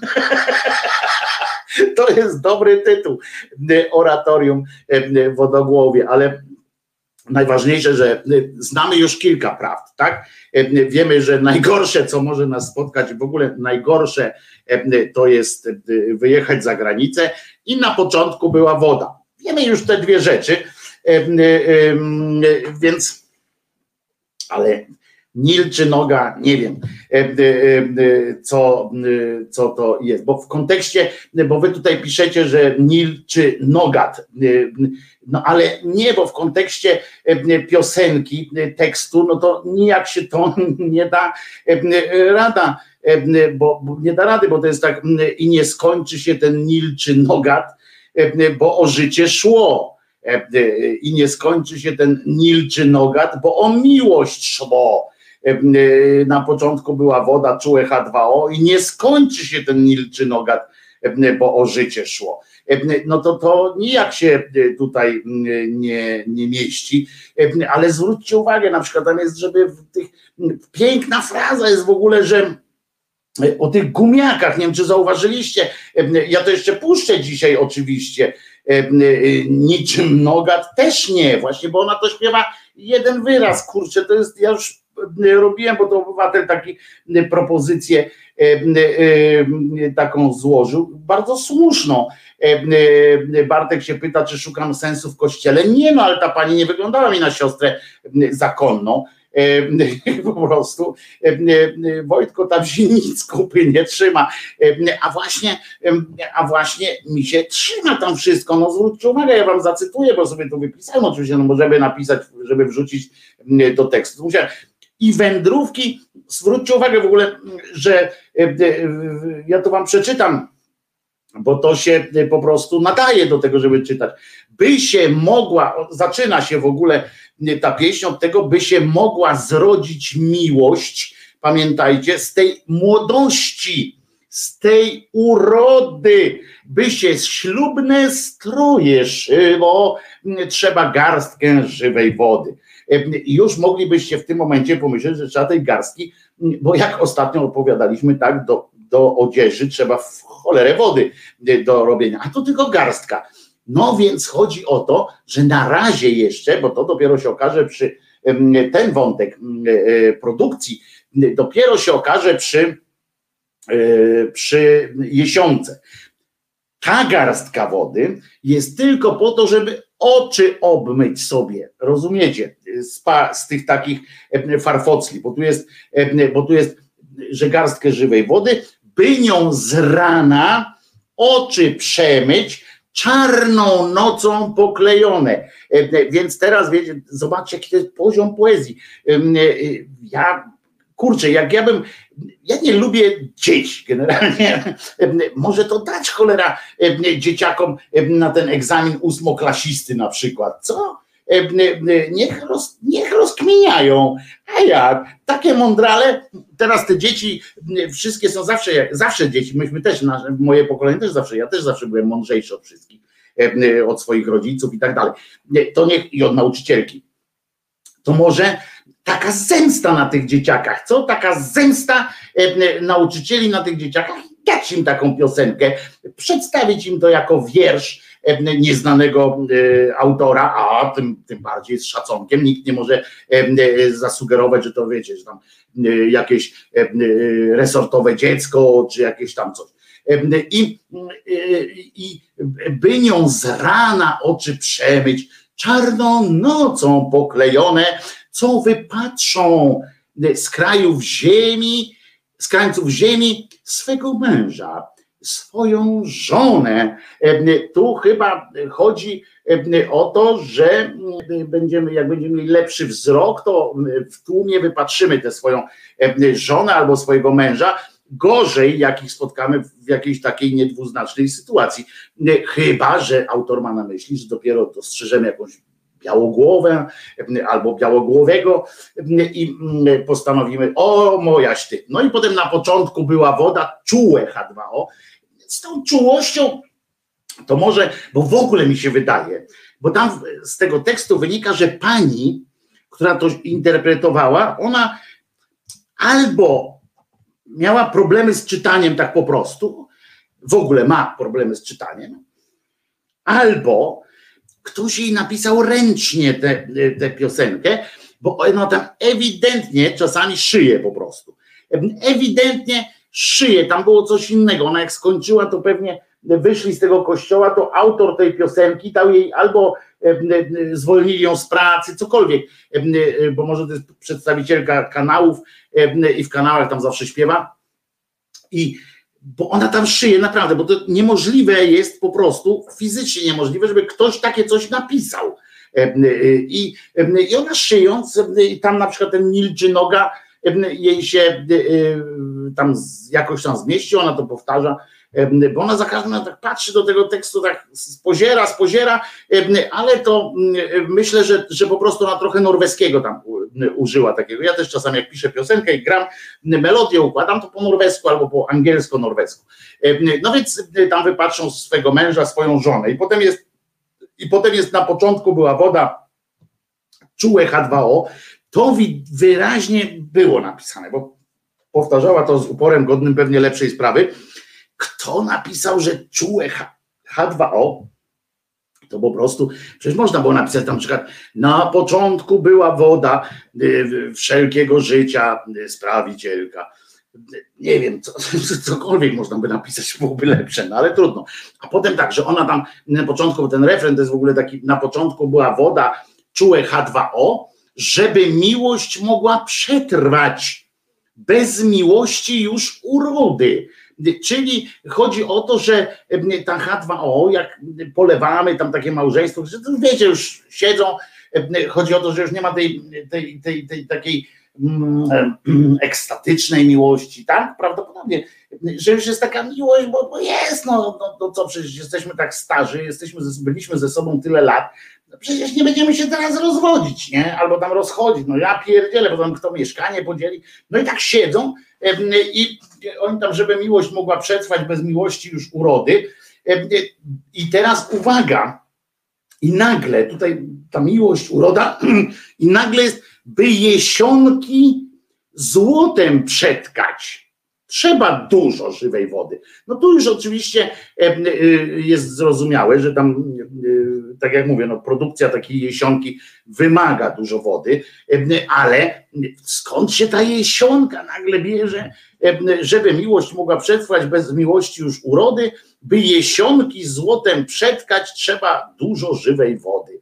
S1: To jest dobry tytuł, oratorium w Wodogłowie, ale najważniejsze, że znamy już kilka prawd, tak? Wiemy, że najgorsze, co może nas spotkać, w ogóle najgorsze to jest wyjechać za granicę i na początku była woda. Wiemy już te dwie rzeczy, więc, ale Nil czy Noga, nie wiem, co, co to jest, bo w kontekście, bo wy tutaj piszecie, że Nil czy Nogat, no ale nie, bo w kontekście piosenki, tekstu, no to nijak się to nie da rada, bo nie da rady, bo to jest tak, i nie skończy się ten Nil czy Nogat, bo o życie szło. I nie skończy się ten Nil czy Nogat, bo o miłość szło. Na początku była woda, czułe H dwa O i nie skończy się ten Nil czy Nogat, bo o życie szło. No to to nijak się tutaj nie, nie mieści, ale zwróćcie uwagę, na przykład tam jest, żeby w tych, piękna fraza jest w ogóle, że o tych gumiakach, nie wiem czy zauważyliście, ja to jeszcze puszczę dzisiaj oczywiście, niczym Nogat też nie, właśnie, bo ona to śpiewa jeden wyraz, kurczę, to jest, ja już robiłem, bo to obywatel taki propozycję taką złożył, bardzo słuszną. Bartek się pyta, czy szukam sensu w kościele. Nie, no ale ta pani nie wyglądała mi na siostrę zakonną. Po prostu Wojtko tam się nic kupy nie trzyma, a właśnie, a właśnie mi się trzyma tam wszystko. No zwróćcie uwagę, ja wam zacytuję, bo sobie tu wypisałem, oczywiście, no możemy napisać, żeby wrzucić do tekstu. I wędrówki, zwróćcie uwagę w ogóle, że ja to wam przeczytam, bo to się po prostu nadaje do tego, żeby czytać. By się mogła, zaczyna się w ogóle ta pieśń od tego, by się mogła zrodzić miłość, pamiętajcie, z tej młodości, z tej urody, by się ślubne stroje szyło, trzeba garstkę żywej wody. I już moglibyście w tym momencie pomyśleć, że trzeba tej garstki, bo jak ostatnio opowiadaliśmy, tak, do, do odzieży trzeba w cholerę wody do robienia, a to tylko garstka. No więc chodzi o to, że na razie jeszcze, bo to dopiero się okaże przy ten wątek produkcji, dopiero się okaże przy, przy Jesionce. Ta garstka wody jest tylko po to, żeby oczy obmyć sobie, rozumiecie, z, pa, z tych takich farfocli, bo tu jest, bo tu jest, że garstkę żywej wody, by nią z rana oczy przemyć, czarną nocą poklejone. Więc teraz wiecie, zobaczcie, jaki to jest poziom poezji. Ja, kurczę, jak ja bym, ja nie lubię dzieci generalnie, może to dać cholera dzieciakom na ten egzamin ósmoklasisty na przykład, co? Niech, roz, niech rozkminiają, a jak, takie mądrale, teraz te dzieci wszystkie są zawsze, zawsze dzieci, myśmy też, moje pokolenie też zawsze, ja też zawsze byłem mądrzejszy od wszystkich, od swoich rodziców i tak dalej, to niech i od nauczycielki, to może taka zemsta na tych dzieciakach, co? Taka zemsta nauczycieli na tych dzieciakach, dać im taką piosenkę, przedstawić im to jako wiersz nieznanego autora, a tym, tym bardziej z szacunkiem, nikt nie może zasugerować, że to wiecie, że tam jakieś resortowe dziecko, czy jakieś tam coś. I, i by nią z rana oczy przemyć, czarną nocą poklejone, co wypatrzą z krajów ziemi, z krańców ziemi swego męża, swoją żonę. Tu chyba chodzi o to, że będziemy, jak będziemy mieli lepszy wzrok, to w tłumie wypatrzymy tę swoją żonę albo swojego męża. Gorzej, jak ich spotkamy w jakiejś takiej niedwuznacznej sytuacji. Chyba że autor ma na myśli, że dopiero dostrzeżemy jakąś białogłowę albo białogłowego i postanowimy, o mojaś ty. No i potem na początku była woda, czułe H dwa O. Z tą czułością to może, bo w ogóle mi się wydaje, bo tam z tego tekstu wynika, że pani, która to interpretowała, ona albo miała problemy z czytaniem tak po prostu, w ogóle ma problemy z czytaniem, albo ktoś jej napisał ręcznie tę piosenkę, bo ona tam ewidentnie czasami szyje po prostu. Ewidentnie szyje, tam było coś innego. Ona jak skończyła, to pewnie wyszli z tego kościoła, to autor tej piosenki dał jej albo zwolnili ją z pracy, cokolwiek, bo może to jest przedstawicielka kanałów i w kanałach tam zawsze śpiewa. I bo ona tam szyje, naprawdę, bo to niemożliwe jest po prostu, fizycznie niemożliwe, żeby ktoś takie coś napisał. I, i ona szyjąc, tam na przykład ten Nilczy noga jej się tam jakoś tam zmieści, ona to powtarza, bo ona za każdym razem tak patrzy do tego tekstu, tak spoziera, spoziera, ale to myślę, że, że po prostu ona trochę norweskiego tam użyła takiego. Ja też czasami jak piszę piosenkę i gram melodię, układam to po norwesku albo po angielsko-norwesku. No więc tam wypatrzą swego męża, swoją żonę i potem jest, i potem jest na początku była woda, czułe H dwa O, to wyraźnie było napisane, bo powtarzała to z uporem godnym pewnie lepszej sprawy. Kto napisał, że czułe H dwa O, to po prostu, przecież można było napisać tam na przykład, na początku była woda y, wszelkiego życia y, Sprawicielka. Nie wiem, co, cokolwiek można by napisać, byłoby lepsze, no ale trudno. A potem tak, że ona tam na początku, ten refren to jest w ogóle taki, na początku była woda, czułe H dwa O, żeby miłość mogła przetrwać. Bez miłości już urody. Czyli chodzi o to, że ta H dwa O, jak polewamy tam takie małżeństwo, że to wiecie, już siedzą, chodzi o to, że już nie ma tej, tej, tej, tej takiej mm, ekstatycznej miłości, tak? Prawdopodobnie, że już jest taka miłość, bo, bo jest, no, no, no co, przecież jesteśmy tak starzy, jesteśmy, byliśmy ze sobą tyle lat, no przecież nie będziemy się teraz rozwodzić, nie? Albo tam rozchodzić, no ja pierdzielę, bo tam kto mieszkanie podzieli, no i tak siedzą i oni tam, żeby miłość mogła przetrwać, bez miłości już urody. I teraz uwaga, i nagle tutaj ta miłość, uroda, i nagle jest, by jesionki złotem przetkać. Trzeba dużo żywej wody. No tu już oczywiście jest zrozumiałe, że tam, tak jak mówię, no produkcja takiej jesionki wymaga dużo wody, ale skąd się ta jesionka nagle bierze, żeby miłość mogła przetrwać bez miłości już urody, by jesionki złotem przetkać, trzeba dużo żywej wody.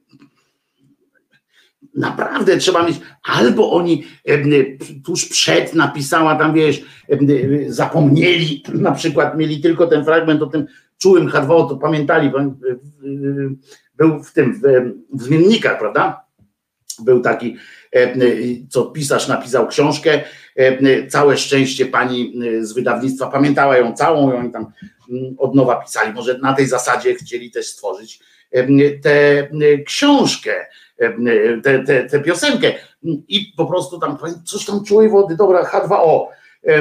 S1: Naprawdę trzeba mieć, albo oni tuż przed napisała tam, wiesz, zapomnieli, na przykład mieli tylko ten fragment o tym czułym H dwa O, to pamiętali, był w tym, w zmiennikach, prawda? Był taki, co pisarz napisał książkę, całe szczęście pani z wydawnictwa, pamiętała ją całą i oni tam od nowa pisali, może na tej zasadzie chcieli też stworzyć tę książkę, tę te, te piosenkę i po prostu tam coś tam czułej wody, dobra, H dwa O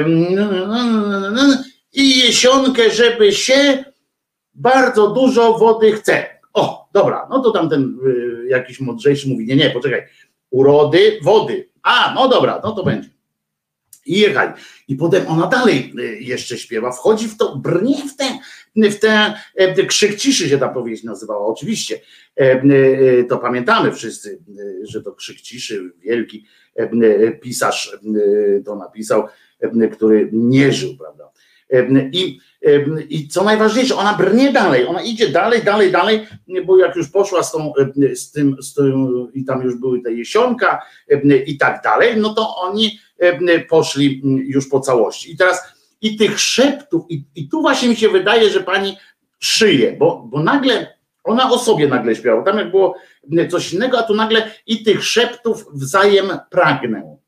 S1: i jesionkę, żeby się bardzo dużo wody chce. O, dobra, no to tam ten jakiś mądrzejszy mówi, nie, nie, poczekaj, urody, wody, a, no dobra, no to będzie. I jechali. I potem ona dalej jeszcze śpiewa, wchodzi w to, brnie w tę, w tę krzyk ciszy się ta powieść nazywała, oczywiście. To pamiętamy wszyscy, że to krzyk ciszy, wielki pisarz to napisał, który nie żył, prawda. I, I co najważniejsze, ona brnie dalej, ona idzie dalej, dalej, dalej, bo jak już poszła z tą, z tym, z tym i tam już były te jesionka i tak dalej, no to oni poszli już po całości. I teraz i tych szeptów, i, i tu właśnie mi się wydaje, że pani szyje, bo, bo nagle ona o sobie nagle śpiewała, tam jak było coś innego, a tu nagle i tych szeptów wzajem pragnę.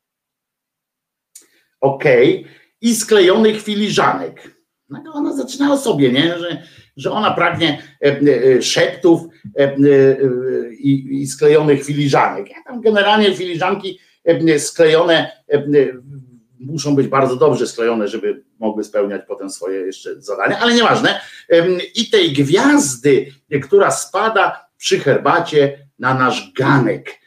S1: Okej. Okay. I sklejonych filiżanek. No ona zaczyna o sobie, nie? Że, że ona pragnie szeptów i, i sklejonych filiżanek. Ja tam generalnie filiżanki sklejone muszą być bardzo dobrze sklejone, żeby mogły spełniać potem swoje jeszcze zadania, ale nieważne. I tej gwiazdy, która spada przy herbacie na nasz ganek.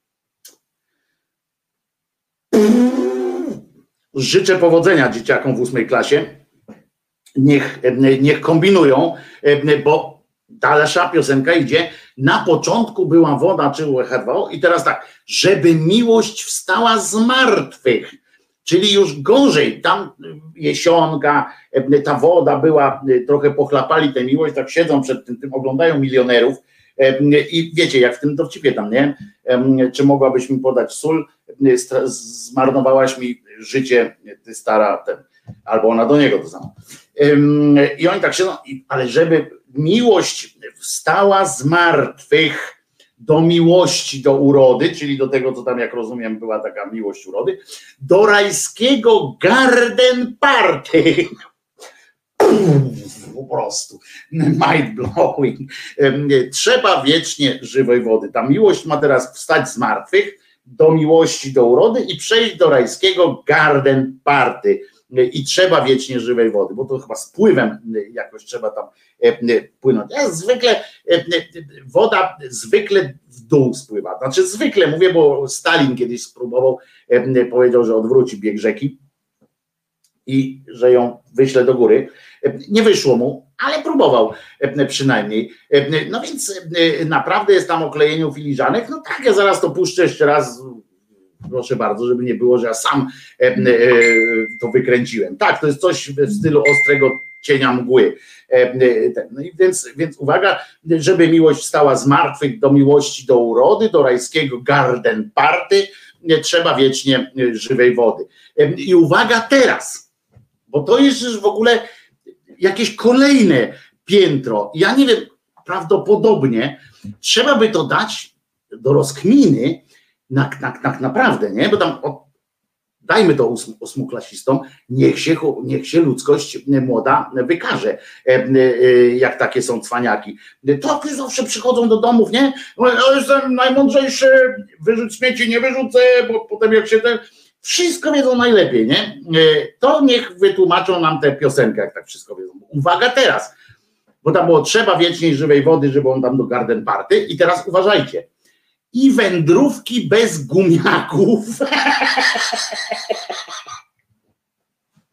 S1: Życzę powodzenia dzieciakom w ósmej klasie. Niech, niech kombinują, bo dalsza piosenka idzie. Na początku była woda, czy H dwa O i teraz tak, żeby miłość wstała z martwych, czyli już gorzej, tam jesionka, ta woda była, trochę pochlapali tę miłość, tak siedzą przed tym, tym oglądają milionerów i wiecie, jak w tym dowcipie tam, nie? Czy mogłabyś mi podać sól? Zmarnowałaś mi życie, ty stara, ten, albo ona do niego to samo. I oni tak siedzą, ale żeby miłość wstała z martwych do miłości, do urody, czyli do tego, co tam, jak rozumiem, była taka miłość urody, do rajskiego garden party. Po prostu mind blowing. Trzeba wiecznie żywej wody. Ta miłość ma teraz wstać z martwych do miłości, do urody i przejść do rajskiego garden party. I trzeba wiecznie żywej wody, bo to chyba z pływem jakoś trzeba tam płynąć. Ja zwykle, woda zwykle w dół spływa. Znaczy zwykle mówię, bo Stalin kiedyś spróbował, powiedział, że odwróci bieg rzeki i że ją wyśle do góry. Nie wyszło mu, ale próbował przynajmniej. No więc naprawdę jest tam o klejeniu filiżanek. No tak, ja zaraz to puszczę jeszcze raz. Proszę bardzo, żeby nie było, że ja sam to wykręciłem. Tak, to jest coś w stylu ostrego cienia mgły. No i więc, więc uwaga, żeby miłość stała z martwych do miłości, do urody, do rajskiego garden party, trzeba wiecznie żywej wody. I uwaga teraz, bo to jest już w ogóle jakieś kolejne piętro. Ja nie wiem, prawdopodobnie trzeba by to dać do rozkminy, Na, na, na, naprawdę, nie? Bo tam o, dajmy to ósm, ósmoklasistom, niech się, niech się ludzkość młoda wykaże, e, e, jak takie są cwaniaki. To zawsze przychodzą do domów, nie? Ja jestem najmądrzejszy, wyrzuć śmieci, nie wyrzucę, bo potem jak się te... Wszystko wiedzą najlepiej, nie? E, to niech wytłumaczą nam tę piosenkę, jak tak wszystko wiedzą. Uwaga teraz, bo tam było trzeba wiecznej żywej wody, żeby on tam do garden party i teraz uważajcie. I wędrówki bez gumiaków.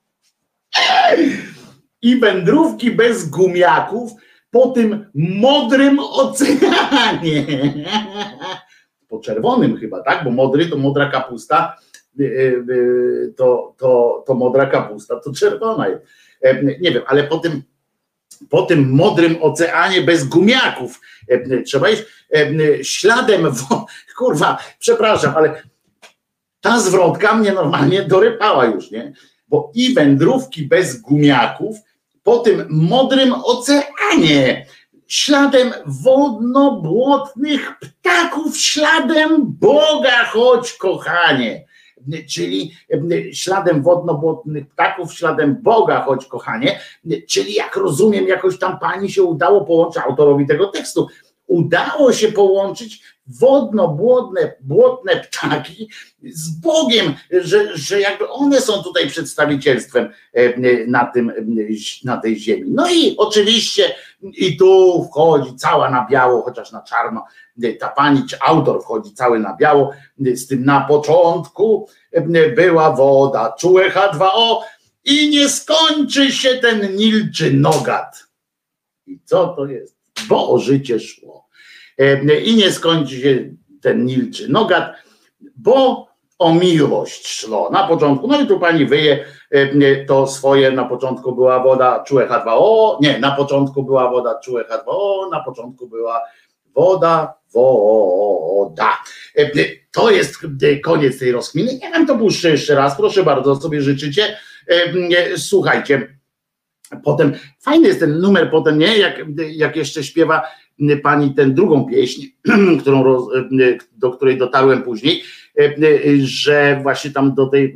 S1: I wędrówki bez gumiaków po tym modrym oceanie. Po czerwonym chyba, tak? Bo modry to modra kapusta, to, to, to modra kapusta, to czerwona jest. Nie wiem, ale po tym, po tym modrym oceanie bez gumiaków trzeba iść śladem, wo... kurwa, przepraszam, ale ta zwrotka mnie normalnie dorypała już, nie? Bo i wędrówki bez gumiaków po tym modrym oceanie, śladem wodno-błotnych ptaków, śladem Boga chodź, kochanie. Czyli śladem wodno-błotnych ptaków, śladem Boga chodź, kochanie. Czyli jak rozumiem, jakoś tam pani się udało połączyć, autorowi tego tekstu, udało się połączyć wodno-błotne błotne ptaki z Bogiem, że, że jakby one są tutaj przedstawicielstwem na, tym, na tej ziemi. No i oczywiście i tu wchodzi cała na biało, chociaż na czarno, ta pani, czy autor wchodzi cały na biało, z tym na początku była woda, czułe H dwa O i nie skończy się ten Nilczy Nogat. I co to jest? Bo o życie szło. I nie skończy się ten Nilczy Nogat, bo o miłość szło na początku. No i tu pani wyje to swoje, na początku była woda, czułe H dwa O, nie, na początku była woda, czułe H dwa O, na początku była woda, woda. To jest koniec tej rozkminy. Ja wam to puszczę jeszcze raz, proszę bardzo, sobie życzycie. Słuchajcie, potem fajny jest ten numer potem, nie? Jak, jak jeszcze śpiewa pani tę drugą pieśń, którą roz, do której dotarłem później, że właśnie tam do tej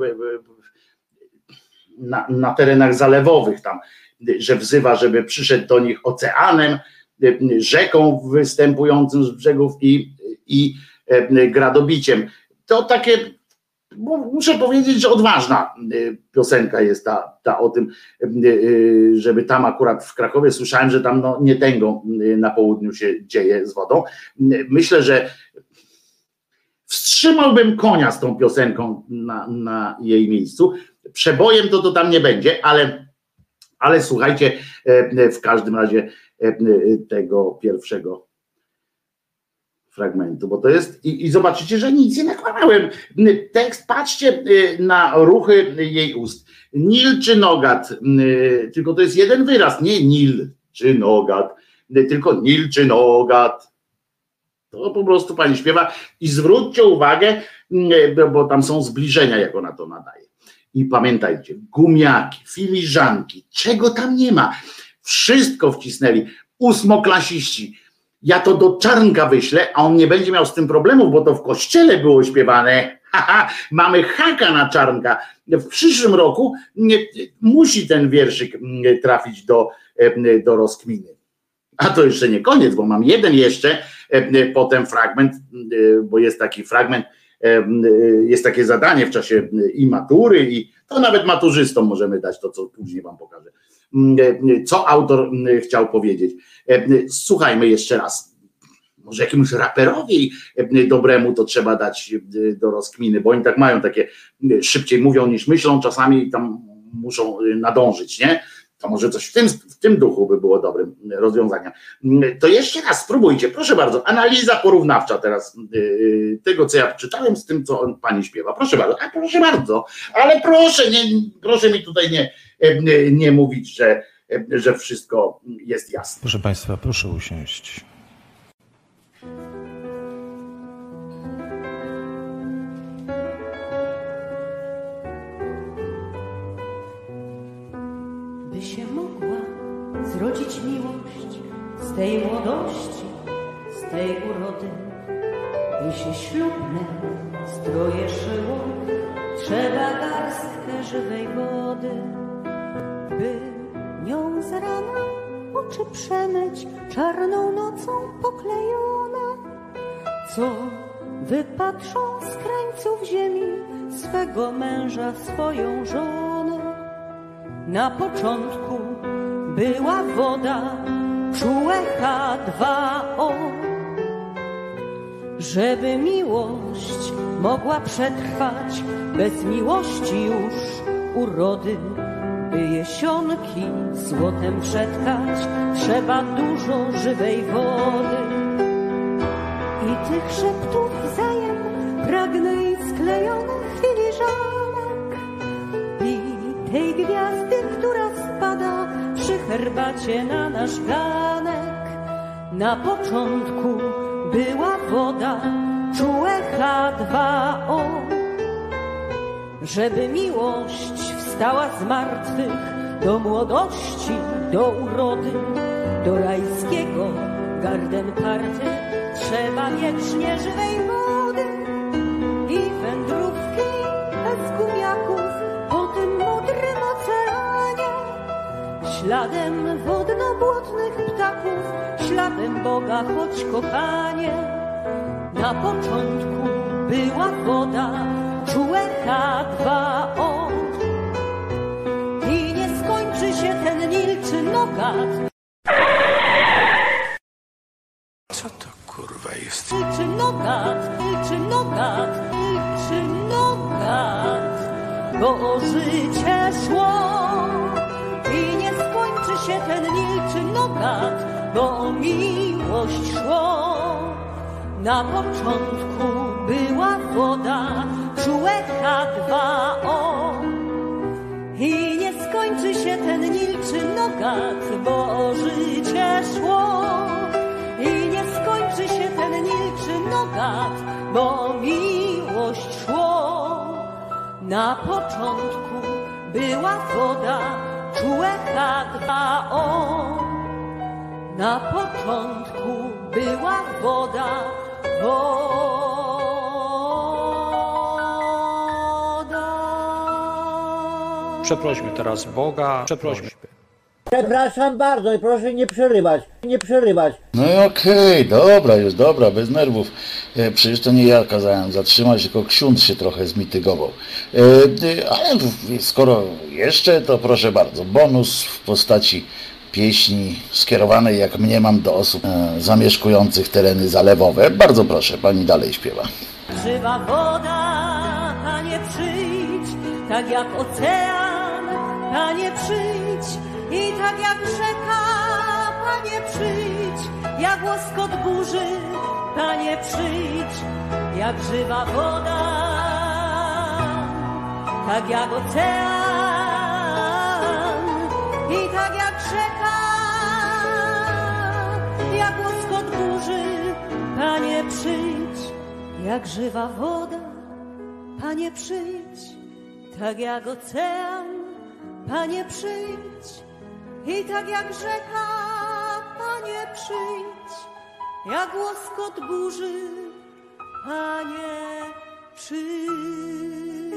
S1: na, na terenach zalewowych tam, że wzywa, żeby przyszedł do nich oceanem, rzeką występującym z brzegów i, i gradobiciem. To takie, muszę powiedzieć, że odważna piosenka jest ta, ta o tym, żeby tam akurat w Krakowie, słyszałem, że tam no, nie tęgą na południu się dzieje z wodą. Myślę, że wstrzymałbym konia z tą piosenką na, na jej miejscu. Przebojem to to tam nie będzie, ale, ale słuchajcie, w każdym razie tego pierwszego fragmentu, bo to jest i, i zobaczycie, że nic nie nakładałem. Tekst, patrzcie na ruchy jej ust. Nil czy Nogat, tylko to jest jeden wyraz, nie Nil czy Nogat, tylko Nil czy Nogat. To po prostu pani śpiewa i zwróćcie uwagę, bo tam są zbliżenia, jak ona to nadaje. I pamiętajcie, gumiaki, filiżanki, czego tam nie ma. Wszystko wcisnęli. Ósmoklasiści. Ja to do Czarnka wyślę, a on nie będzie miał z tym problemów, bo to w kościele było śpiewane. Haha, mamy haka na Czarnka. W przyszłym roku nie, musi ten wierszyk trafić do, do rozkminy. A to jeszcze nie koniec, bo mam jeden jeszcze, potem fragment, bo jest taki fragment, jest takie zadanie w czasie i matury, i to nawet maturzystom możemy dać to, co później wam pokażę. Co autor chciał powiedzieć. Słuchajmy jeszcze raz. Może jakiemuś raperowi dobremu to trzeba dać do rozkminy, bo oni tak mają takie, szybciej mówią niż myślą, czasami tam muszą nadążyć, nie? To może coś w tym, w tym duchu by było dobrym rozwiązaniem. To jeszcze raz spróbujcie, proszę bardzo, analiza porównawcza teraz tego, co ja czytałem z tym, co pani śpiewa. Proszę bardzo, a proszę bardzo, ale proszę, nie, proszę mi tutaj nie, nie mówić, że, że wszystko jest jasne.
S4: Proszę państwa, proszę usiąść.
S5: By się mogła zrodzić miłość z tej młodości, z tej urody, by się ślubne stroje szyło, trzeba garstkę żywej wody, by nią z rana oczy przemyć czarną nocą poklejone, co wypatrzą z krańców ziemi swego męża, swoją żonę. Na początku była woda, czułe H dwa O. Żeby miłość mogła przetrwać, bez miłości już urody, by jesionki złotem przetkać, trzeba dużo żywej wody. I tych szeptów wzajem pragnę i sklejonych filiżanek i tej gwiazdy, która spada przy herbacie na nasz ganek. Na początku była woda, czułe H dwa O. Żeby miłość wstała z martwych, do młodości, do urody, do rajskiego garden party, trzeba wiecznie żywej wody i wędrówki bez gumiaków po tym modrym oceanie. Śladem wodno-błotnych ptaków, śladem Boga, choć kochanie. Na początku była woda, czułe H dwa O. I nie skończy się ten Nil czy Nogat.
S2: Co to kurwa jest?
S5: Nil czy Nogat, Nil czy Nogat, Nil czy Nogat, bo o życie szło. I nie skończy się ten Nil czy Nogat, bo o miłość szło. Na początku była woda, czułe H dwa O. I nie skończy się ten Nil czy Nogat, bo o życie szło. I nie skończy się ten Nil czy Nogat, bo o miłość szło. Na początku była woda, czułe H dwa O. Na początku była woda, woda.
S6: Przeprośmy teraz Boga, przeprośmy.
S7: Przepraszam bardzo i proszę nie przerywać, nie przerywać.
S8: No i okej, dobra, już dobra, bez nerwów. E, przecież to nie ja kazałem zatrzymać, tylko ksiądz się trochę zmitygował. E, e, ale skoro jeszcze, to proszę bardzo, bonus w postaci pieśni skierowanej, jak mniemam, do osób e, zamieszkujących tereny zalewowe. Bardzo proszę, pani dalej śpiewa.
S5: Żywa woda, Panie przyjdź, tak jak ocean, Panie przyjdź. I tak jak rzeka, Panie przyjdź, jak łoskot burzy, Panie przyjdź, jak żywa woda, tak jak ocean. I tak jak rzeka, jak łoskot burzy, Panie przyjdź, jak żywa woda, Panie przyjdź, tak jak ocean, Panie przyjdź. I tak jak rzeka, Panie przyjdź, jak łoskot burzy, Panie przyjdź.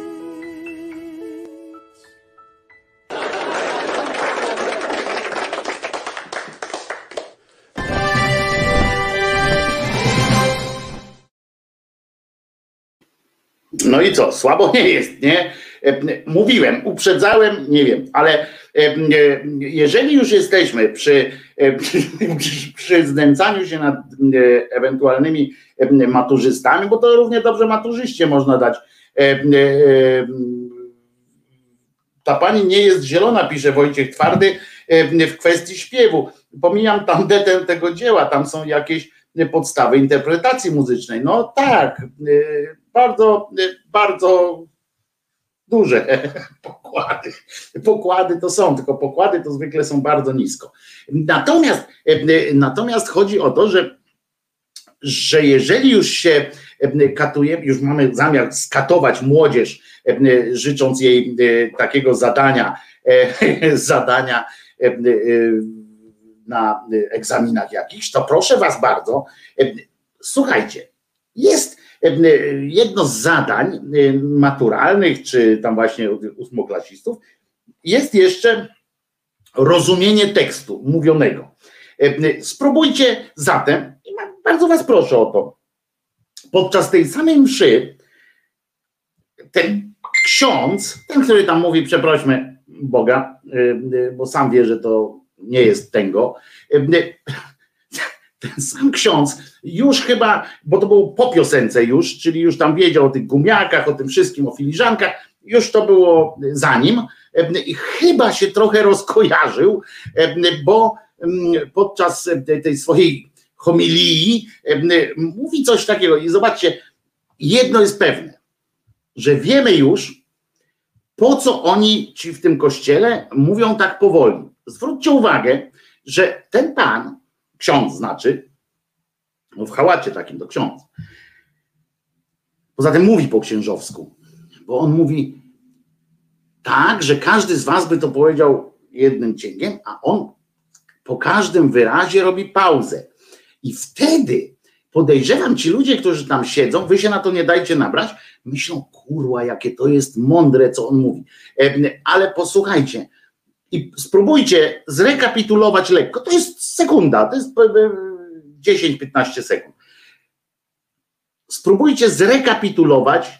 S1: No i co? Słabo nie jest, nie? Mówiłem, uprzedzałem, nie wiem, ale jeżeli już jesteśmy przy, przy, przy znęcaniu się nad ewentualnymi maturzystami, bo to równie dobrze maturzyście można dać. Ta pani nie jest zielona, pisze Wojciech Twardy, w kwestii śpiewu. Pomijam tandetę tego dzieła, tam są jakieś podstawy interpretacji muzycznej. No tak, bardzo, bardzo duże pokłady. Pokłady to są, tylko pokłady to zwykle są bardzo nisko. Natomiast, natomiast chodzi o to, że, że jeżeli już się katujemy, już mamy zamiar skatować młodzież, życząc jej takiego zadania, zadania na egzaminach jakichś, to proszę was bardzo, słuchajcie, jest jedno z zadań maturalnych, czy tam właśnie ósmoklasistów, jest jeszcze rozumienie tekstu mówionego. Spróbujcie zatem, i bardzo was proszę o to, podczas tej samej mszy ten ksiądz, ten, który tam mówi, przeprośmy Boga, bo sam wie, że to nie jest tego, ten sam ksiądz już chyba, bo to było po piosence już, czyli już tam wiedział o tych gumiakach, o tym wszystkim, o filiżankach, już to było za nim, i chyba się trochę rozkojarzył, bo podczas tej swojej homilii mówi coś takiego i zobaczcie, jedno jest pewne, że wiemy już, po co oni ci w tym kościele mówią tak powoli. Zwróćcie uwagę, że ten pan, ksiądz znaczy, no w hałacie takim to ksiądz, poza tym mówi po księżowsku, bo on mówi tak, że każdy z was by to powiedział jednym cięgiem, a on po każdym wyrazie robi pauzę. I wtedy podejrzewam, ci ludzie, którzy tam siedzą, wy się na to nie dajcie nabrać, myślą, kurwa, jakie to jest mądre, co on mówi. Ale posłuchajcie i spróbujcie zrekapitulować lekko. To jest sekunda, to jest dziesięć piętnaście sekund. Spróbujcie zrekapitulować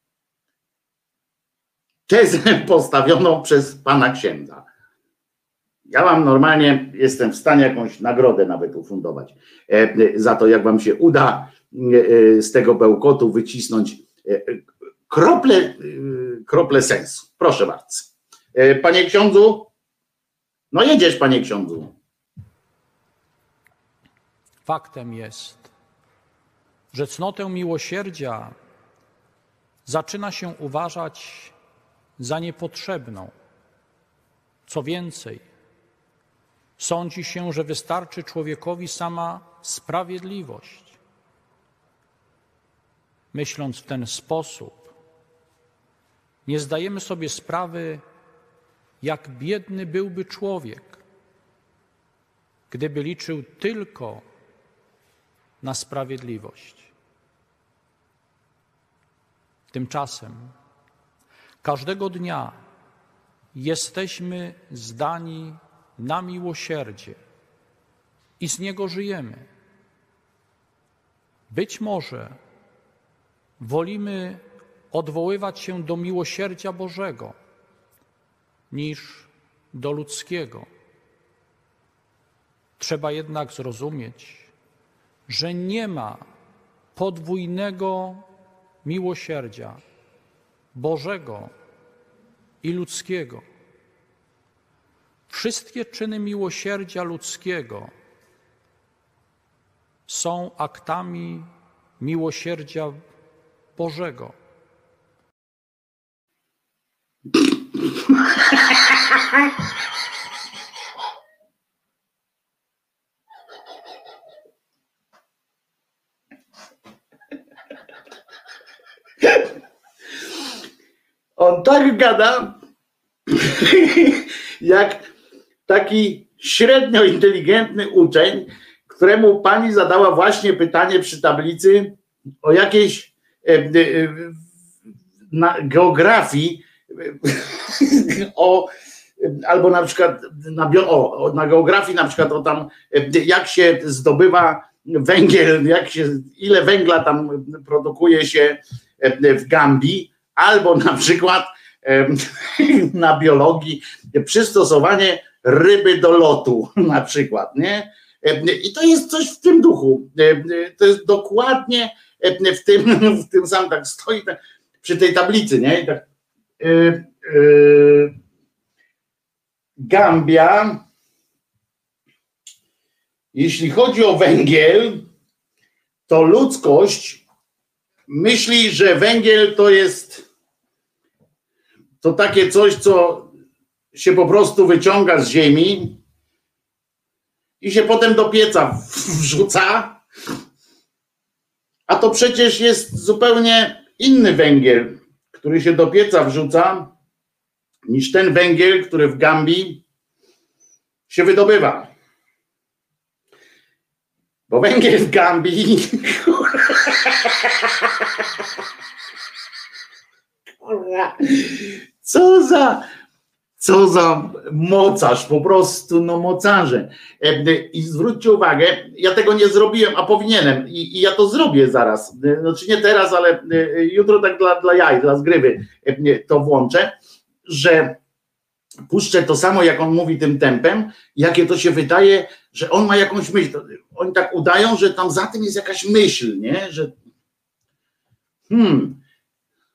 S1: tezę postawioną przez pana księdza. Ja wam normalnie jestem w stanie jakąś nagrodę nawet ufundować za to, jak wam się uda z tego bełkotu wycisnąć krople, krople sensu. Proszę bardzo. Panie ksiądzu, no jedziesz, panie ksiądzu.
S6: Faktem jest, że cnotę miłosierdzia zaczyna się uważać za niepotrzebną. Co więcej, sądzi się, że wystarczy człowiekowi sama sprawiedliwość. Myśląc w ten sposób, nie zdajemy sobie sprawy, jak biedny byłby człowiek, gdyby liczył tylko na sprawiedliwość. Tymczasem każdego dnia jesteśmy zdani na miłosierdzie i z niego żyjemy. Być może wolimy odwoływać się do miłosierdzia Bożego niż do ludzkiego. Trzeba jednak zrozumieć, że nie ma podwójnego miłosierdzia Bożego i ludzkiego. Wszystkie czyny miłosierdzia ludzkiego są aktami miłosierdzia Bożego.
S1: On tak gada, jak taki średnio inteligentny uczeń, któremu pani zadała właśnie pytanie przy tablicy o jakiejś e, e, na geografii, o, albo na przykład na, bio, o, na geografii na przykład o tam, jak się zdobywa węgiel, jak się, ile węgla tam produkuje się w Gambii, albo na przykład na biologii przystosowanie ryby do lotu na przykład, nie? I to jest coś w tym duchu. To jest dokładnie w tym, w tym samym, tak stoi tak, przy tej tablicy, nie? I tak, yy, yy, Gambia, jeśli chodzi o węgiel, to ludzkość myśli, że węgiel to jest to takie coś, co się po prostu wyciąga z ziemi i się potem do pieca wrzuca, a to przecież jest zupełnie inny węgiel, który się do pieca wrzuca, niż ten węgiel, który w Gambii się wydobywa. Bo węgiel w Gambii co za co za mocarz, po prostu no mocarze. I zwróćcie uwagę, ja tego nie zrobiłem, a powinienem i, i ja to zrobię zaraz, znaczy nie teraz, ale jutro tak dla, dla jaj, dla zgrywy to włączę, że puszczę to samo, jak on mówi tym tempem, jakie to się wydaje, że on ma jakąś myśl. Oni tak udają, że tam za tym jest jakaś myśl, nie? Że hmm,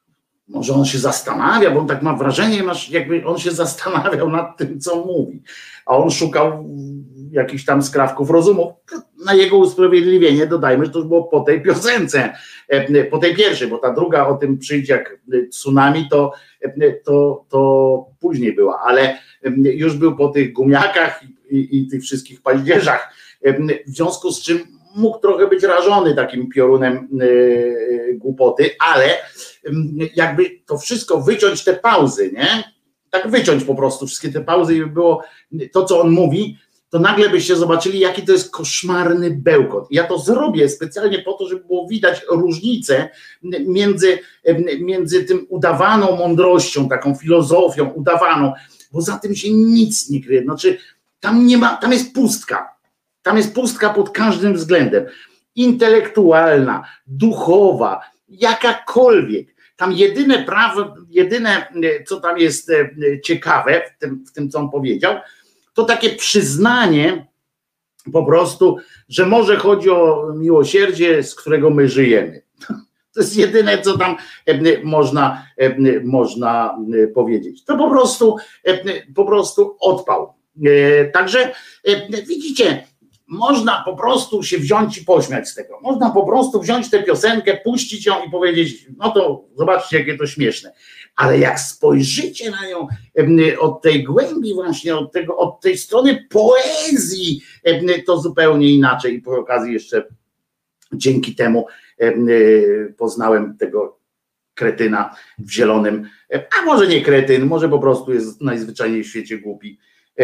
S1: Może on się zastanawia, bo on tak ma wrażenie, masz, jakby on się zastanawiał nad tym, co mówi, a on szukał jakichś tam skrawków rozumu. Na jego usprawiedliwienie dodajmy, że to już było po tej piosence, po tej pierwszej, bo ta druga o tym przyjdzie jak tsunami, to, to, to później była, ale już był po tych gumiakach i, i, i tych wszystkich paździerzach, w związku z czym mógł trochę być rażony takim piorunem yy, głupoty, ale yy, jakby to wszystko wyciąć te pauzy, nie? Tak wyciąć po prostu wszystkie te pauzy i by było to, co on mówi, to nagle byście zobaczyli, jaki to jest koszmarny bełkot. Ja to zrobię specjalnie po to, żeby było widać różnicę między, między tym udawaną mądrością, taką filozofią udawaną, bo za tym się nic nie kryje. Znaczy, tam nie ma, tam jest pustka. Tam jest pustka pod każdym względem. Intelektualna, duchowa, jakakolwiek. Tam jedyne prawo, jedyne, co tam jest ciekawe w tym, w tym, co on powiedział, to takie przyznanie po prostu, że może chodzi o miłosierdzie, z którego my żyjemy. To jest jedyne, co tam można, można powiedzieć. To po prostu, po prostu odpał. Także widzicie, można po prostu się wziąć i pośmiać z tego. Można po prostu wziąć tę piosenkę, puścić ją i powiedzieć, no to zobaczcie, jakie to śmieszne. Ale jak spojrzycie na nią od tej głębi właśnie, od, tego, od tej strony poezji, to zupełnie inaczej. I po okazji jeszcze dzięki temu poznałem tego kretyna w zielonym, a może nie kretyn, może po prostu jest najzwyczajniej w świecie głupi.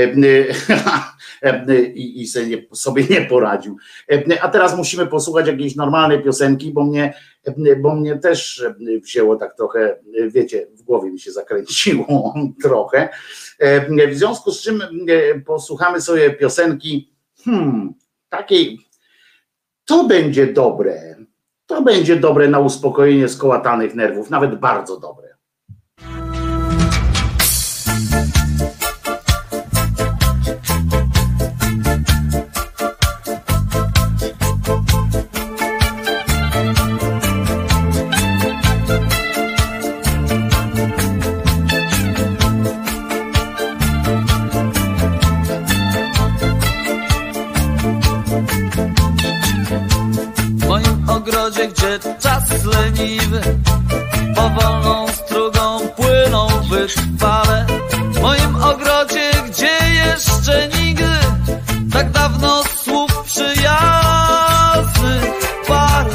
S1: I, i sobie, nie, sobie nie poradził. A teraz musimy posłuchać jakiejś normalnej piosenki, bo mnie, bo mnie też wzięło tak trochę, wiecie, w głowie mi się zakręciło trochę. W związku z czym posłuchamy sobie piosenki hmm, takiej, to będzie dobre, to będzie dobre na uspokojenie skołatanych nerwów, nawet bardzo dobre.
S9: Gdzie czas leniwy powolną strugą płyną wytrwale. W moim ogrodzie, gdzie jeszcze nigdy tak dawno słów przyjaznych parę.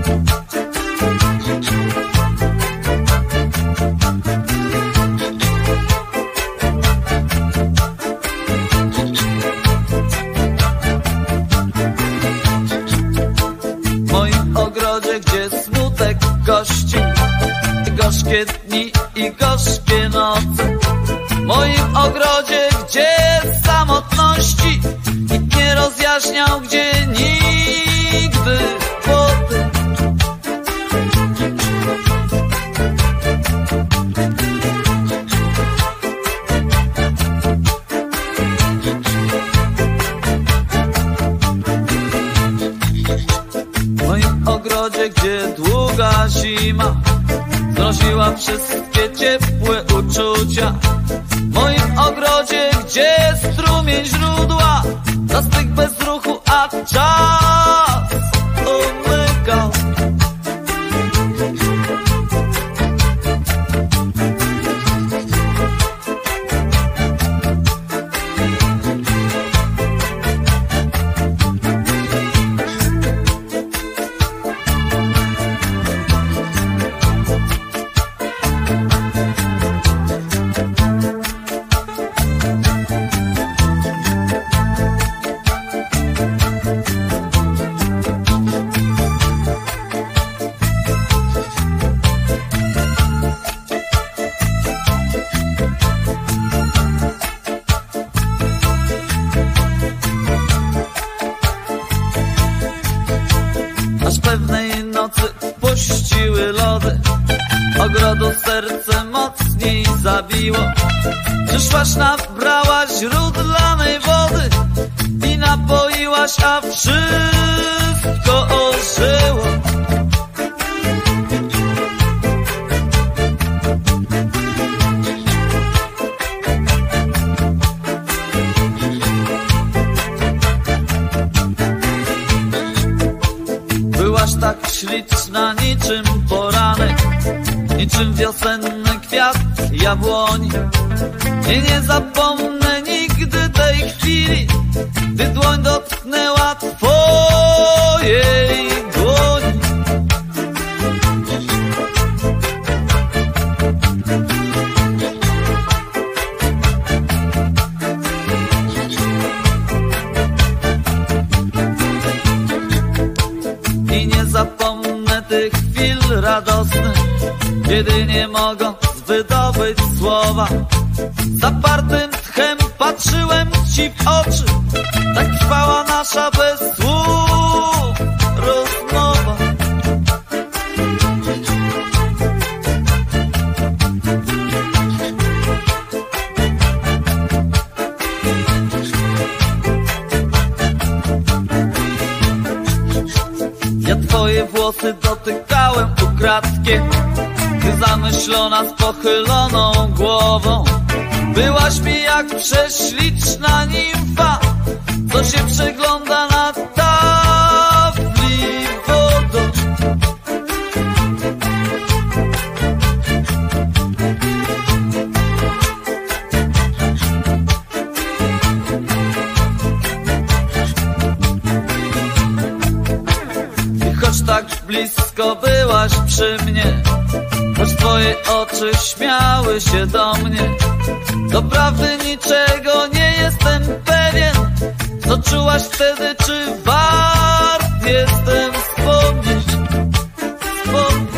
S9: Gości, gorzkie dni i gorzkie noce. W moim ogrodzie, gdzie samotności nikt nie rozjaśniał, gdzie nigdy wody. W moim ogrodzie, gdzie długa zima znosiła wszystkie ciepłe uczucia. W moim ogrodzie, gdzie strumień źródła zastygł bez ruchu, a czas umykał. Ogrodu serce mocniej zabiło. Przyszłaś, nabrałaś źródlanej wody i napoiłaś, a wszystko ożyło. prześliczna niczym poranek, niczym wiosenny kwiat jabłoni. I nie zapomnę nigdy tej chwili, gdy dłoń dotknęła twojej dłoni. I nie zapomnę tych chwil radosnych, kiedy nie mogąc wydobyć słowa, zapartym tchem patrzyłem ci w oczy. Tak trwała nasza bez słów rozmowa. Ja twoje włosy dotykałem ukradkiem, gdy zamyślona z pochyloną głową. Byłaś mi jak prześliczna nimfa, co się przegląda na tafli wodą. I choć tak blisko byłaś przy mnie, choć twoje oczy śmiały się do mnie, doprawdy niczego nie jestem pewien. Co czułaś wtedy, czy wart jestem wspomnieć? Wspomnieć.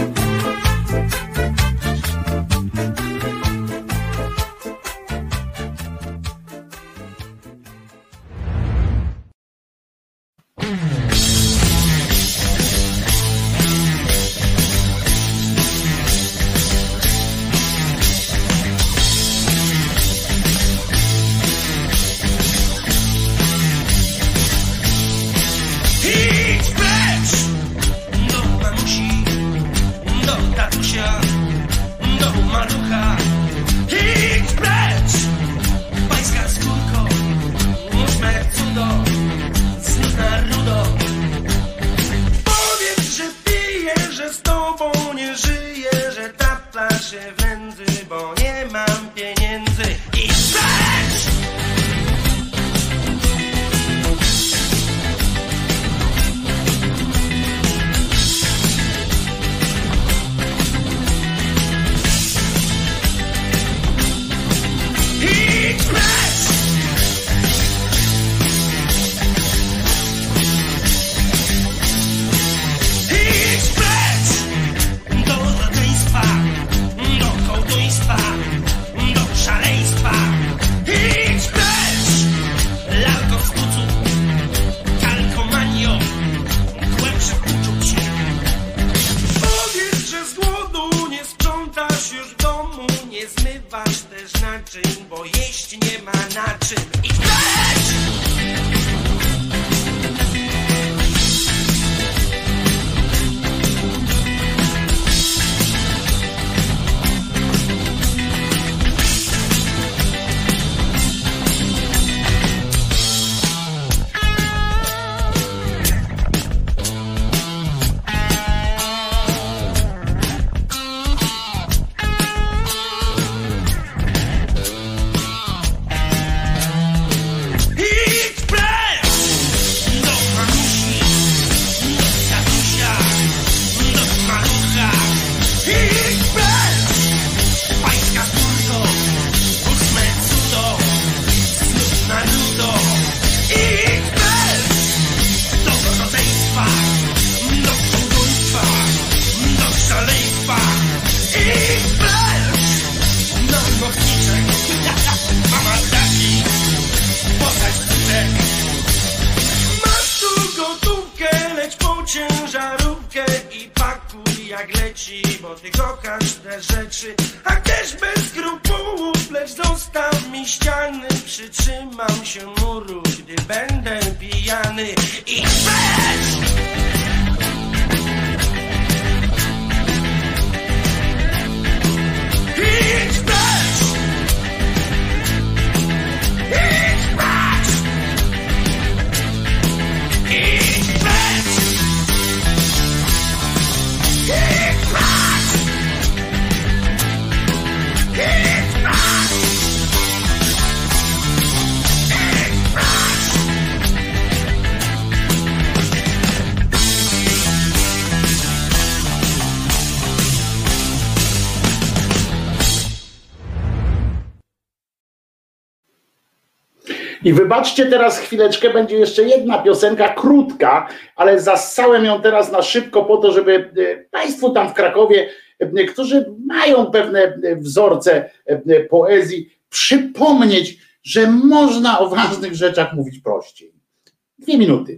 S1: I wybaczcie teraz chwileczkę, będzie jeszcze jedna piosenka, krótka, ale zassałem ją teraz na szybko po to, żeby Państwu tam w Krakowie, którzy mają pewne wzorce poezji, przypomnieć, że można o ważnych rzeczach mówić prościej. Dwie minuty.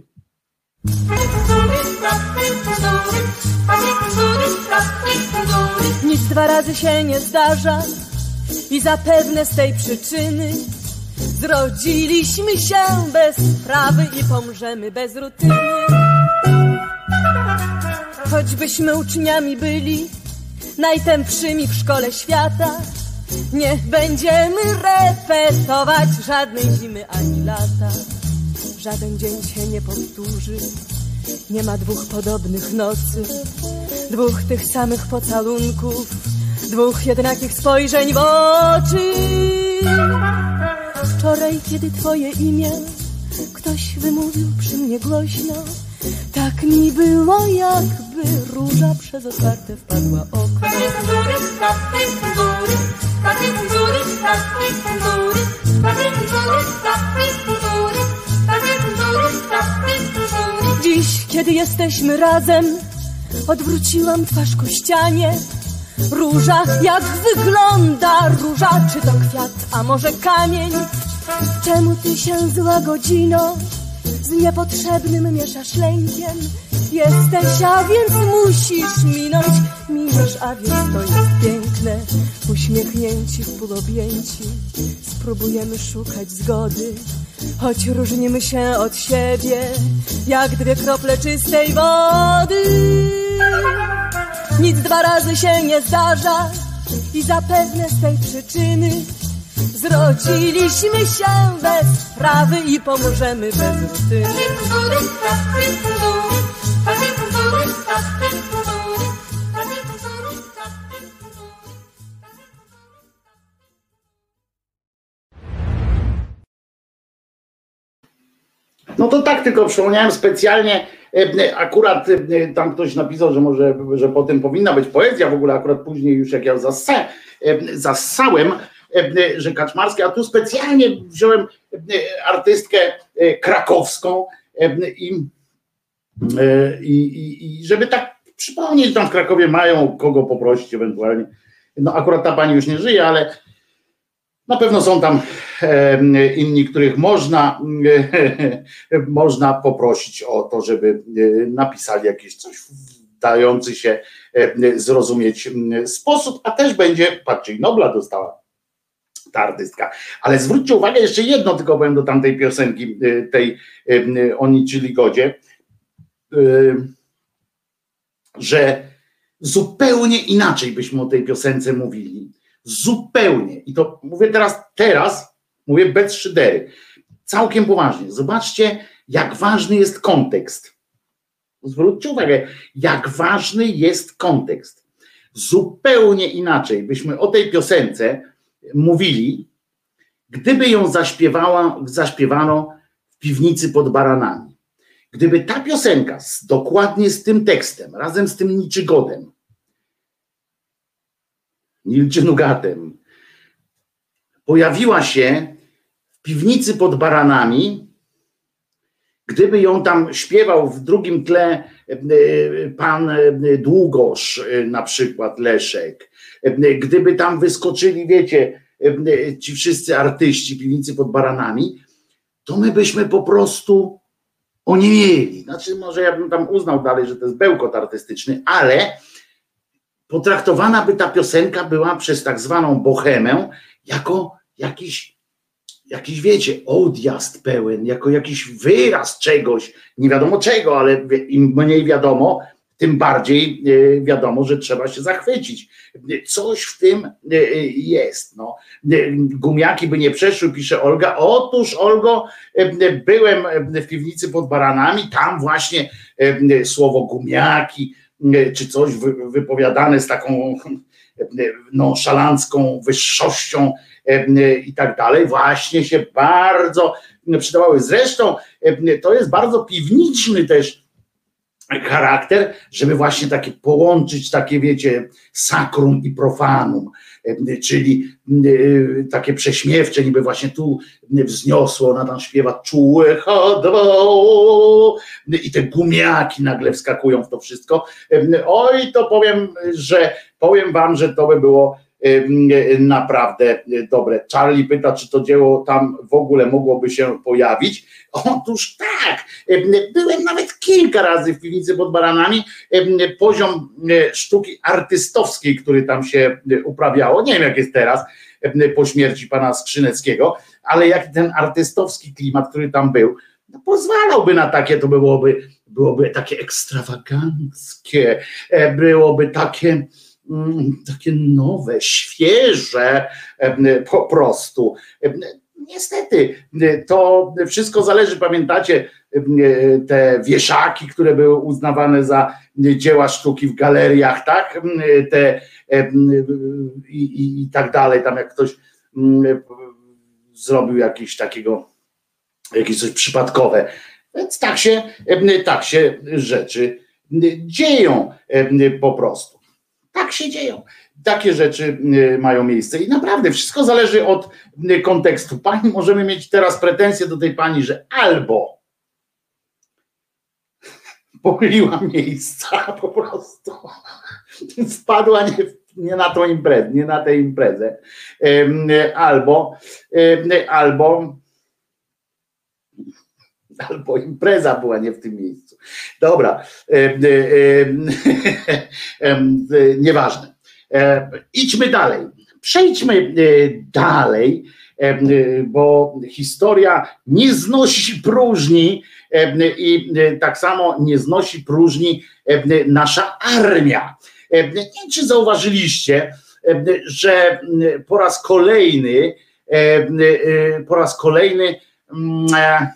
S5: Nic dwa razy się nie zdarza i zapewne z tej przyczyny zrodziliśmy się bez sprawy i pomrzemy bez rutyny. Choćbyśmy uczniami byli najtępszymi w szkole świata, nie będziemy repetować żadnej zimy ani lata. Żaden dzień się nie powtórzy, nie ma dwóch podobnych nocy, dwóch tych samych pocałunków, dwóch jednakich spojrzeń w oczy. Wczoraj, kiedy twoje imię ktoś wymówił przy mnie głośno, tak mi było, jakby róża przez otwarte wpadła okno. Dziś, kiedy jesteśmy razem, odwróciłam twarz ku ścianie. Róża, jak wygląda róża? Czy to kwiat, a może kamień? Czemu ty się, zła godzino, z niepotrzebnym mieszasz lękiem? Jesteś, a więc musisz minąć. Miniesz, a więc to jest piękne. Uśmiechnięci w pół objęci spróbujemy szukać zgody, choć różnimy się od siebie jak dwie krople czystej wody. Nic dwa razy się nie zdarza i zapewne z tej przyczyny zrodziliśmy się bez sprawy i pomożemy bez rutyny.
S1: No to tak, tylko przypomniałem specjalnie, akurat tam ktoś napisał, że może, że potem powinna być poezja, w ogóle akurat później już jak ja zassa, zassałem, że Kaczmarski, a tu specjalnie wziąłem artystkę krakowską i, i, i żeby tak przypomnieć, tam w Krakowie mają kogo poprosić ewentualnie. No akurat ta pani już nie żyje, ale na pewno są tam inni, których można, można poprosić o to, żeby napisali jakieś coś dający się zrozumieć sposób, a też będzie, patrzcie, i Nobla dostała ta artystka. Ale zwróćcie uwagę, jeszcze jedno tylko powiem do tamtej piosenki, tej o niczyli godzie, że zupełnie inaczej byśmy o tej piosence mówili. Zupełnie. I to mówię teraz, teraz mówię bez szydery. Całkiem poważnie. Zobaczcie, jak ważny jest kontekst. Zwróćcie uwagę, jak ważny jest kontekst. Zupełnie inaczej byśmy o tej piosence mówili, gdyby ją zaśpiewała, zaśpiewano w piwnicy pod Baranami. Gdyby ta piosenka z, dokładnie z tym tekstem, razem z tym Niczygodem, Nilczynugatem, pojawiła się w piwnicy pod Baranami, gdyby ją tam śpiewał w drugim tle pan Długosz, na przykład Leszek, gdyby tam wyskoczyli, wiecie, ci wszyscy artyści piwnicy pod Baranami, to my byśmy po prostu oniemieli. Znaczy, może ja bym tam uznał dalej, że to jest bełkot artystyczny, ale potraktowana by ta piosenka była przez tak zwaną bohemę jako jakiś, jakiś, wiecie, odjazd pełen, jako jakiś wyraz czegoś, nie wiadomo czego, ale im mniej wiadomo, tym bardziej wiadomo, że trzeba się zachwycić. Coś w tym jest. No. Gumiaki by nie przeszły, pisze Olga. Otóż, Olgo, byłem w piwnicy pod Baranami, tam właśnie słowo gumiaki, czy coś wypowiadane z taką nonszalancką wyższością i tak dalej, właśnie się bardzo przydawały. Zresztą to jest bardzo piwniczny też charakter, żeby właśnie takie połączyć takie, wiecie, sakrum i profanum, czyli takie prześmiewcze, niby właśnie tu wzniosło, ona tam śpiewa czułe chodło i te gumiaki nagle wskakują w to wszystko. Oj, to powiem, że powiem wam, że to by było naprawdę dobre. Charlie pyta, czy to dzieło tam w ogóle mogłoby się pojawić. Otóż tak, byłem nawet kilka razy w Piwnicy pod Baranami. Poziom sztuki artystowskiej, który tam się uprawiało, nie wiem jak jest teraz po śmierci pana Skrzyneckiego, ale jak ten artystowski klimat, który tam był, no pozwalałby na takie, to byłoby, byłoby takie ekstrawaganckie, byłoby takie takie nowe, świeże po prostu. Niestety, to wszystko zależy, pamiętacie te wieszaki, które były uznawane za dzieła sztuki w galeriach, tak? Te i, i, i tak dalej, tam jak ktoś zrobił jakieś takiego, jakieś coś przypadkowe. Więc tak się, tak się rzeczy dzieją po prostu. Tak się dzieją. Takie rzeczy mają miejsce i naprawdę wszystko zależy od kontekstu. Pani, możemy mieć teraz pretensje do tej pani, że albo pomyliła miejsca po prostu, spadła nie, nie na tą imprezę, nie na tę imprezę, albo albo albo impreza była nie w tym miejscu. Dobra, e, e, e, nieważne. E, idźmy dalej. Przejdźmy dalej, e, bo historia nie znosi próżni e, i tak samo nie znosi próżni e, nasza armia. E, nie wiem, czy zauważyliście, e, że po raz kolejny e, e, po raz kolejny e,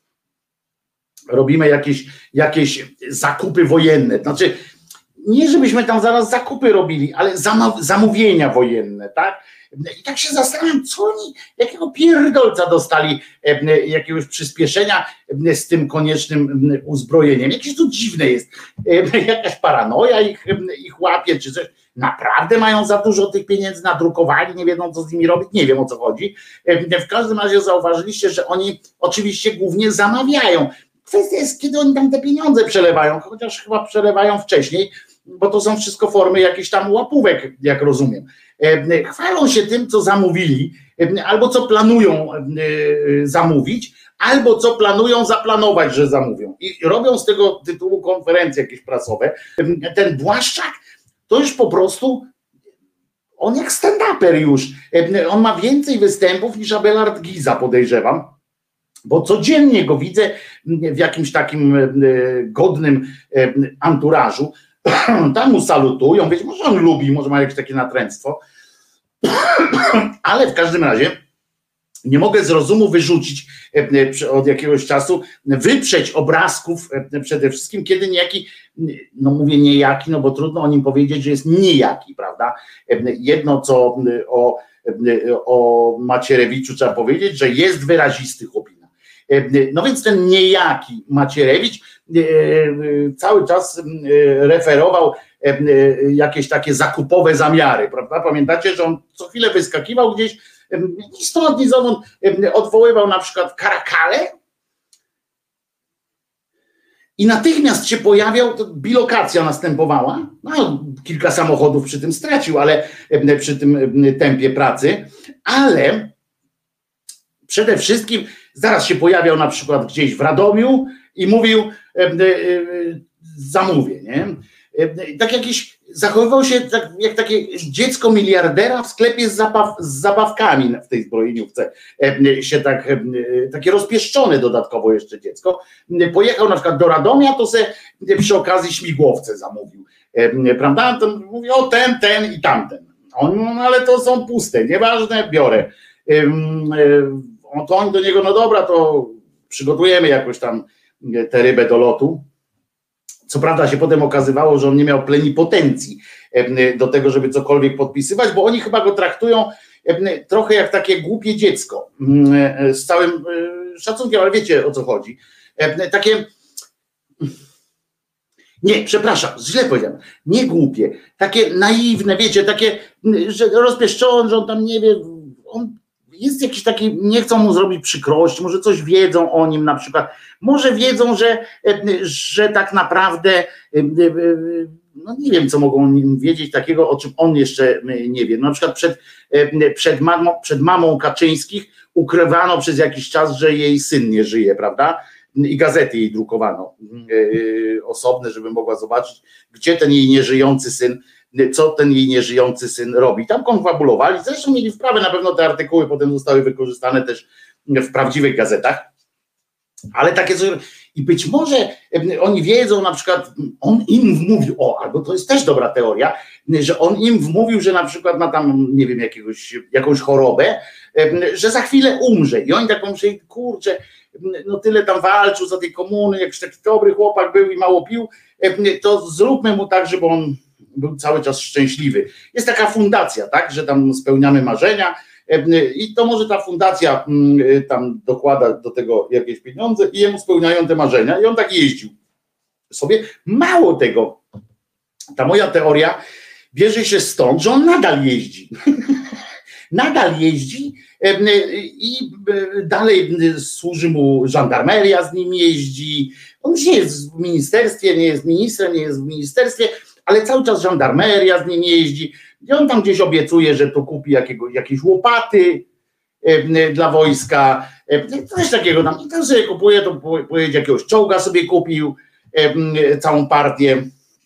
S1: robimy jakieś, jakieś zakupy wojenne. Znaczy, nie żebyśmy tam zaraz zakupy robili, ale zamówienia wojenne, tak? I tak się zastanawiam, co oni, jakiego pierdolca dostali, jakiegoś przyspieszenia z tym koniecznym uzbrojeniem. Jakieś to dziwne jest. Jakaś paranoja ich, ich łapie, czy coś. Naprawdę mają za dużo tych pieniędzy, nadrukowali, nie wiedzą co z nimi robić, nie wiem o co chodzi. W każdym razie zauważyliście, że oni oczywiście głównie zamawiają. Kwestia jest, kiedy oni tam te pieniądze przelewają, chociaż chyba przelewają wcześniej, bo to są wszystko formy jakichś tam łapówek, jak rozumiem. Chwalą się tym, co zamówili, albo co planują zamówić, albo co planują zaplanować, że zamówią. I robią z tego tytułu konferencje jakieś prasowe. Ten Błaszczak to już po prostu, on jak stand-uper już. On ma więcej występów niż Abelard Giza, podejrzewam. Bo codziennie go widzę w jakimś takim godnym anturażu. Tam mu salutują, wiecie, może on lubi, może ma jakieś takie natręctwo, ale w każdym razie nie mogę z rozumu wyrzucić od jakiegoś czasu, wyprzeć obrazków przede wszystkim, kiedy niejaki, no mówię niejaki, no bo trudno o nim powiedzieć, że jest nijaki, prawda? Jedno, co o, o Macierewiczu trzeba powiedzieć, że jest wyrazisty chłopina. No więc ten niejaki Macierewicz cały czas referował jakieś takie zakupowe zamiary, prawda? Pamiętacie, że on co chwilę wyskakiwał gdzieś, ni stąd, ni zowąd, odwoływał na przykład Karakale i natychmiast się pojawiał, to bilokacja następowała, no, kilka samochodów przy tym stracił, ale przy tym tempie pracy, ale przede wszystkim zaraz się pojawiał na przykład gdzieś w Radomiu i mówił e, e, zamówię, nie? E, tak jakiś, zachowywał się tak, jak takie dziecko miliardera w sklepie z, zabaw, z zabawkami w tej zbrojeniówce, e, się tak, e, takie rozpieszczone dodatkowo jeszcze dziecko. E, pojechał na przykład do Radomia, to se e, przy okazji śmigłowce zamówił, e, prawda? To mówi o ten, ten i tamten. On, no, ale to są puste, nieważne, biorę. E, e, to oni do niego, no dobra, to przygotujemy jakoś tam tę rybę do lotu. Co prawda się potem okazywało, że on nie miał plenipotencji do tego, żeby cokolwiek podpisywać, bo oni chyba go traktują trochę jak takie głupie dziecko. Z całym szacunkiem, ale wiecie o co chodzi. Takie Nie, przepraszam, źle powiedziałem. Nie głupie, takie naiwne, wiecie, takie, że rozpieszczone, że on tam nie wie, on jest jakiś taki, nie chcą mu zrobić przykrości, może coś wiedzą o nim na przykład, może wiedzą, że, że tak naprawdę, no nie wiem, co mogą o nim wiedzieć takiego, o czym on jeszcze nie wie. Na przykład przed, przed, mamą, przed mamą Kaczyńskich ukrywano przez jakiś czas, że jej syn nie żyje, prawda? I gazety jej drukowano yy, osobne, żeby mogła zobaczyć, gdzie ten jej nieżyjący syn, co ten jej nieżyjący syn robi. Tam konfabulowali, zresztą mieli wprawę, na pewno te artykuły potem zostały wykorzystane też w prawdziwych gazetach, ale takie coś, i być może oni wiedzą, na przykład on im wmówił, o, albo to jest też dobra teoria, że on im wmówił, że na przykład ma tam, nie wiem, jakiegoś, jakąś chorobę, że za chwilę umrze i oni tak pomyśleli, kurczę, no tyle tam walczył za tej komuny, jakiś taki dobry chłopak był i mało pił, to zróbmy mu tak, żeby on był cały czas szczęśliwy. Jest taka fundacja, tak, że tam spełniamy marzenia i to może ta fundacja tam dokłada do tego jakieś pieniądze i jemu spełniają te marzenia i on tak jeździł sobie. Mało tego, ta moja teoria bierze się stąd, że on nadal jeździ. Nadal jeździ i dalej służy mu żandarmeria, z nim jeździ. On nie jest w ministerstwie, nie jest ministrem, nie jest w ministerstwie, ale cały czas żandarmeria z nim jeździ. I on tam gdzieś obiecuje, że to kupi jakiego, jakieś łopaty dla wojska, coś takiego tam. I tam sobie kupuje, to pojedzie jakiegoś czołga sobie kupił, całą partię,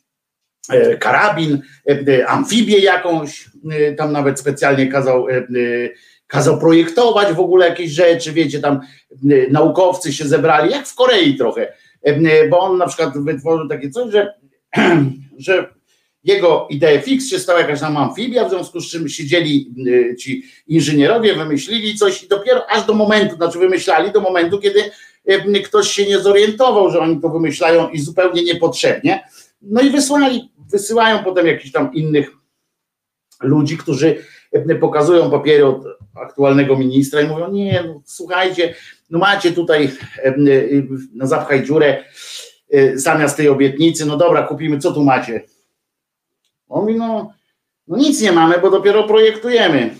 S1: karabin, amfibię jakąś, tam nawet specjalnie kazał, kazał projektować w ogóle jakieś rzeczy, wiecie, tam naukowcy się zebrali, jak w Korei trochę, bo on na przykład wytworzył takie coś, że, że jego ideę fix się stała jakaś tam amfibia, w związku z czym siedzieli ci inżynierowie, wymyślili coś i dopiero aż do momentu, znaczy wymyślali do momentu, kiedy ktoś się nie zorientował, że oni to wymyślają i zupełnie niepotrzebnie, no i wysłali, wysyłają potem jakichś tam innych ludzi, którzy pokazują papiery od aktualnego ministra i mówią, nie, no, słuchajcie, no macie tutaj no zapchaj dziurę zamiast tej obietnicy, no dobra, kupimy, co tu macie? On mówi, no, no nic nie mamy, bo dopiero projektujemy.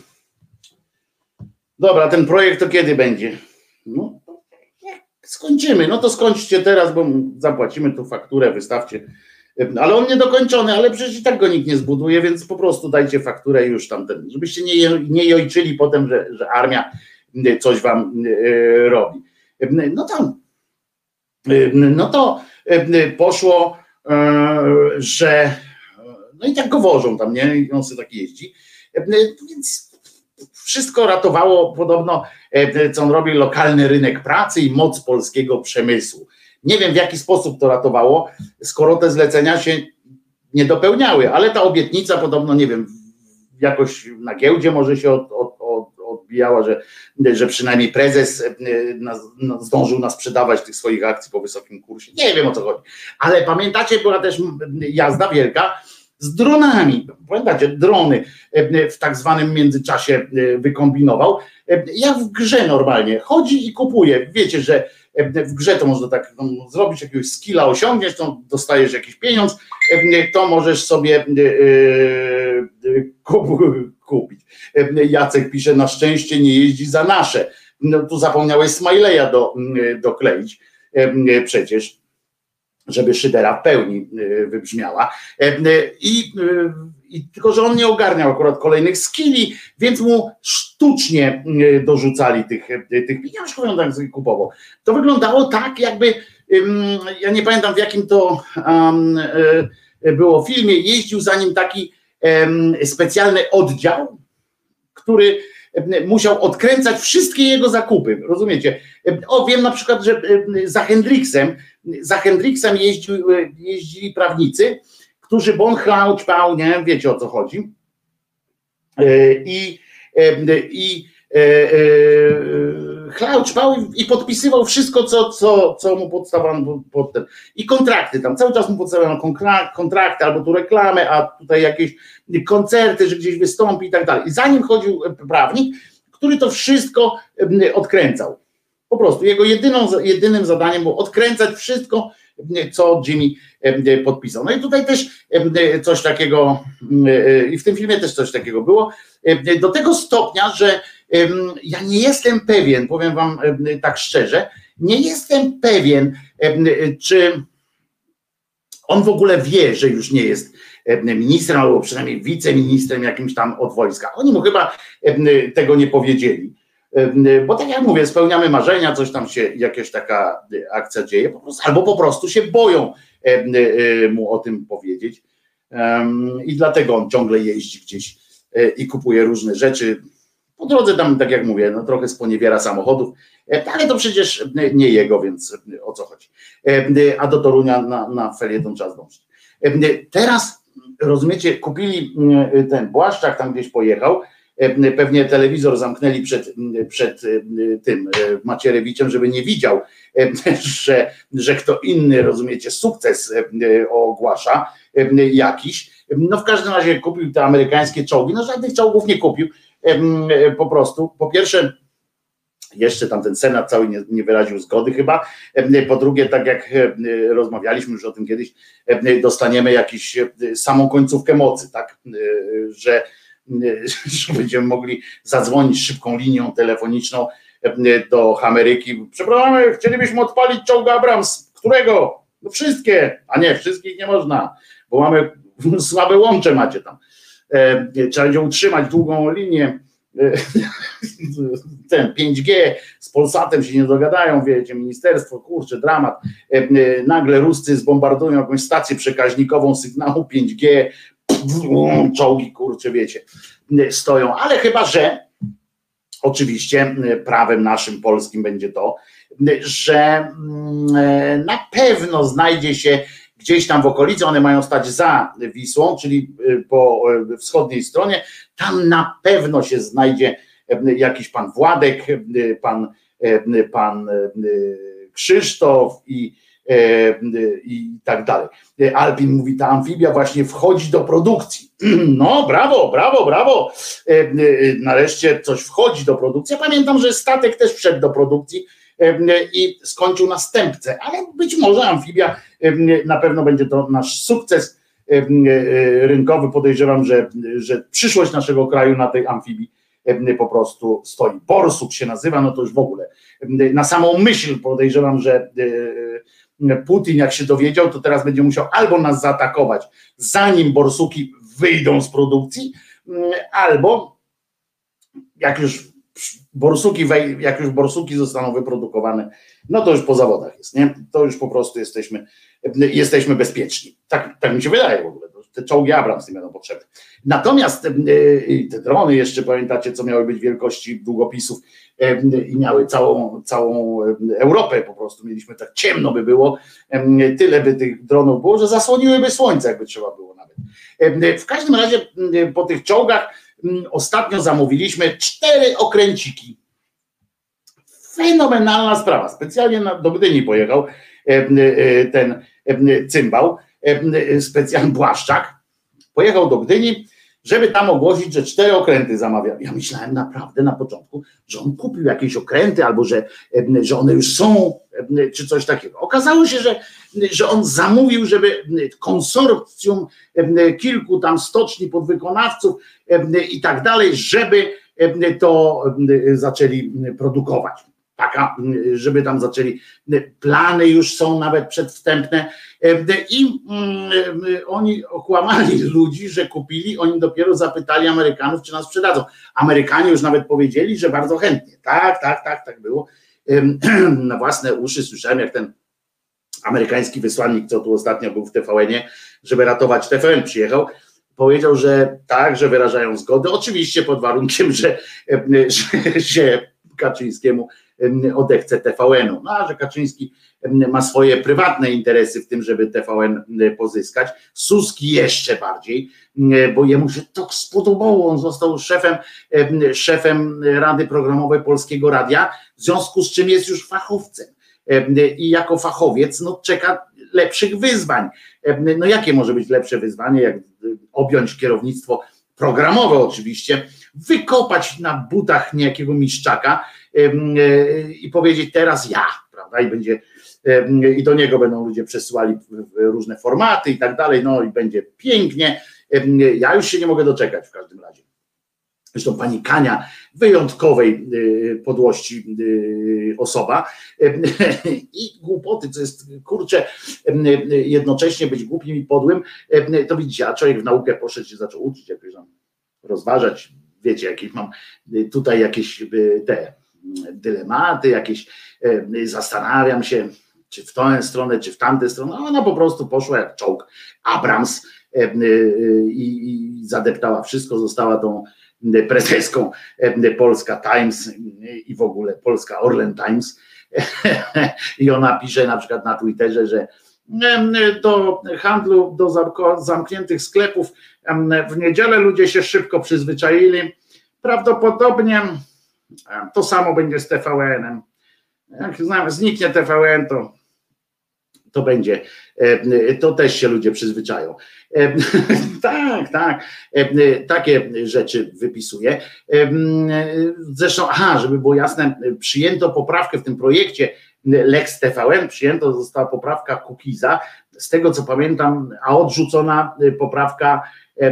S1: Dobra, ten projekt to kiedy będzie? No, skończymy, no to skończcie teraz, bo zapłacimy tu fakturę, wystawcie. Ale on niedokończony, ale przecież i tak go nikt nie zbuduje, więc po prostu dajcie fakturę już tamten, żebyście nie, nie jojczyli potem, że, że armia coś wam e, robi. No tam, no to poszło, e, że no i tak go wożą tam, nie? I on sobie tak jeździ. Więc wszystko ratowało podobno, co on robi, lokalny rynek pracy i moc polskiego przemysłu. Nie wiem, w jaki sposób to ratowało, skoro te zlecenia się nie dopełniały, ale ta obietnica podobno, nie wiem, jakoś na giełdzie może się od, od, od, odbijała, że, że przynajmniej prezes nas, no, zdążył nas sprzedawać tych swoich akcji po wysokim kursie. Nie wiem, o co chodzi. Ale pamiętacie, była też jazda wielka z dronami. Pamiętacie, drony w tak zwanym międzyczasie wykombinował. Jak w grze normalnie. Chodzi i kupuje. Wiecie, że w grze to można tak no, zrobić, jakiegoś skilla osiągniesz, to dostajesz jakiś pieniądz, to możesz sobie kupić. Jacek pisze, na szczęście nie jeździ za nasze. No, tu zapomniałeś Smileya do, dokleić przecież, żeby szydera w pełni wybrzmiała. I, i tylko, że on nie ogarniał akurat kolejnych skilli, więc mu sztucznie dorzucali tych, tych pieniążków, on tak sobie kupował. To wyglądało tak, jakby, ja nie pamiętam w jakim to um, było filmie, jeździł za nim taki um, specjalny oddział, który musiał odkręcać wszystkie jego zakupy, rozumiecie? O, wiem na przykład, że za Hendriksem, za Hendriksem jeździł, jeździli prawnicy, którzy, bo on chlał, ćpał, nie, wiecie o co chodzi. I, i chlał, ćpał i podpisywał wszystko, co, co, co mu podstawano pod ten. I kontrakty tam, cały czas mu podstawano kontrakty, albo tu reklamę, a tutaj jakieś koncerty, że gdzieś wystąpi i tak dalej. I za nim chodził prawnik, który to wszystko odkręcał. Po prostu jego jedyną, jedynym zadaniem było odkręcać wszystko, co Jimmy podpisał. No i tutaj też coś takiego, i w tym filmie też coś takiego było, do tego stopnia, że ja nie jestem pewien, powiem wam tak szczerze, nie jestem pewien, czy on w ogóle wie, że już nie jest ministrem, albo przynajmniej wiceministrem jakimś tam od wojska. Oni mu chyba tego nie powiedzieli, bo tak jak mówię, spełniamy marzenia, coś tam się, jakaś taka akcja dzieje, po prostu, albo po prostu się boją mu o tym powiedzieć i dlatego on ciągle jeździ gdzieś i kupuje różne rzeczy. Po drodze tam, tak jak mówię, no trochę sponiewiera samochodów, ale to przecież nie jego, więc o co chodzi. A do Torunia na, na felieton czas dążyć. Teraz, rozumiecie, kupili ten Błaszczak, tam gdzieś pojechał, pewnie telewizor zamknęli przed, przed tym Macierewiczem, żeby nie widział, że, że kto inny, rozumiecie, sukces ogłasza jakiś. No w każdym razie kupił te amerykańskie czołgi, no żadnych czołgów nie kupił, po prostu, po pierwsze jeszcze tam ten Senat cały nie, nie wyraził zgody chyba, po drugie, tak jak rozmawialiśmy już o tym kiedyś, dostaniemy jakąś samą końcówkę mocy, tak, że, że będziemy mogli zadzwonić szybką linią telefoniczną do Ameryki, przepraszam, chcielibyśmy odpalić czołg Abrams, którego? No wszystkie, a nie, wszystkich nie można, bo mamy słabe łącze macie tam. Trzeba będzie utrzymać długą linię, ten pięć G z Polsatem się nie dogadają, wiecie, ministerstwo, kurczę, dramat, nagle Ruscy zbombardują jakąś stację przekaźnikową sygnału pięć G, czołgi, kurczę, wiecie, stoją, ale chyba, że oczywiście prawem naszym polskim będzie to, że na pewno znajdzie się gdzieś tam w okolicy, one mają stać za Wisłą, czyli po wschodniej stronie, tam na pewno się znajdzie jakiś pan Władek, pan, pan Krzysztof i, i tak dalej. Alpin mówi, ta amfibia właśnie wchodzi do produkcji. No brawo, brawo, brawo. Nareszcie coś wchodzi do produkcji. Ja pamiętam, że statek też wszedł do produkcji i skończył następcę, ale być może amfibia, na pewno będzie to nasz sukces rynkowy. Podejrzewam, że, że przyszłość naszego kraju na tej amfibii po prostu stoi. Borsuk się nazywa, no to już w ogóle. Na samą myśl podejrzewam, że Putin, jak się dowiedział, to teraz będzie musiał albo nas zaatakować, zanim borsuki wyjdą z produkcji, albo jak już borsuki, jak już borsuki zostaną wyprodukowane, no to już po zawodach jest, nie? To już po prostu jesteśmy, jesteśmy bezpieczni. Tak, tak mi się wydaje w ogóle. Te czołgi Abrams nie będą potrzebne. Natomiast te drony jeszcze, pamiętacie, co miały być wielkości długopisów i miały całą, całą Europę po prostu. Mieliśmy tak ciemno by było, tyle by tych dronów było, że zasłoniłyby słońce, jakby trzeba było nawet. W każdym razie po tych czołgach ostatnio zamówiliśmy cztery okręciki. Fenomenalna sprawa. Specjalnie do Gdyni pojechał ten cymbał, specjalny Błaszczak. Pojechał do Gdyni, żeby tam ogłosić, że cztery okręty zamawiał. Ja myślałem naprawdę na początku, że on kupił jakieś okręty, albo że, że one już są, czy coś takiego. Okazało się, że, że on zamówił, żeby konsorcjum kilku tam stoczni, podwykonawców i tak dalej, żeby to zaczęli produkować. Taka, żeby tam zaczęli, plany już są nawet przedwstępne i oni okłamali ludzi, że kupili, oni dopiero zapytali Amerykanów, czy nas sprzedadzą. Amerykanie już nawet powiedzieli, że bardzo chętnie. Tak, tak, tak, tak było. Na własne uszy słyszałem, jak ten amerykański wysłannik, co tu ostatnio był w T V N-ie, żeby ratować T V N, przyjechał, powiedział, że tak, że wyrażają zgodę, oczywiście pod warunkiem, że, że, że Kaczyńskiemu odechce T V N-u. No a że Kaczyński ma swoje prywatne interesy w tym, żeby T V N pozyskać. Suski jeszcze bardziej, bo jemu się to spodobało. On został szefem, szefem Rady Programowej Polskiego Radia, w związku z czym jest już fachowcem. I jako fachowiec no, czeka lepszych wyzwań. No jakie może być lepsze wyzwanie, jak objąć kierownictwo programowe oczywiście, wykopać na butach niejakiego miszczaka i powiedzieć teraz ja, prawda, i będzie i do niego będą ludzie przesyłali różne formaty i tak dalej, no i będzie pięknie. Ja już się nie mogę doczekać w każdym razie. Zresztą pani Kania, wyjątkowej podłości osoba i głupoty, co jest, kurczę, jednocześnie być głupim i podłym, to widzicie, a człowiek w naukę poszedł, się zaczął uczyć, jakoś tam rozważać, wiecie, jakieś mam tutaj jakieś te dylematy, jakieś, zastanawiam się, czy w tę stronę, czy w tamtę stronę, ona po prostu poszła jak czołg Abrams i, i zadeptała wszystko, została tą prezeską Polska Times i w ogóle Polska Orlen Times i ona pisze na przykład na Twitterze, że do handlu, do zamkniętych sklepów w niedzielę ludzie się szybko przyzwyczaili, prawdopodobnie to samo będzie z T V N-em, jak zniknie T V N, to to będzie, to też się ludzie przyzwyczają. Tak, tak, takie rzeczy wypisuję. Zresztą, aha, żeby było jasne, przyjęto poprawkę w tym projekcie Lex T V N, przyjęto została poprawka Kukiza, z tego co pamiętam, a odrzucona poprawka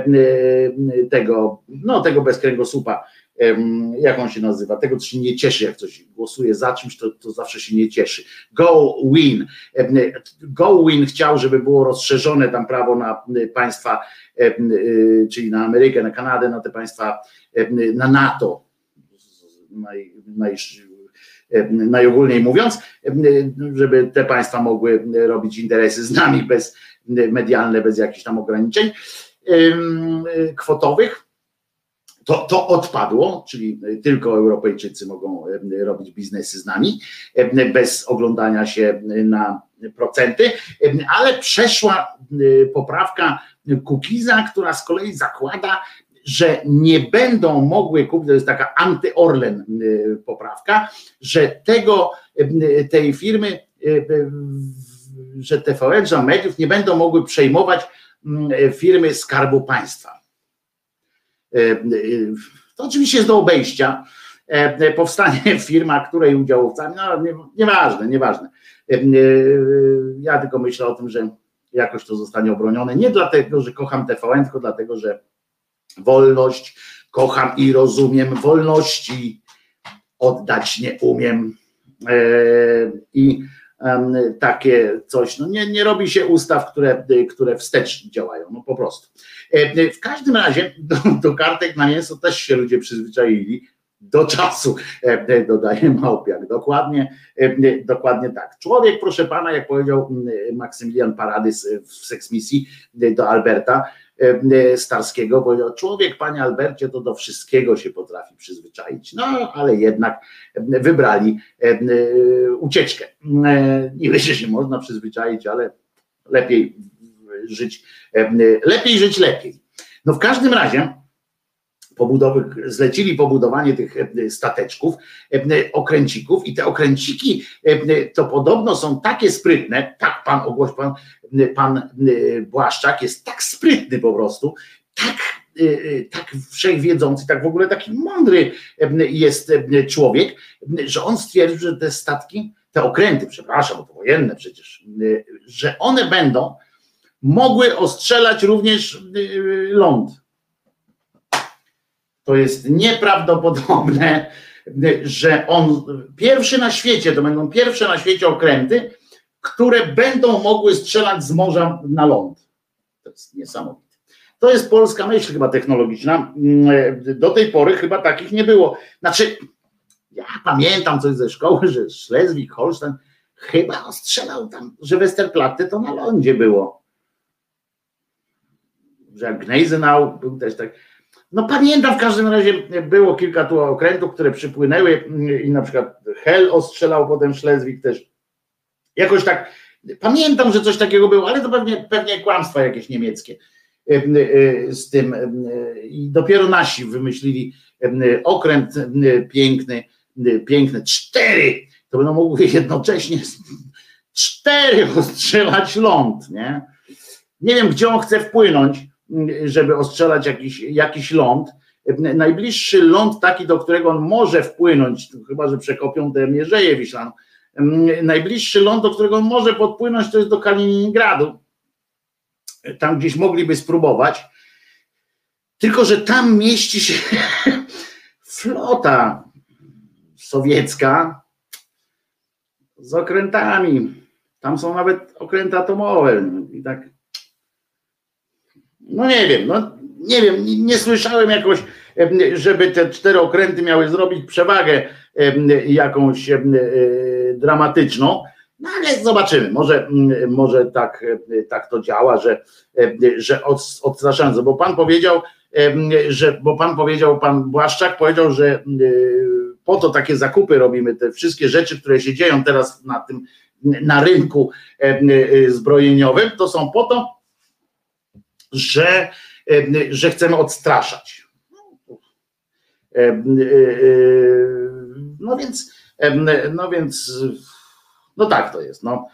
S1: tego, no tego bez kręgosłupa, jak on się nazywa, tego co się nie cieszy, jak ktoś głosuje za czymś, to, to zawsze się nie cieszy. Go Win. Go Win chciał, żeby było rozszerzone tam prawo na państwa, czyli na Amerykę, na Kanadę, na te państwa, na NATO, naj, naj, najogólniej mówiąc, żeby te państwa mogły robić interesy z nami bez medialne, bez jakichś tam ograniczeń kwotowych. To, to odpadło, czyli tylko Europejczycy mogą robić biznesy z nami, bez oglądania się na procenty, ale przeszła poprawka Kukiza, która z kolei zakłada, że nie będą mogły kupić, to jest taka anty-Orlen poprawka, że tego, tej firmy, że T V N, że mediów nie będą mogły przejmować firmy Skarbu Państwa. To oczywiście jest do obejścia. Powstanie firma, której udziałowcami, no nie, nieważne, nieważne. Ja tylko myślę o tym, że jakoś to zostanie obronione. Nie dlatego, że kocham T V N, tylko dlatego, że wolność kocham i rozumiem, wolności oddać nie umiem. I takie coś, no nie, nie robi się ustaw, które, które wstecz działają, no po prostu. W każdym razie do, do kartek na mięso też się ludzie przyzwyczaili do czasu, dodaje Małpiak, dokładnie, dokładnie tak. Człowiek, proszę pana, jak powiedział Maksymilian Paradys w seksmisji do Alberta Starskiego, powiedział, człowiek, panie Albercie, to do wszystkiego się potrafi przyzwyczaić, no ale jednak wybrali ucieczkę. Niby się można przyzwyczaić, ale lepiej żyć, lepiej żyć lepiej. No w każdym razie pobudowych, zlecili pobudowanie tych stateczków, okręcików i te okręciki to podobno są takie sprytne, tak pan ogłoś, pan, pan Błaszczak jest tak sprytny po prostu, tak, tak wszechwiedzący, tak w ogóle taki mądry jest człowiek, że on stwierdził, że te statki, te okręty, przepraszam, bo to wojenne przecież, że one będą mogły ostrzelać również ląd. To jest nieprawdopodobne, że on pierwszy na świecie, to będą pierwsze na świecie okręty, które będą mogły strzelać z morza na ląd. To jest niesamowite. To jest polska myśl chyba technologiczna. Do tej pory chyba takich nie było. Znaczy, ja pamiętam coś ze szkoły, że Schleswig-Holstein chyba ostrzelał tam, że Westerplatte to na lądzie było. Że jak Gneisenau był też tak. No pamiętam, w każdym razie było kilka tu okrętów, które przypłynęły i na przykład Hel ostrzelał, potem Schleswig też. Jakoś tak, pamiętam, że coś takiego było, ale to pewnie, pewnie kłamstwa jakieś niemieckie z tym. I dopiero nasi wymyślili okręt piękny, piękny, cztery, to będą mogły jednocześnie cztery ostrzelać ląd, nie? Nie wiem, gdzie on chce wpłynąć, żeby ostrzelać jakiś, jakiś ląd. Najbliższy ląd taki, do którego on może wpłynąć, chyba że przekopią tę Mierzeję Wiślaną, Najbliższy ląd, do którego on może podpłynąć, to jest do Kaliningradu. Tam gdzieś mogliby spróbować. Tylko że tam mieści się flota sowiecka z okrętami. Tam są nawet okręty atomowe. I tak. No nie wiem, no nie wiem, nie, nie słyszałem jakoś, żeby te cztery okręty miały zrobić przewagę jakąś dramatyczną. No ale zobaczymy, może, może tak, tak to działa, że, że odstraszająco, bo pan powiedział, że, bo pan powiedział, pan Błaszczak powiedział, że po to takie zakupy robimy, te wszystkie rzeczy, które się dzieją teraz na tym, na rynku zbrojeniowym, to są po to, że, że chcemy odstraszać. No więc, no więc, no tak to jest. No,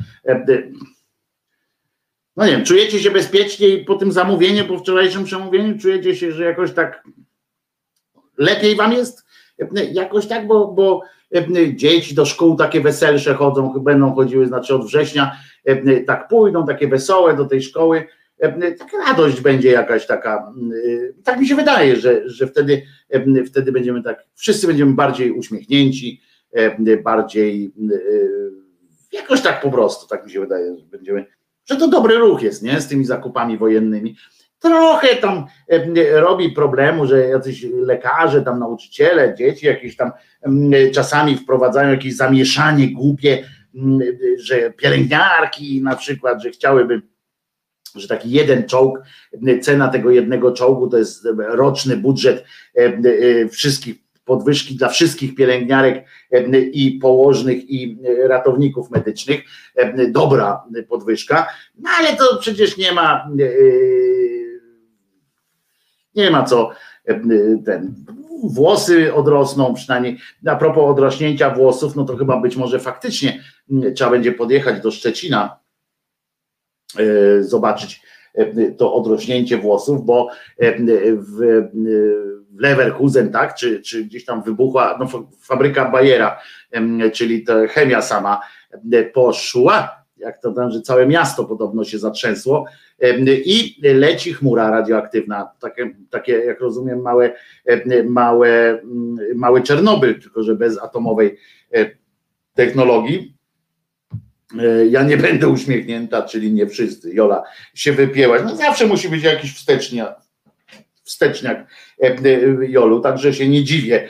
S1: no nie wiem, czujecie się bezpieczniej po tym zamówieniu, po wczorajszym przemówieniu? Czujecie się, że jakoś tak lepiej wam jest? Jakoś tak, bo, bo dzieci do szkół takie weselsze chodzą, będą chodziły, znaczy od września tak pójdą, takie wesołe do tej szkoły. Taka radość będzie jakaś taka, tak mi się wydaje, że, że wtedy, wtedy będziemy tak, wszyscy będziemy bardziej uśmiechnięci, bardziej jakoś tak po prostu, tak mi się wydaje, że będziemy, że to dobry ruch jest, nie, z tymi zakupami wojennymi. Trochę tam robi problemu, że jacyś lekarze, tam nauczyciele, dzieci jakieś tam czasami wprowadzają jakieś zamieszanie głupie, że pielęgniarki na przykład, że chciałyby, że taki jeden czołg, cena tego jednego czołgu to jest roczny budżet wszystkich, podwyżki dla wszystkich pielęgniarek i położnych i ratowników medycznych, dobra podwyżka, no ale to przecież nie ma nie ma co ten, włosy odrosną przynajmniej, a propos odrośnięcia włosów, no to chyba być może faktycznie trzeba będzie podjechać do Szczecina, zobaczyć to odrośnięcie włosów, bo w, w Leverkusen, tak, czy, czy gdzieś tam wybuchła no, fabryka Bayera, czyli ta chemia sama poszła, jak to tam, że całe miasto podobno się zatrzęsło i leci chmura radioaktywna, takie, takie jak rozumiem małe, małe, mały Czernobyl, tylko że bez atomowej technologii. Ja nie będę uśmiechnięta, czyli nie wszyscy. Jola się wypięłaś. No zawsze musi być jakiś wsteczniak, wsteczniak Jolu, także się nie dziwię.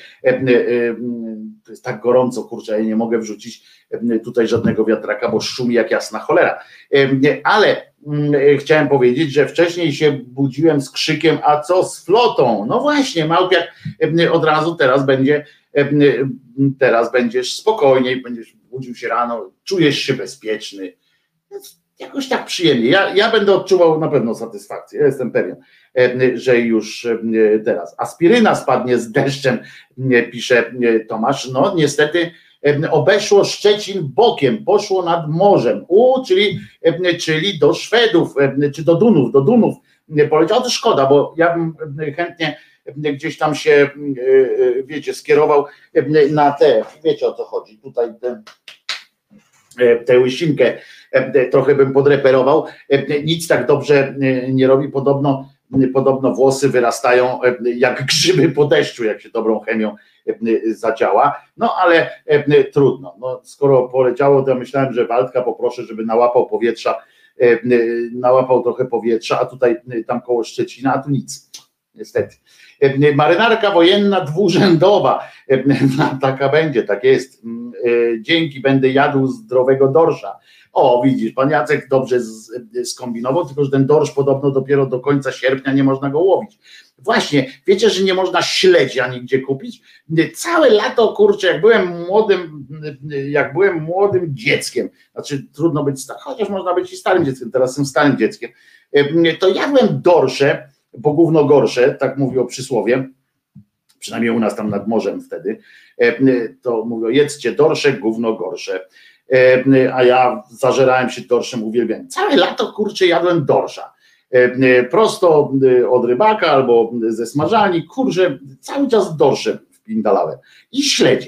S1: To jest tak gorąco, kurczę, ja nie mogę wrzucić tutaj żadnego wiatraka, bo szumi jak jasna cholera. Ale chciałem powiedzieć, że wcześniej się budziłem z krzykiem, a co z flotą? No właśnie, Małpiak od razu teraz będzie, teraz będziesz spokojniej, będziesz budził się rano, czujesz się bezpieczny. Jakoś tak przyjemnie. Ja, ja będę odczuwał na pewno satysfakcję, ja jestem pewien, że już teraz. Aspiryna spadnie z deszczem, pisze Tomasz. No niestety obeszło Szczecin bokiem, poszło nad morzem, U, czyli, czyli do Szwedów, czy do Dunów, do Dunów poleciało. To szkoda, bo ja bym chętnie gdzieś tam się, wiecie, skierował na te, wiecie o co chodzi, tutaj te, tę łysinkę trochę bym podreperował, nic tak dobrze nie robi, podobno, podobno włosy wyrastają jak grzyby po deszczu, jak się dobrą chemią zadziała, no ale trudno, no, skoro poleciało, to ja myślałem, że Waldka poproszę, żeby nałapał powietrza, nałapał trochę powietrza, a tutaj tam koło Szczecina, a tu nic, niestety. Marynarka wojenna dwurzędowa, taka będzie, tak jest, dzięki, będę jadł zdrowego dorsza. O, widzisz, pan Jacek dobrze skombinował, tylko że ten dorsz podobno dopiero do końca sierpnia nie można go łowić. Właśnie, wiecie, że nie można śledzia nigdzie kupić? Całe lato, kurczę, jak byłem młodym, jak byłem młodym dzieckiem, znaczy trudno być starym, chociaż można być i starym dzieckiem, teraz jestem starym dzieckiem, to jadłem dorsze, bo gówno gorsze, tak mówiło przysłowie, przynajmniej u nas tam nad morzem wtedy, to mówią, jedzcie dorsze, gówno gorsze. A ja zażerałem się dorszem, uwielbiałem. Całe lato, kurczę, jadłem dorsza. Prosto od rybaka albo ze smażalni, kurczę, cały czas dorszem wpindalałem. I śledzie.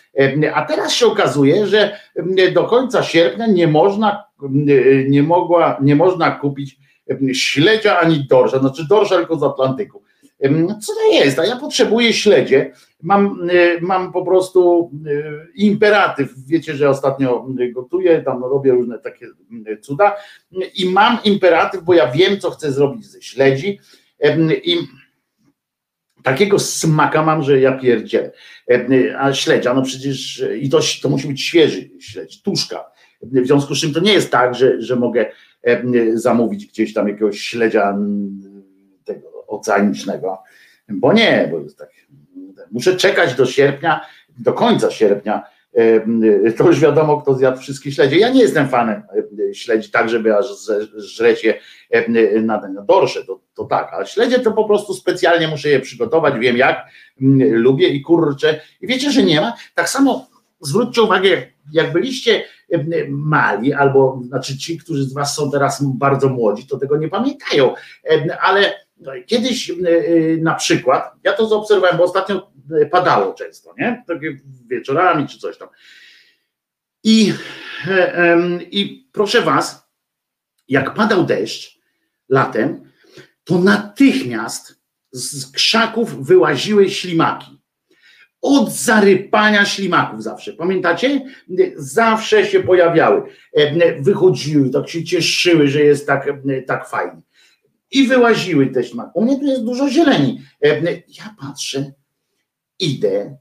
S1: A teraz się okazuje, że do końca sierpnia nie można, nie mogła, nie można kupić śledzia ani dorsza, znaczy dorsza tylko z Atlantyku. Co to jest? A ja potrzebuję śledzie, mam, mam po prostu imperatyw, wiecie, że ostatnio gotuję, tam robię różne takie cuda i mam imperatyw, bo ja wiem, co chcę zrobić ze śledzi i takiego smaka mam, że ja pierdzielę. A śledzia, no przecież i to, to musi być świeży śledź, tuszka. W związku z czym to nie jest tak, że, że mogę zamówić gdzieś tam jakiegoś śledzia tego oceanicznego, bo nie, bo jest tak. Muszę czekać do sierpnia, do końca sierpnia. To już wiadomo, kto zjadł wszystkie śledzie. Ja nie jestem fanem śledzi tak, żeby aż żreć je na, na dorsze, to, to tak, ale śledzie to po prostu specjalnie muszę je przygotować, wiem jak, lubię i kurczę. I wiecie, że nie ma? Tak samo zwróćcie uwagę, jak byliście mali, albo znaczy ci, którzy z was są teraz bardzo młodzi, to tego nie pamiętają, ale kiedyś na przykład, ja to zaobserwowałem, bo ostatnio padało często, nie? Takie wieczorami czy coś tam. I, i proszę was, jak padał deszcz latem, to natychmiast z krzaków wyłaziły ślimaki. Od zarypania ślimaków zawsze, pamiętacie? Zawsze się pojawiały, wychodziły, tak się cieszyły, że jest tak, tak fajnie. I wyłaziły te ślimaki. U mnie tu jest dużo zieleni. Ja patrzę, idę,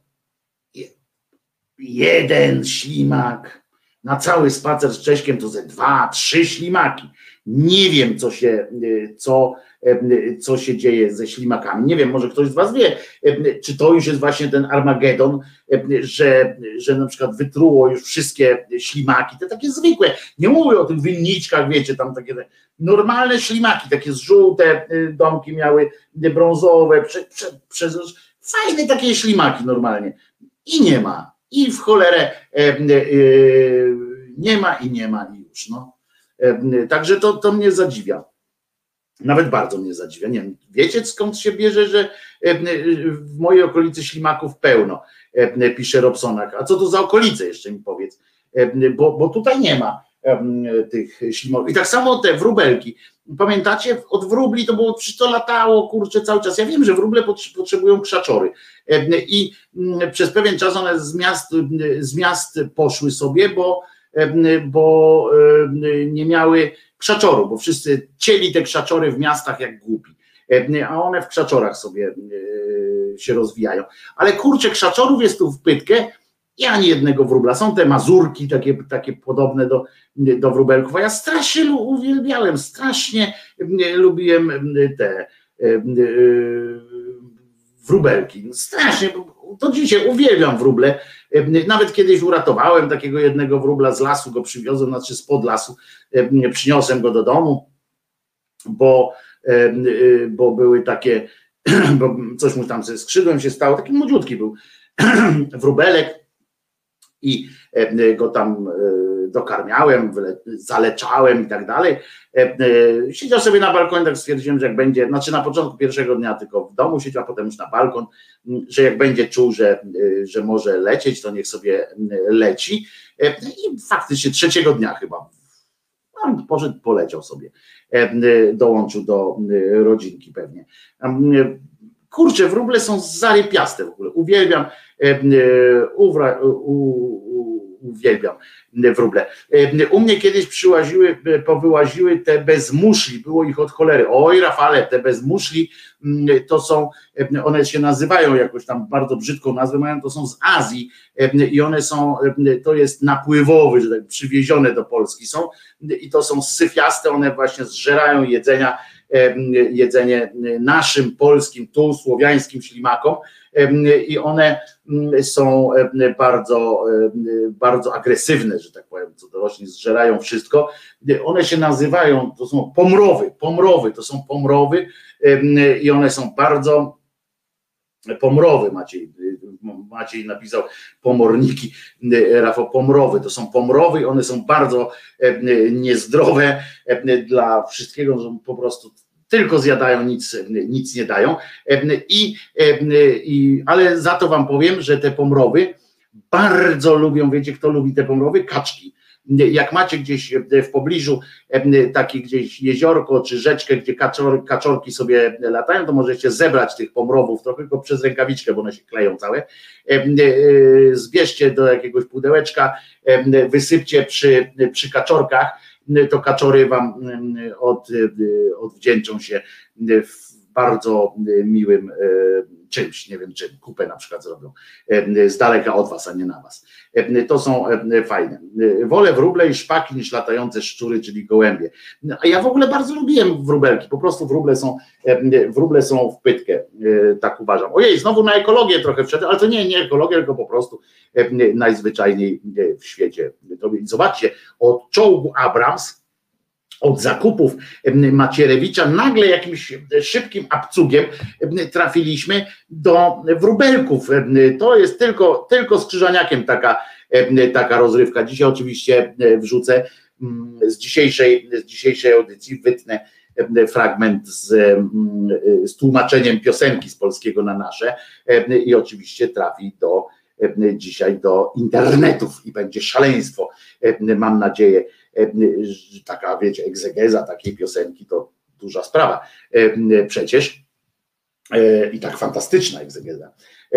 S1: jeden ślimak, na cały spacer z Cześkiem to ze dwa, trzy ślimaki. Nie wiem, co się, co, co się dzieje ze ślimakami. Nie wiem, może ktoś z was wie, czy to już jest właśnie ten Armagedon, że, że na przykład wytruło już wszystkie ślimaki, te takie zwykłe. Nie mówię o tych winniczkach, wiecie, tam takie normalne ślimaki, takie żółte domki miały, brązowe, prze, prze, prze, fajne takie ślimaki normalnie. I nie ma. I w cholerę nie ma i nie ma i już. No. Także to, to mnie zadziwia. Nawet bardzo mnie zadziwia. Nie wiem, wiecie, skąd się bierze, że w mojej okolicy ślimaków pełno, pisze Robsonak. A co to za okolice, jeszcze mi powiedz, bo, bo tutaj nie ma tych ślimaków. I tak samo te wróbelki. Pamiętacie, od wróbli to było, to latało, kurczę, cały czas. Ja wiem, że wróble potrzebują krzaczory. I przez pewien czas one z miast, z miast poszły sobie, bo bo nie miały krzaczoru, bo wszyscy cieli te krzaczory w miastach jak głupi, a one w krzaczorach sobie się rozwijają. Ale kurczę, krzaczorów jest tu w pytkę i ani jednego wróbla. Są te mazurki takie, takie podobne do, do wróbelków, a ja strasznie uwielbiałem, strasznie lubiłem te wróbelki. Strasznie, to dzisiaj uwielbiam wróble. Nawet kiedyś uratowałem takiego jednego wróbla z lasu, go przywiozłem, znaczy spod lasu, przyniosłem go do domu, bo, bo były takie, bo coś mu tam ze skrzydłem się stało, taki młodziutki był wróbelek i go tam dokarmiałem, zaleczałem i tak dalej. Siedział sobie na balkonie, tak stwierdziłem, że jak będzie, znaczy na początku pierwszego dnia tylko w domu siedział, a potem już na balkon, że jak będzie czuł, że, że może lecieć, to niech sobie leci. I faktycznie trzeciego dnia chyba on poszedł, poleciał sobie, dołączył do rodzinki pewnie. Kurczę, wróble są zarypiaste w ogóle, uwielbiam, uwra, u, u, uwielbiam wróble. U mnie kiedyś przyłaziły, powyłaziły te bez muszli, było ich od cholery. Oj Rafale, te bez muszli to są, one się nazywają jakoś tam, bardzo brzydką nazwę mają, to są z Azji i one są, to jest napływowy, że tak przywiezione do Polski są i to są syfiaste, one właśnie zżerają jedzenia, jedzenie naszym polskim, tu słowiańskim ślimakom i one są bardzo, bardzo agresywne, że tak powiem, co do roślin, zżerają wszystko. One się nazywają, to są pomrowy, pomrowy, to są pomrowy i one są bardzo pomrowy, Maciej, Maciej napisał pomorniki, Rafał, pomrowy, to są pomrowy i one są bardzo niezdrowe dla wszystkiego, że po prostu tylko zjadają, nic, nic nie dają. I, i, ale za to wam powiem, że te pomrowy bardzo lubią, wiecie kto lubi te pomrowy? Kaczki. Jak macie gdzieś w pobliżu takie gdzieś jeziorko czy rzeczkę, gdzie kaczor, kaczorki sobie latają, to możecie zebrać tych pomrowów trochę tylko przez rękawiczkę, bo one się kleją całe. Zbierzcie do jakiegoś pudełeczka, wysypcie przy, przy kaczorkach, to kaczory wam od, odwdzięczą się w bardzo miłym czymś, nie wiem czym, kupę na przykład zrobią, z daleka od was, a nie na was. To są fajne. Wolę wróble i szpaki niż latające szczury, czyli gołębie. A ja w ogóle bardzo lubiłem wróbelki, po prostu wróble są, wróble są w pytkę, tak uważam. Ojej, znowu na ekologię trochę wszedł, ale to nie, nie ekologię, tylko po prostu najzwyczajniej w świecie. Zobaczcie, od czołgu Abrams, od zakupów Macierewicza, nagle jakimś szybkim abcugiem trafiliśmy do wróbelków. To jest tylko, tylko z Krzyżaniakiem taka, taka rozrywka. Dzisiaj oczywiście wrzucę z dzisiejszej, z dzisiejszej audycji, wytnę fragment z, z tłumaczeniem piosenki z polskiego na nasze i oczywiście trafi do dzisiaj do internetów i będzie szaleństwo, mam nadzieję. Taka, wiecie, egzegeza takiej piosenki to duża sprawa przecież i tak fantastyczna egzegeza.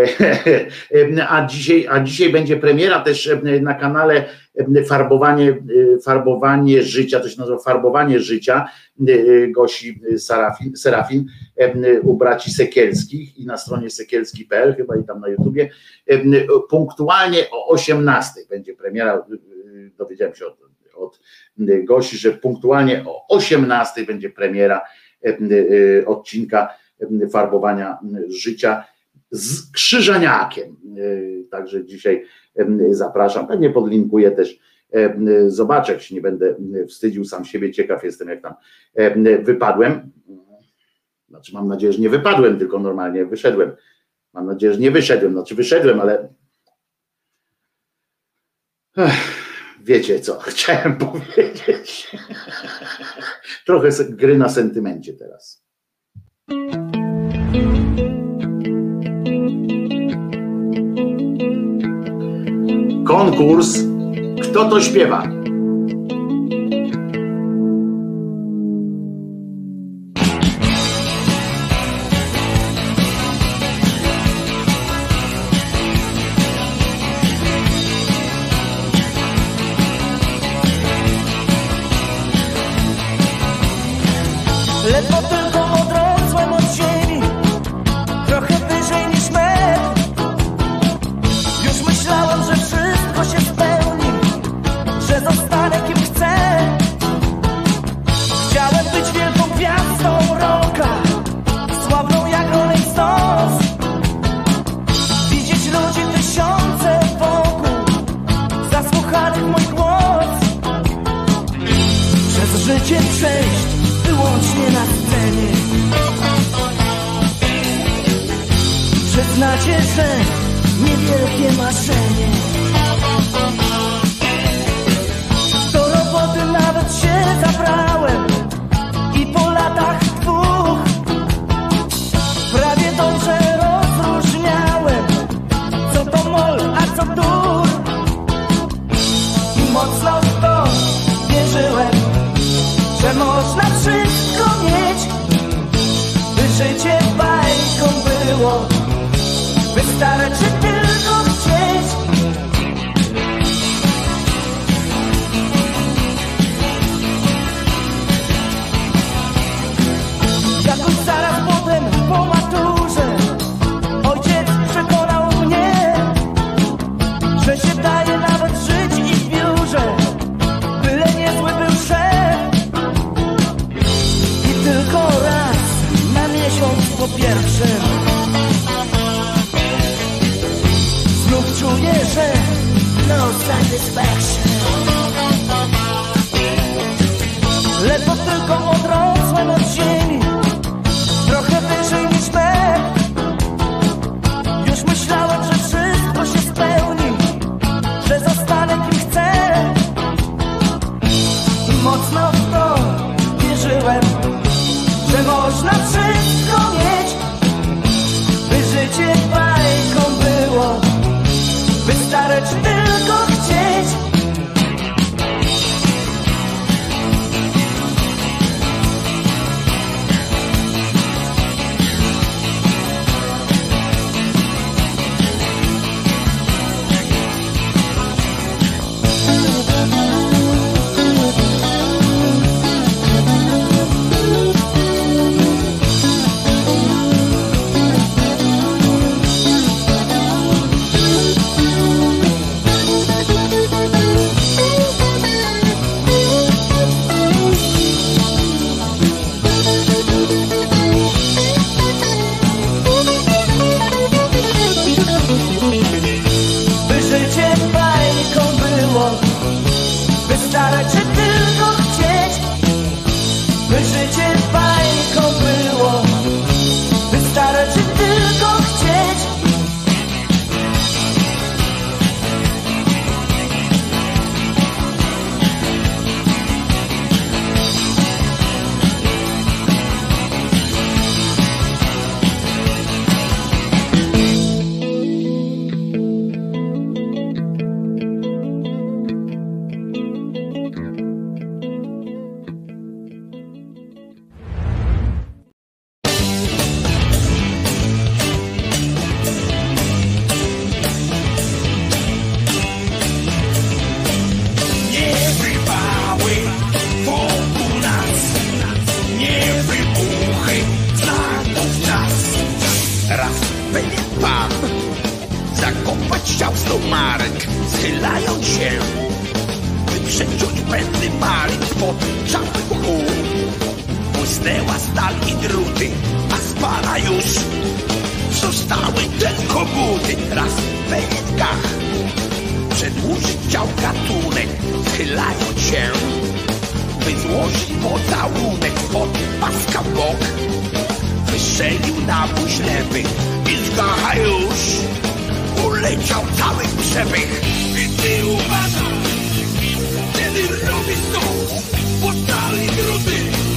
S1: A dzisiaj, a dzisiaj będzie premiera też na kanale Farbowanie, farbowanie życia, to się nazywa Farbowanie życia Gosi Serafin, Serafin u braci Sekielskich i na stronie sekielski kropka p l chyba i tam na YouTubie. Punktualnie o osiemnastej będzie premiera, dowiedziałem się o tym od Gosi, że punktualnie o osiemnastej będzie premiera odcinka Farbowania życia z Krzyżaniakiem. Także dzisiaj zapraszam, pewnie podlinkuję też, zobaczę, jak się nie będę wstydził sam siebie, ciekaw jestem jak tam wypadłem, znaczy mam nadzieję, że nie wypadłem, tylko normalnie wyszedłem, mam nadzieję, że nie wyszedłem, znaczy wyszedłem, ale wiecie co chciałem powiedzieć. Trochę gry na sentymencie teraz. Konkurs Kto to śpiewa?
S10: Ledwo tylko odrosłem od ziemi, trochę wyżej niż metr. Już myślałem, że wszystko się spełni, że zostanę kim chcę. Chciałem być wielką gwiazdą rocka, sławną jak Rolling Stones. Widzieć ludzi tysiące wokół, zasłuchanych mój głos. Przez życie przejść wyłącznie na scenie. Przyznacie, że niewielkie marzenie. Do roboty nawet się zabrałem i po latach dwóch prawie dobrze rozróżniałem, co to mol, a co dur. I mocno w to wierzyłem, że można wszystko mieć, by życie bajką było. Wystarczy tylko chcieć. Jakoś zaraz potem po maturze ojciec przekonał mnie, że się daje nawet żyć i w biurze, byle niezły był szef. I tylko raz na miesiąc po pierwszym znów czuję, że no satisfaction. Ledwo tylko odrosłem od ziemi, trochę wyżej niż metr. Już myślałem, że wszystko się spełni, że zostanę kim chcę. I mocno w to wierzyłem, że można wszystko mieć, by życie bajką było. Wystarczy
S11: schylając się, by przeciąć pędy paliw pod czapy mchu. Błysnęła stal i druty, a z pana już zostały tylko buty. Raz w wędkach przedłużyć chciał gatunek, schylając się, by złożyć pocałunek pod paska bok. Wystrzelił nabój ślepy i z gacha już uleciał cały przepych. I ty uważaj, kiedy robisz to, postali druty,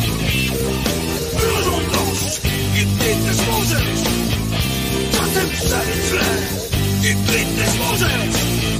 S11: mrożą deszcz i ty też możesz czasem przebić źle. I ty też możesz.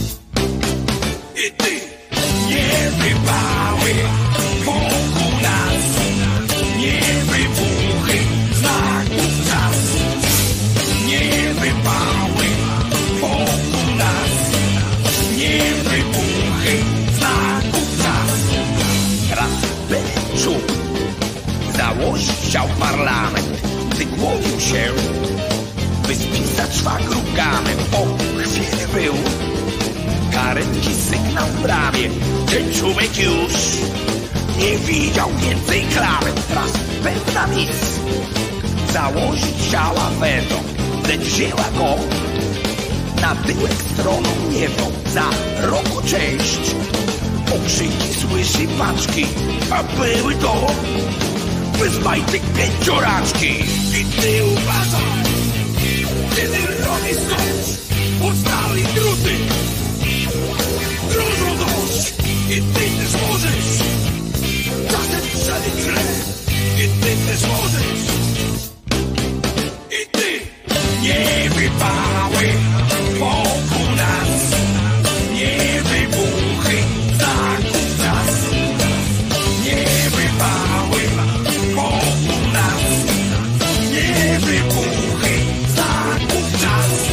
S11: I ty nie wypały wokół nas, nie wybuchy znaków czas, nie wypały wokół nas, nie wybuchy znaków czas. Raz w Beleczu założyć chciał parlament, wygłowił się, by spisać szwagru gamę. Po chwili był karetki sygnał w bramie, ten człowiek już nie widział więcej klamek. Raz pewna nic założyć chciała weto, lecz wzięła go na tyłek stroną niewą. Za roku część okrzyki słyszy paczki, a były to bez majtek pięcioraczki. I ty uważaj, kiedy robisz coś, postali druty, grożą dość. I ty też możesz czasem przebić źle. I ty też możesz. I ty nie wypały wokół nas, nie wybuchy znaków czas, nie wypały wokół nas, nie wybuchy znaków czas.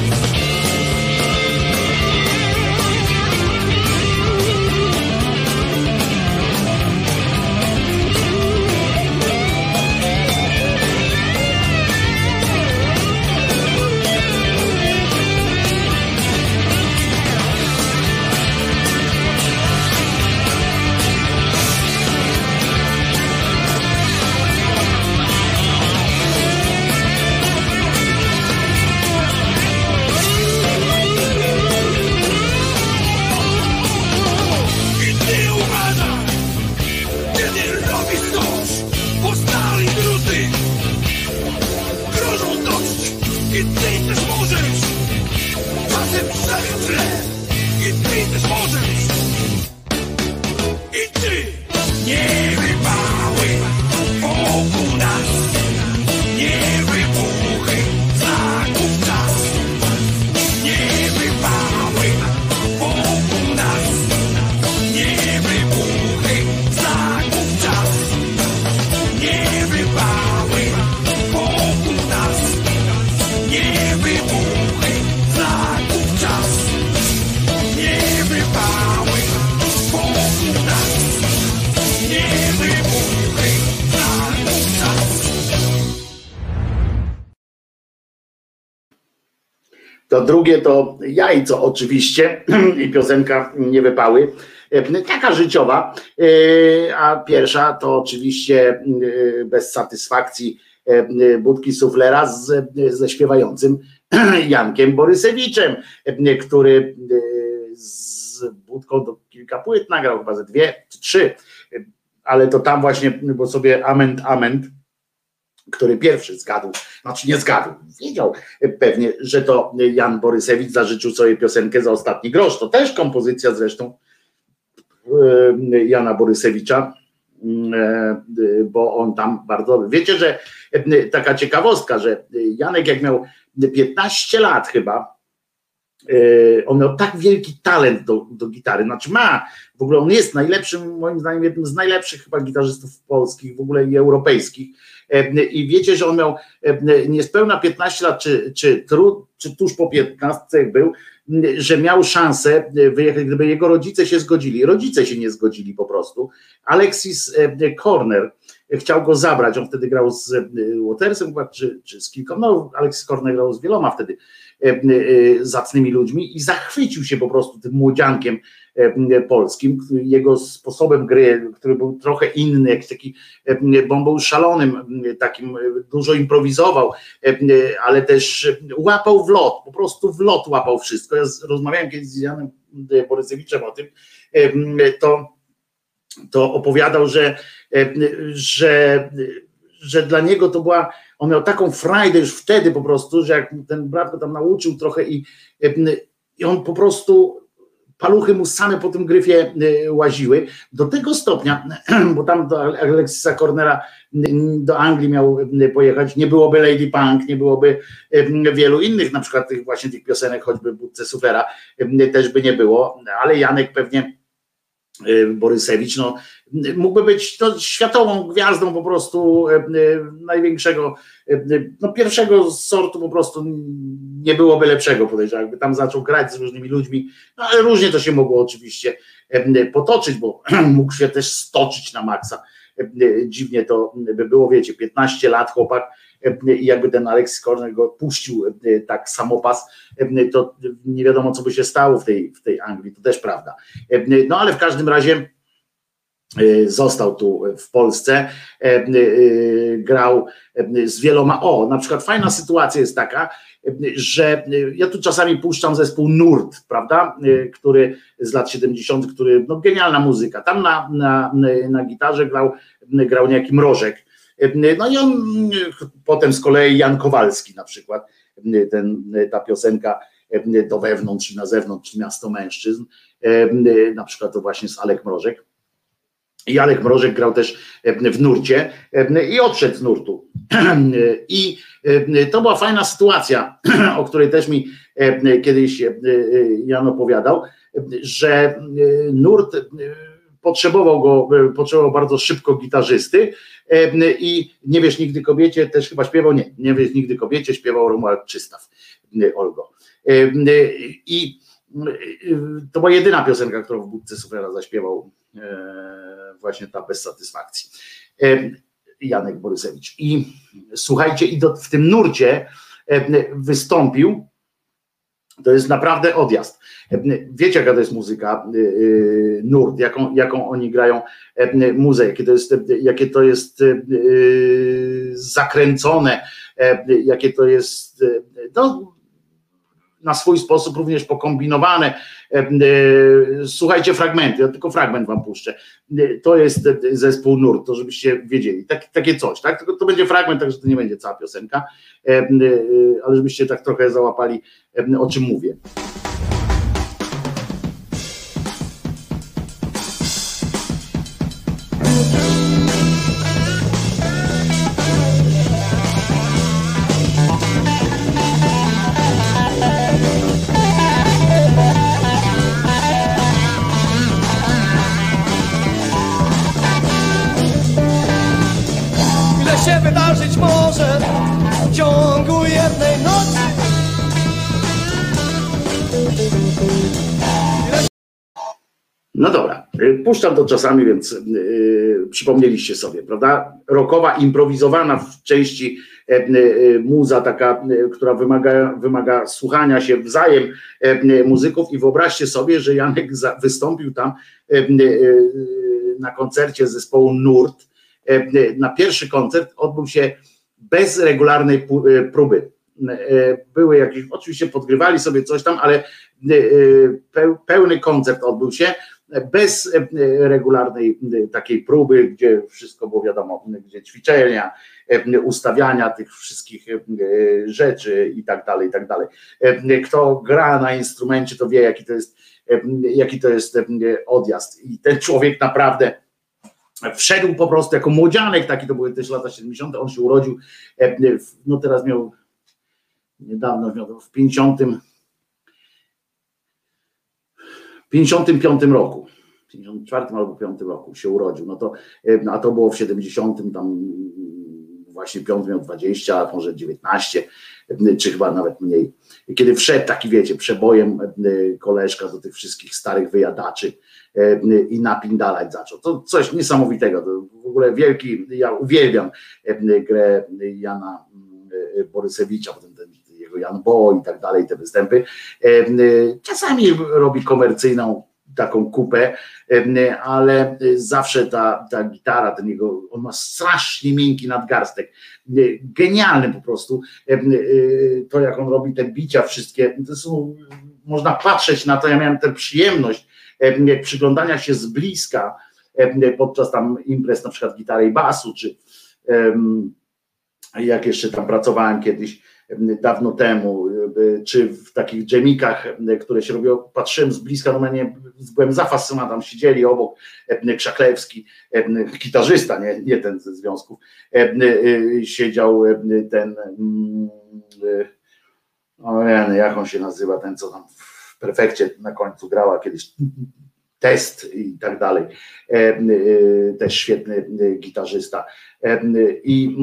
S11: I ty też możesz czasem przebić źle. I ty też możesz. I ty nie wypały wokół nas, nie wybuchy znaków czas, nie wypały wokół nas, nie wybuchy znaków czas, nie wypały wokół nas, nie wybuchy znaków czas, nie wypały wokół nas, nie wybuchy znaków czas.
S1: To drugie to jajco oczywiście i piosenka Nie wypały. Taka życiowa, a pierwsza to oczywiście bez satysfakcji budki suflera z, ze śpiewającym Jankiem Borysewiczem, który z budką to kilka płyt nagrał, chyba ze dwie czy trzy, ale to tam właśnie, bo sobie Ament, Ament, który pierwszy zgadł, znaczy nie zgadł, wiedział pewnie, że to Jan Borysewicz zażyczył sobie piosenkę Za ostatni grosz. To też kompozycja zresztą Jana Borysewicza, bo on tam bardzo, wiecie, że taka ciekawostka, że Janek jak miał piętnaście lat chyba, on miał tak wielki talent do, do gitary, znaczy ma, w ogóle on jest najlepszym, moim zdaniem jednym z najlepszych chyba gitarzystów polskich w ogóle i europejskich. I wiecie, że on miał niespełna piętnaście lat, czy, czy, tru, czy tuż po piętnastce był, że miał szansę wyjechać, gdyby jego rodzice się zgodzili. Rodzice się nie zgodzili po prostu. Alexis Corner chciał go zabrać, on wtedy grał z Watersem czy, czy z kilkoma, no Alexis Korner grał z wieloma wtedy zacnymi ludźmi i zachwycił się po prostu tym młodziankiem polskim, jego sposobem gry, który był trochę inny, jakiś taki, bo on był szalonym, takim, dużo improwizował, ale też łapał w lot, po prostu w lot łapał wszystko. Ja rozmawiałem kiedyś z Janem Borysewiczem o tym, to, to opowiadał, że, że, że dla niego to była, on miał taką frajdę już wtedy po prostu, że jak ten brat go tam nauczył trochę i, i on po prostu paluchy mu same po tym gryfie łaziły, do tego stopnia, bo tam do Alexisa Kornera do Anglii miał pojechać, nie byłoby Lady Punk, nie byłoby wielu innych, na przykład tych właśnie tych piosenek, choćby Budce Suflera, też by nie było, ale Janek pewnie, Borysewicz, no, mógłby być to światową gwiazdą po prostu największego, no pierwszego sortu, po prostu nie byłoby lepszego, podejrzewam, jakby tam zaczął grać z różnymi ludźmi, no ale różnie to się mogło oczywiście potoczyć, bo mógł się też stoczyć na maksa, dziwnie to by było, wiecie, piętnaście lat chłopak i jakby ten Alexis Korner go puścił tak samopas, to nie wiadomo, co by się stało w tej, w tej Anglii, to też prawda. No ale w każdym razie został tu w Polsce, grał z wieloma, o, na przykład fajna sytuacja jest taka, że ja tu czasami puszczam zespół Nurt, prawda, który z lat siedemdziesiątych, który, no genialna muzyka, tam na, na, na gitarze grał, grał niejaki Mrożek, no i on potem z kolei Jan Kowalski na przykład, ten, ta piosenka Do wewnątrz i na zewnątrz miasto mężczyzn, na przykład to właśnie z Alek Mrożek. I Alek Mrożek grał też w Nurcie i odszedł z Nurtu. I to była fajna sytuacja, o której też mi kiedyś Jan opowiadał, że Nurt potrzebował go, potrzebował bardzo szybko gitarzysty i Nie wiesz nigdy kobiecie też chyba śpiewał, nie, Nie wiesz nigdy kobiecie śpiewał Romuald Czystaw, Olgo. I to była jedyna piosenka, którą w Budce Suflera zaśpiewał, właśnie ta Bez satysfakcji, Janek Borysewicz. I słuchajcie, i do, w tym Nurcie wystąpił, to jest naprawdę odjazd. Wiecie, jaka to jest muzyka, Nurt, jaką, jaką oni grają muzykę, jakie to jest, jakie to jest zakręcone, jakie to jest, no, na swój sposób również pokombinowane. Słuchajcie fragmenty, ja tylko fragment wam puszczę. To jest zespół Nurt, to żebyście wiedzieli. Tak, takie coś, tak? Tylko to będzie fragment, także to nie będzie cała piosenka, ale żebyście tak trochę załapali, o czym mówię.
S10: Wydarzyć może w ciągu jednej nocy.
S1: No dobra, puszczam to czasami, więc yy, przypomnieliście sobie, prawda? Rockowa, improwizowana w części yy, muza taka, yy, która wymaga, wymaga słuchania się wzajem yy, muzyków i wyobraźcie sobie, że Janek za, wystąpił tam yy, yy, na koncercie zespołu Nurt. Na pierwszy koncert odbył się bez regularnej próby. Były jakieś, oczywiście podgrywali sobie coś tam, ale pełny koncert odbył się bez regularnej takiej próby, gdzie wszystko było wiadomo, gdzie ćwiczenia, ustawiania tych wszystkich rzeczy i tak dalej, i tak dalej. Kto gra na instrumencie, to wie, jaki to jest, jaki to jest odjazd. I ten człowiek naprawdę wszedł po prostu jako młodzianek, taki to były też lata siedemdziesiąte, on się urodził, no teraz miał, niedawno miał w pięćdziesiątym, pięćdziesiątym piątym roku, w pięćdziesiątym czwartym albo piątym roku się urodził, no to, a to było w siedemdziesiątym tam właśnie piątym miał dwadzieścia, a może dziewiętnaście, czy chyba nawet mniej. Kiedy wszedł taki, wiecie, przebojem koleżka do tych wszystkich starych wyjadaczy i napindalać zaczął. To coś niesamowitego. To w ogóle wielki, ja uwielbiam grę Jana Borysewicza, potem ten jego Jan Bo i tak dalej, te występy. Czasami robi komercyjną taką kupę, ale zawsze ta, ta gitara, ten jego, on ma strasznie miękki nadgarstek, genialny po prostu, to jak on robi te bicia wszystkie, to są, można patrzeć na to, ja miałem tę przyjemność przyglądania się z bliska podczas tam imprez na przykład gitary i basu, czy jak jeszcze tam pracowałem kiedyś dawno temu, czy w takich dżemikach, które się robiło, patrzyłem z bliska, no mnie, byłem zafascynowany, tam siedzieli obok Krzaklewski, gitarzysta, nie, nie ten ze związków, siedział ten, o nie, jak on się nazywa, ten co tam w Perfekcie na końcu grała kiedyś, Test i tak dalej, też świetny gitarzysta i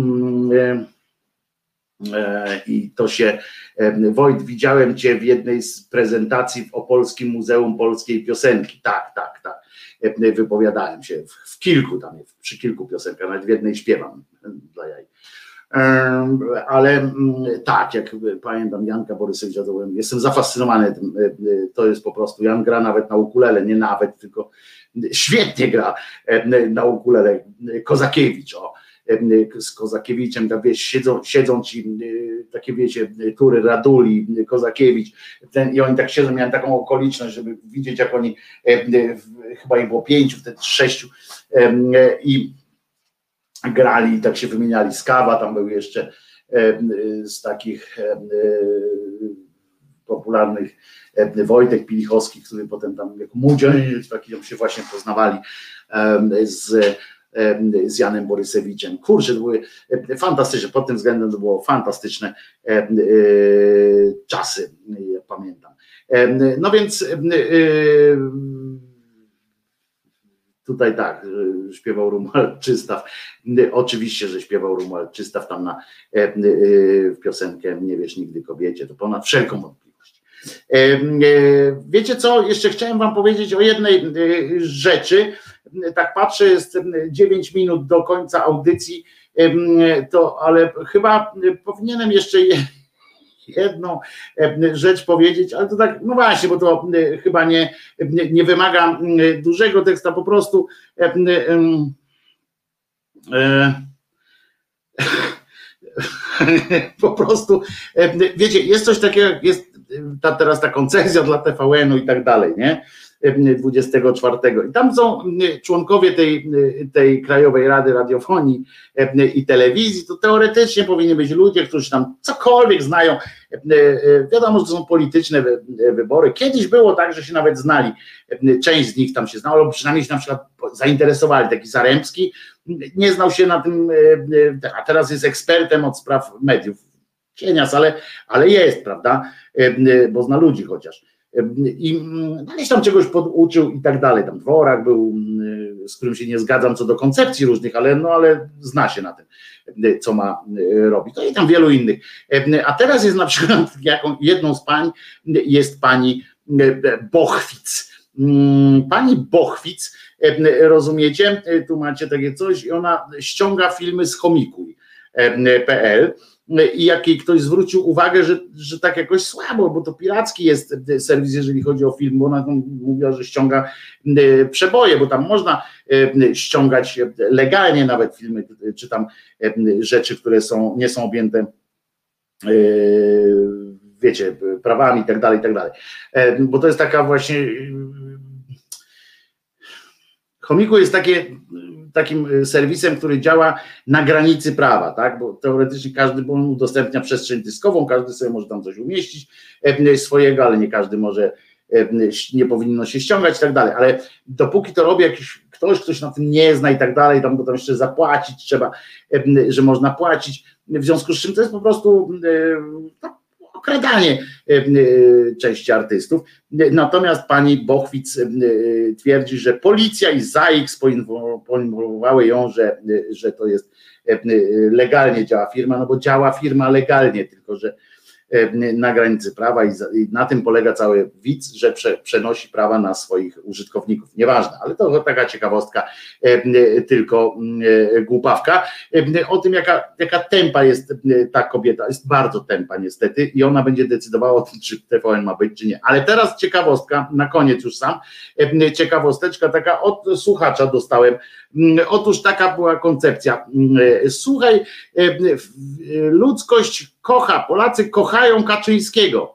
S1: I to się, Wojt, widziałem Cię w jednej z prezentacji w Opolskim Muzeum Polskiej Piosenki. Tak, tak, tak. Wypowiadałem się w, w kilku tam, przy kilku piosenkach, nawet w jednej śpiewam dla jaj. Ale tak, jak pamiętam Janka Borysewicza, to byłem, jestem zafascynowany tym, to jest po prostu, Jan gra nawet na ukulele, nie nawet, tylko świetnie gra na ukulele, Kozakiewicz, o. Z Kozakiewiczem, tak wiesz, siedzą, siedzą ci takie, wiecie, tury Raduli, Kozakiewicz, ten, i oni tak siedzą, miałem taką okoliczność, żeby widzieć, jak oni, chyba ich było pięciu, wtedy sześciu, i grali, i tak się wymieniali. z Kawa, tam był jeszcze z takich popularnych Wojtek Pilichowski, który potem tam jako młodzieniec, taki tam się właśnie poznawali z z Janem Borysewiczem. Kurczę, to były fantastyczne, pod tym względem to było fantastyczne czasy, ja pamiętam. No więc tutaj tak, śpiewał Romuald Czystaw, oczywiście, że śpiewał Romuald Czystaw tam na w piosenkę Nie wiesz nigdy kobiecie, to ponad wszelką wątpliwość. Wiecie co, jeszcze chciałem wam powiedzieć o jednej rzeczy. Tak patrzę, jest dziewięć minut do końca audycji, to, ale chyba powinienem jeszcze jedną rzecz powiedzieć, ale to tak, no właśnie, bo to chyba nie, nie, nie wymaga dużego tekstu, po prostu po prostu, wiecie, jest coś takiego, jest ta, teraz ta koncesja dla T V N-u i tak dalej, nie? dwudziestego czwartego. I tam są członkowie tej, tej Krajowej Rady Radiofonii i Telewizji, to teoretycznie powinni być ludzie, którzy tam cokolwiek znają. Wiadomo, że to są polityczne wybory. Kiedyś było tak, że się nawet znali. Część z nich tam się znała, albo przynajmniej się na przykład zainteresowali. Taki Zaremski nie znał się na tym, a teraz jest ekspertem od spraw mediów. Cienias, ale, ale jest, prawda? Bo zna ludzi chociaż. I gdzieś tam czegoś poduczył i tak dalej. Tam Dworak był, z którym się nie zgadzam co do koncepcji różnych, ale, no, ale zna się na tym, co ma robić. To i tam wielu innych. A teraz jest na przykład jaką, jedną z pań jest pani Bochwic. Pani Bochwic, rozumiecie, tu macie takie coś i ona ściąga filmy z homikuj kropka p l. I jak jej ktoś zwrócił uwagę, że, że tak jakoś słabo, bo to piracki jest serwis, jeżeli chodzi o film, bo ona mówiła, że ściąga przeboje, bo tam można ściągać legalnie nawet filmy, czy tam rzeczy, które są, nie są objęte, wiecie, prawami i tak dalej, i tak dalej. Bo to jest taka właśnie, Chomiku jest takie, takim serwisem, który działa na granicy prawa, tak? Bo teoretycznie każdy, bo on udostępnia przestrzeń dyskową, każdy sobie może tam coś umieścić swojego, ale nie każdy może, nie powinno się ściągać i tak dalej, ale dopóki to robi jakiś ktoś, ktoś na tym nie zna i tak dalej, tam, bo tam jeszcze zapłacić trzeba, że można płacić, w związku z czym to jest po prostu no, okradanie części artystów. Natomiast pani Bochwic twierdzi, że policja i ZAIKS poinformowały ją, że, że to jest legalnie działa firma, no bo działa firma legalnie, tylko że na granicy prawa i na tym polega cały widz, że prze, przenosi prawa na swoich użytkowników. Nieważne, ale to taka ciekawostka, tylko głupawka. O tym, jaka, jaka tempa jest ta kobieta, jest bardzo tempa niestety i ona będzie decydowała o tym, czy T V N ma być, czy nie. Ale teraz ciekawostka, na koniec już sam, ciekawosteczka taka od słuchacza dostałem. Otóż taka była koncepcja. Słuchaj, ludzkość kocha, Polacy kochają Kaczyńskiego.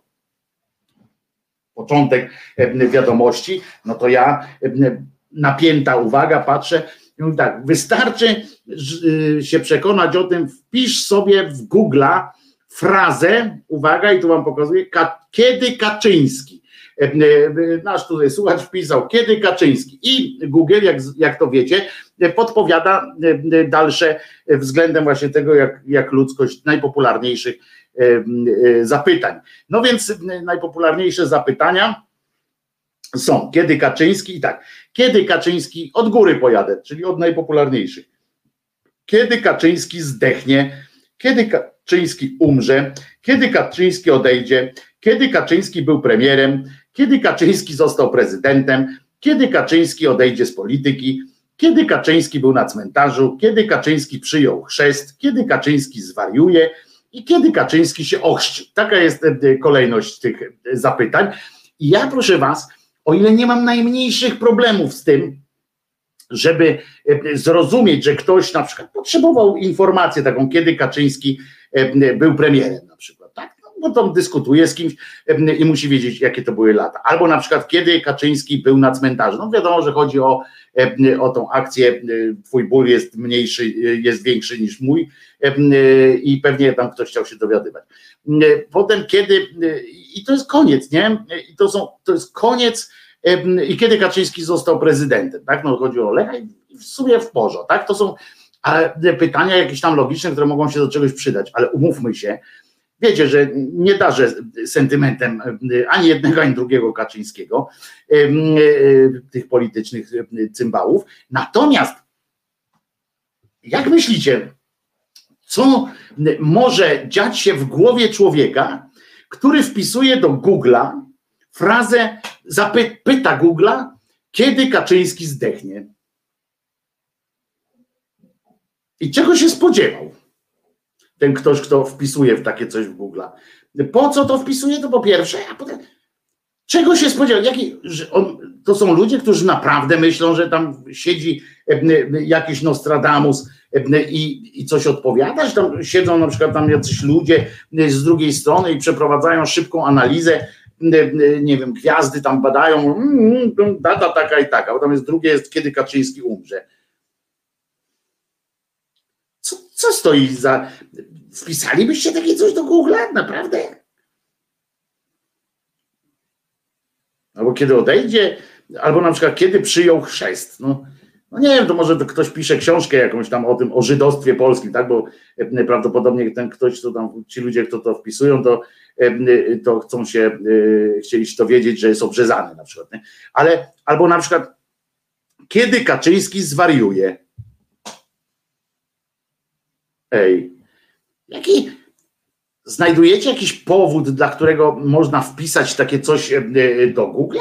S1: Początek wiadomości, no to ja, napięta uwaga, patrzę, mówię tak, wystarczy się przekonać o tym, wpisz sobie w Google'a frazę, uwaga, i tu wam pokazuję, kiedy Kaczyński. Nasz tutaj słuchacz wpisał, kiedy Kaczyński, i Google, jak, jak to wiecie, podpowiada dalsze względem właśnie tego, jak, jak ludzkość najpopularniejszych zapytań. No więc najpopularniejsze zapytania są, kiedy Kaczyński, i tak, kiedy Kaczyński, od góry pojadę, czyli od najpopularniejszych, kiedy Kaczyński zdechnie, kiedy Kaczyński umrze, kiedy Kaczyński odejdzie, kiedy Kaczyński był premierem, kiedy Kaczyński został prezydentem, kiedy Kaczyński odejdzie z polityki, kiedy Kaczyński był na cmentarzu, kiedy Kaczyński przyjął chrzest, kiedy Kaczyński zwariuje i kiedy Kaczyński się ochrzci. Taka jest kolejność tych zapytań. I ja, proszę was, o ile nie mam najmniejszych problemów z tym, żeby zrozumieć, że ktoś na przykład potrzebował informację taką, kiedy Kaczyński był premierem na przykład, tak? No to dyskutuje z kimś i musi wiedzieć, jakie to były lata. Albo na przykład, kiedy Kaczyński był na cmentarzu. No wiadomo, że chodzi o, o tą akcję, twój ból jest mniejszy, jest większy niż mój i pewnie tam ktoś chciał się dowiadywać. Potem kiedy, i to jest koniec, nie? I to są, to jest koniec, i kiedy Kaczyński został prezydentem, tak? No chodzi o Lecha i w sumie w porządku, tak? To są pytania jakieś tam logiczne, które mogą się do czegoś przydać, ale umówmy się, wiecie, że nie darzę sentymentem ani jednego, ani drugiego Kaczyńskiego, tych politycznych cymbałów. Natomiast jak myślicie, co może dziać się w głowie człowieka, który wpisuje do Google'a frazę, zapyta Google'a, kiedy Kaczyński zdechnie? I czego się spodziewał ten ktoś, kto wpisuje w takie coś w Google'a? Po co to wpisuje? To po pierwsze, a potem czego się spodziewał? Jaki, że on, to są ludzie, którzy naprawdę myślą, że tam siedzi jakiś Nostradamus i, i coś odpowiada, że tam siedzą na przykład tam jacyś ludzie z drugiej strony i przeprowadzają szybką analizę, nie wiem, gwiazdy tam badają, data taka i taka, bo tam jest drugie, jest kiedy Kaczyński umrze. Co, co stoi za... Wpisalibyście takie coś do Google'a? Naprawdę? Albo kiedy odejdzie, albo na przykład kiedy przyjął chrzest. No, no nie wiem, to może to ktoś pisze książkę jakąś tam o tym, o żydostwie polskim, tak? Bo prawdopodobnie ten ktoś, co tam, ci ludzie, kto to wpisują, to, to chcą się, chcieli się dowiedzieć, że jest obrzezany na przykład. Nie? Ale, albo na przykład kiedy Kaczyński zwariuje. Ej, jaki znajdujecie jakiś powód, dla którego można wpisać takie coś do Google'a?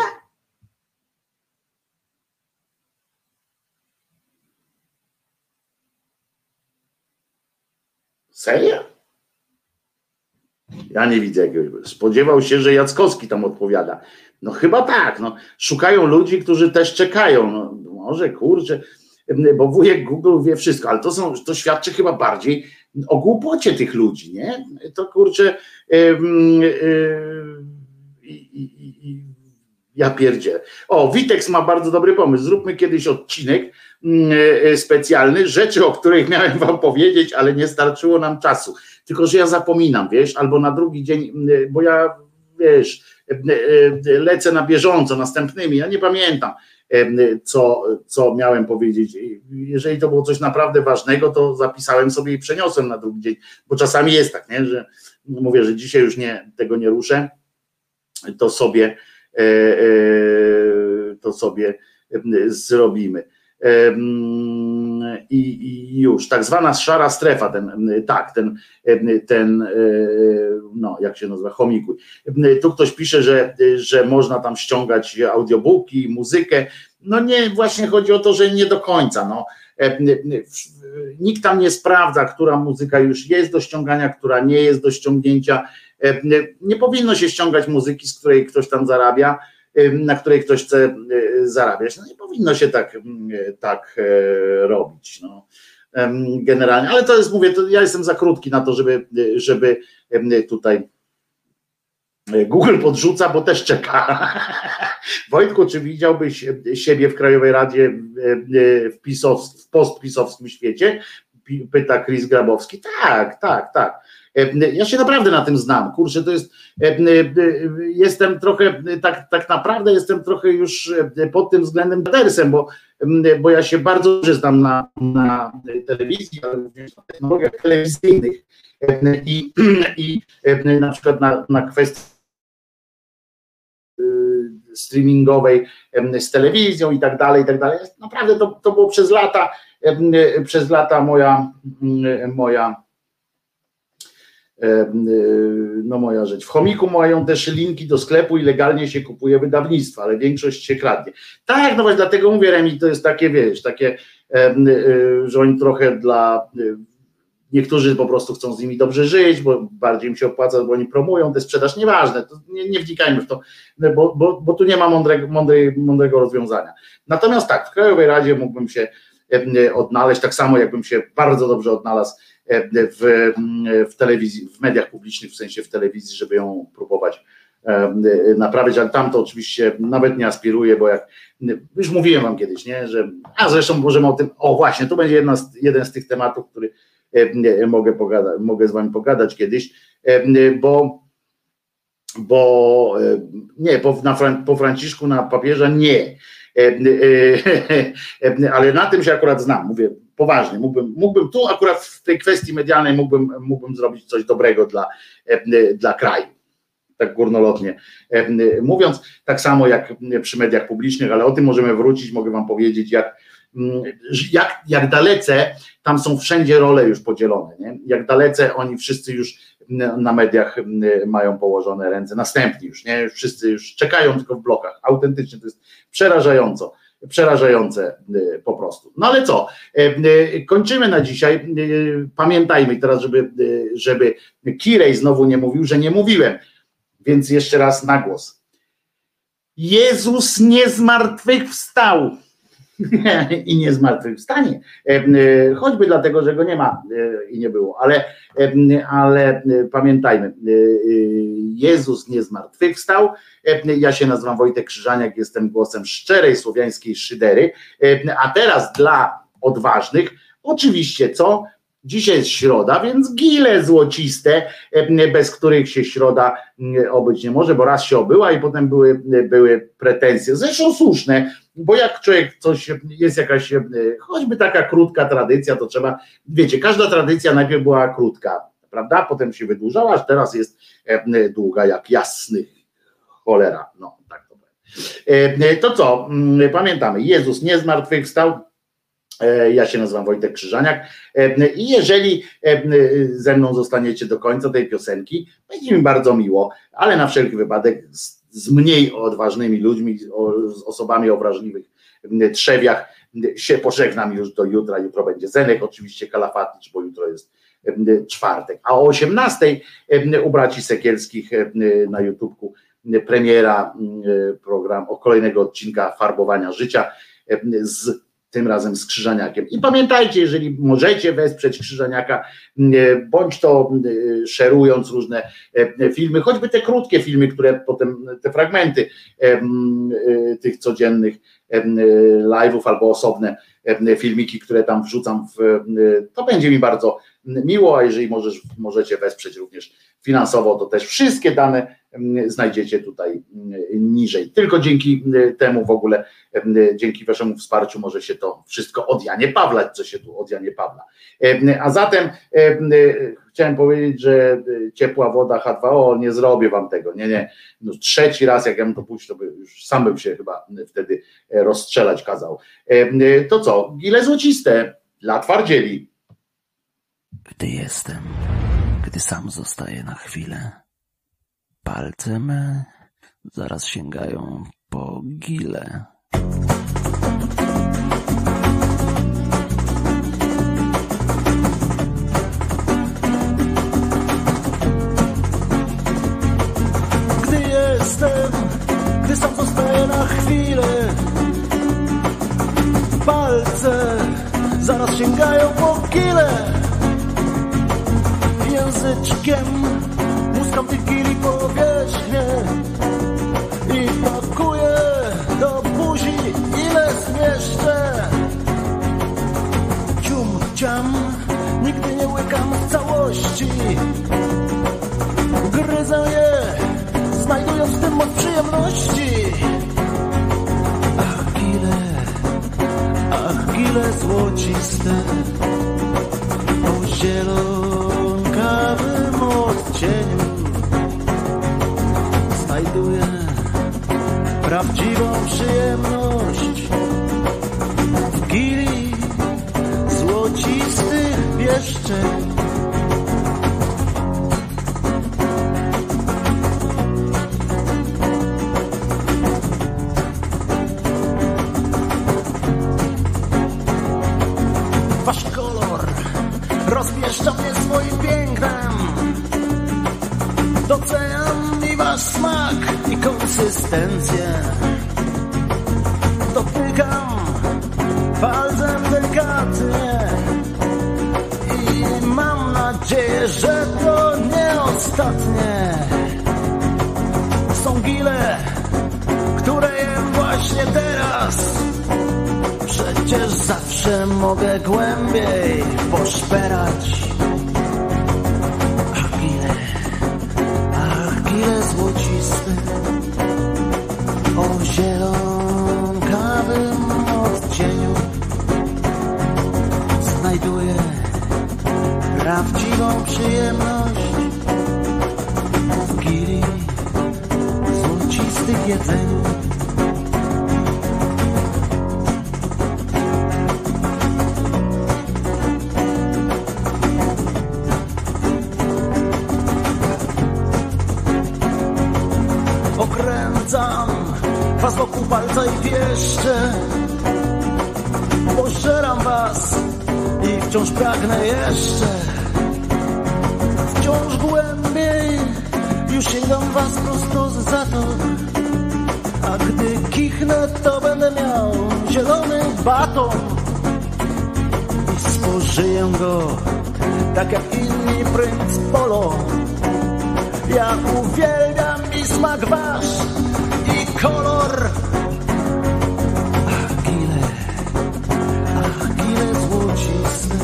S1: Serio? Ja nie widzę jakiegoś. Spodziewał się, że Jackowski tam odpowiada. No chyba tak. No. Szukają ludzi, którzy też czekają. No, może kurczę, bo wujek Google wie wszystko, ale to, są, to świadczy chyba bardziej o głupocie tych ludzi, nie? To kurczę yy, yy, yy, yy, ja pierdzielę. O, Witex ma bardzo dobry pomysł. Zróbmy kiedyś odcinek yy, specjalny, rzeczy, o których miałem wam powiedzieć, ale nie starczyło nam czasu. Tylko że ja zapominam, wiesz, albo na drugi dzień, yy, bo ja, wiesz, yy, yy, lecę na bieżąco następnymi, ja nie pamiętam. Co, co miałem powiedzieć. Jeżeli to było coś naprawdę ważnego, to zapisałem sobie i przeniosłem na drugi dzień, bo czasami jest tak, nie, że mówię, że dzisiaj już nie, tego nie ruszę, to sobie to sobie zrobimy. I, i już, tak zwana szara strefa, ten, tak, ten, ten, no jak się nazywa, chomikuj. Tu ktoś pisze, że, że można tam ściągać audiobooki, muzykę. No nie, właśnie chodzi o to, że nie do końca, no. Nikt tam nie sprawdza, która muzyka już jest do ściągania, która nie jest do ściągnięcia. Nie powinno się ściągać muzyki, z której ktoś tam zarabia, na której ktoś chce zarabiać. No nie powinno się tak, tak robić. No. Generalnie, ale to jest, mówię, to ja jestem za krótki na to, żeby, żeby tutaj Google podrzuca, bo też czeka. Wojtku, czy widziałbyś siebie w Krajowej Radzie w, pisowskim, w postpisowskim świecie? Pyta Chris Grabowski. Tak, tak, tak. Ja się naprawdę na tym znam. Kurczę, to jest, jestem trochę, tak, tak naprawdę jestem trochę już pod tym względem batersem, bo, bo ja się bardzo dobrze znam na, na telewizji, ale również na technologiach telewizyjnych i, i na przykład na, na kwestii streamingowej z telewizją i tak dalej, i tak dalej. Naprawdę to, to było przez lata, przez lata moja, moja no moja rzecz. W chomiku mają też linki do sklepu i legalnie się kupuje wydawnictwa, ale większość się kradnie. Tak, no właśnie dlatego mówię, Remi, to jest takie, wiesz, takie, że oni trochę dla, niektórzy po prostu chcą z nimi dobrze żyć, bo bardziej im się opłaca, bo oni promują tę sprzedaż, nieważne, to nie, nie wnikajmy w to, bo, bo, bo tu nie ma mądrego, mądrej, mądrego rozwiązania. Natomiast tak, w Krajowej Radzie mógłbym się odnaleźć, tak samo jakbym się bardzo dobrze odnalazł w, w telewizji, w mediach publicznych, w sensie w telewizji, żeby ją próbować naprawić, ale tam to oczywiście nawet nie aspiruję, bo jak już mówiłem wam kiedyś, nie, że a zresztą możemy o tym, o właśnie, to będzie jedna z, jeden z tych tematów, który mogę pogadać, mogę z wami pogadać kiedyś, bo bo nie, po, na, po Franciszku na papieża nie, ale na tym się akurat znam, mówię poważnie, mógłbym, mógłbym tu akurat w tej kwestii medialnej mógłbym, mógłbym zrobić coś dobrego dla, dla kraju, tak górnolotnie mówiąc, tak samo jak przy mediach publicznych, ale o tym możemy wrócić, mogę wam powiedzieć, jak, jak, jak dalece tam są wszędzie role już podzielone, nie? Jak dalece oni wszyscy już na mediach mają położone ręce, następni już, nie? Wszyscy już czekają tylko w blokach, autentycznie to jest przerażająco, przerażające po prostu. No ale co, kończymy na dzisiaj, pamiętajmy teraz, żeby, żeby Kirej znowu nie mówił, że nie mówiłem, więc jeszcze raz na głos. Jezus nie zmartwychwstał i nie zmartwychwstanie, choćby dlatego, że go nie ma i nie było, ale, ale pamiętajmy, Jezus nie zmartwychwstał. Ja się nazywam Wojtek Krzyżaniak, jestem głosem szczerej słowiańskiej szydery, a teraz dla odważnych, oczywiście co? Dzisiaj jest środa, więc gile złociste, bez których się środa obyć nie może, bo raz się obyła i potem były, były pretensje, zresztą słuszne, bo jak człowiek coś, jest jakaś, choćby taka krótka tradycja, to trzeba, wiecie, każda tradycja najpierw była krótka, prawda, potem się wydłużała, aż teraz jest długa jak jasny cholera, no tak to będzie. To co, pamiętamy, Jezus nie zmartwychwstał. Ja się nazywam Wojtek Krzyżaniak i jeżeli ze mną zostaniecie do końca tej piosenki, będzie mi bardzo miło, ale na wszelki wypadek z, z mniej odważnymi ludźmi, z osobami o wrażliwych trzewiach się pożegnam już do jutra. Jutro będzie Zenek, oczywiście Kalafatycz, bo jutro jest czwartek, a o osiemnastej u braci Sekielskich na YouTubku premiera program o kolejnego odcinka Farbowania Życia z tym razem z Krzyżaniakiem. I pamiętajcie, jeżeli możecie wesprzeć Krzyżaniaka, bądź to szerując różne filmy, choćby te krótkie filmy, które potem, te fragmenty tych codziennych live'ów albo osobne filmiki, które tam wrzucam, w, to będzie mi bardzo miło, a jeżeli możesz, możecie wesprzeć również finansowo, to też wszystkie dane znajdziecie tutaj niżej. Tylko dzięki temu w ogóle, dzięki waszemu wsparciu może się to wszystko od Janie Pawła, co się tu od Janie Pawła. A zatem chciałem powiedzieć, że ciepła woda H dwa O, nie zrobię wam tego, nie, nie. No, trzeci raz jak ja bym to puścił, to by już sam bym się chyba wtedy rozstrzelać kazał. To co? Gile złociste dla twardzieli.
S12: Gdy jestem, gdy sam zostaję na chwilę, palce me zaraz sięgają po gile.
S10: Gdy jestem, gdy sam zostaję na chwilę, palce zaraz sięgają po gile. Języczkiem muskam tych gili powierzchnię i pakuję do buzi, ile zmieszczę. Cium, ciam, nigdy nie łykam w całości. Gryzę je, znajdując w tym moc przyjemności. Ach, gile, ach, gile złociste, o zielonkawym odcieniu znajduję prawdziwą przyjemność w gili złocistych pieszczeń. Wasz kolor rozmieszcza mnie swoim pięknem. Doceniam i wasz smak i konsystencję. Dotykam palcem delikatnie i mam nadzieję, że to nie ostatnie. Są gile, które jem właśnie teraz. Przecież zawsze mogę głębiej poszperać. Ach, gile, ach, gile złociste, o zielonkawym odcieniu znajduję prawdziwą przyjemność w gili złocistych jedzeniu. Okręcam was wokół palca i pieszczę. Pożeram was i wciąż pragnę jeszcze. Wciąż głębiej już sięgam was prosto z zatok. A gdy kichnę, to będę miał zielony baton i spożyję go tak jak inni princ polo. Ja uwielbiam i smak wasz i kolor. Ach, gile, ach, gile złociste,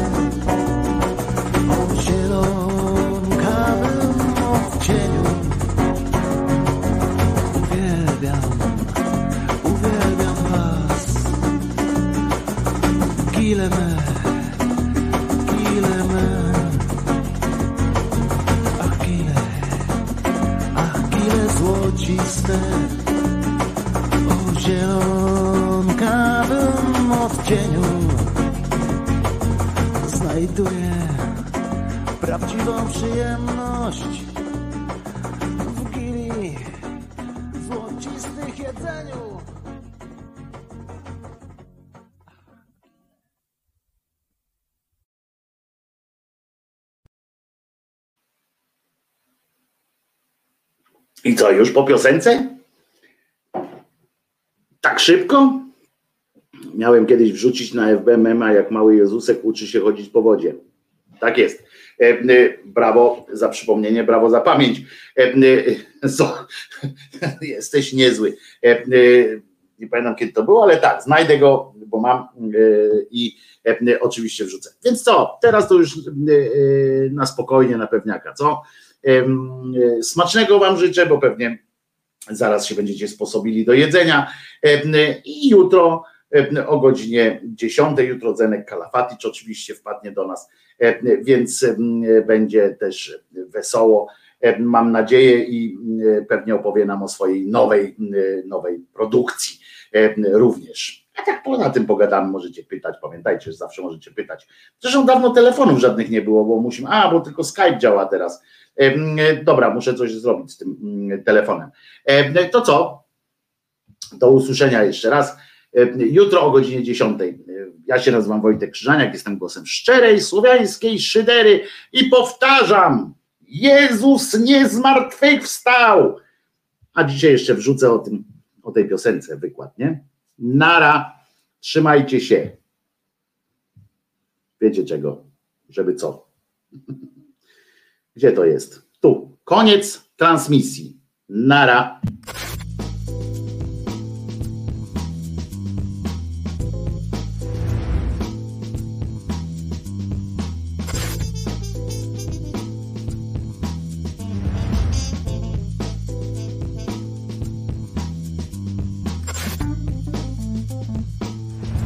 S10: o zielonkawym odcieniu. Uwielbiam, uwielbiam was. Gile me, gile me. Złociste, o zielonkawym odcieniu znajduję prawdziwą przyjemność w gili złocistych jedzeniu.
S1: I co, już po piosence? Tak szybko? Miałem kiedyś wrzucić na F B mema, jak mały Jezusek uczy się chodzić po wodzie. Tak jest. Brawo za przypomnienie, brawo za pamięć. Jesteś niezły. Nie pamiętam, kiedy to było, ale tak, znajdę go, bo mam i oczywiście wrzucę. Więc co, teraz to już na spokojnie, na pewniaka, co? Smacznego wam życzę, bo pewnie zaraz się będziecie sposobili do jedzenia i jutro o godzinie dziesiątej, jutro Zenek Kalafatycz oczywiście wpadnie do nas, więc będzie też wesoło, mam nadzieję, i pewnie opowie nam o swojej nowej, nowej produkcji również. A tak poza tym pogadamy, możecie pytać, pamiętajcie, że zawsze możecie pytać. Zresztą dawno telefonów żadnych nie było, bo musimy, a bo tylko Skype działa teraz. Dobra, muszę coś zrobić z tym telefonem. To co? Do usłyszenia jeszcze raz. Jutro o godzinie dziesiątej. Ja się nazywam Wojtek Krzyżaniak, jestem głosem szczerej, słowiańskiej szydery i powtarzam, Jezus nie zmartwychwstał. A dzisiaj jeszcze wrzucę o tym, o tej piosence wykład, nie? Nara, trzymajcie się. Wiecie czego? Żeby co? Gdzie to jest? Tu. Koniec transmisji. Nara.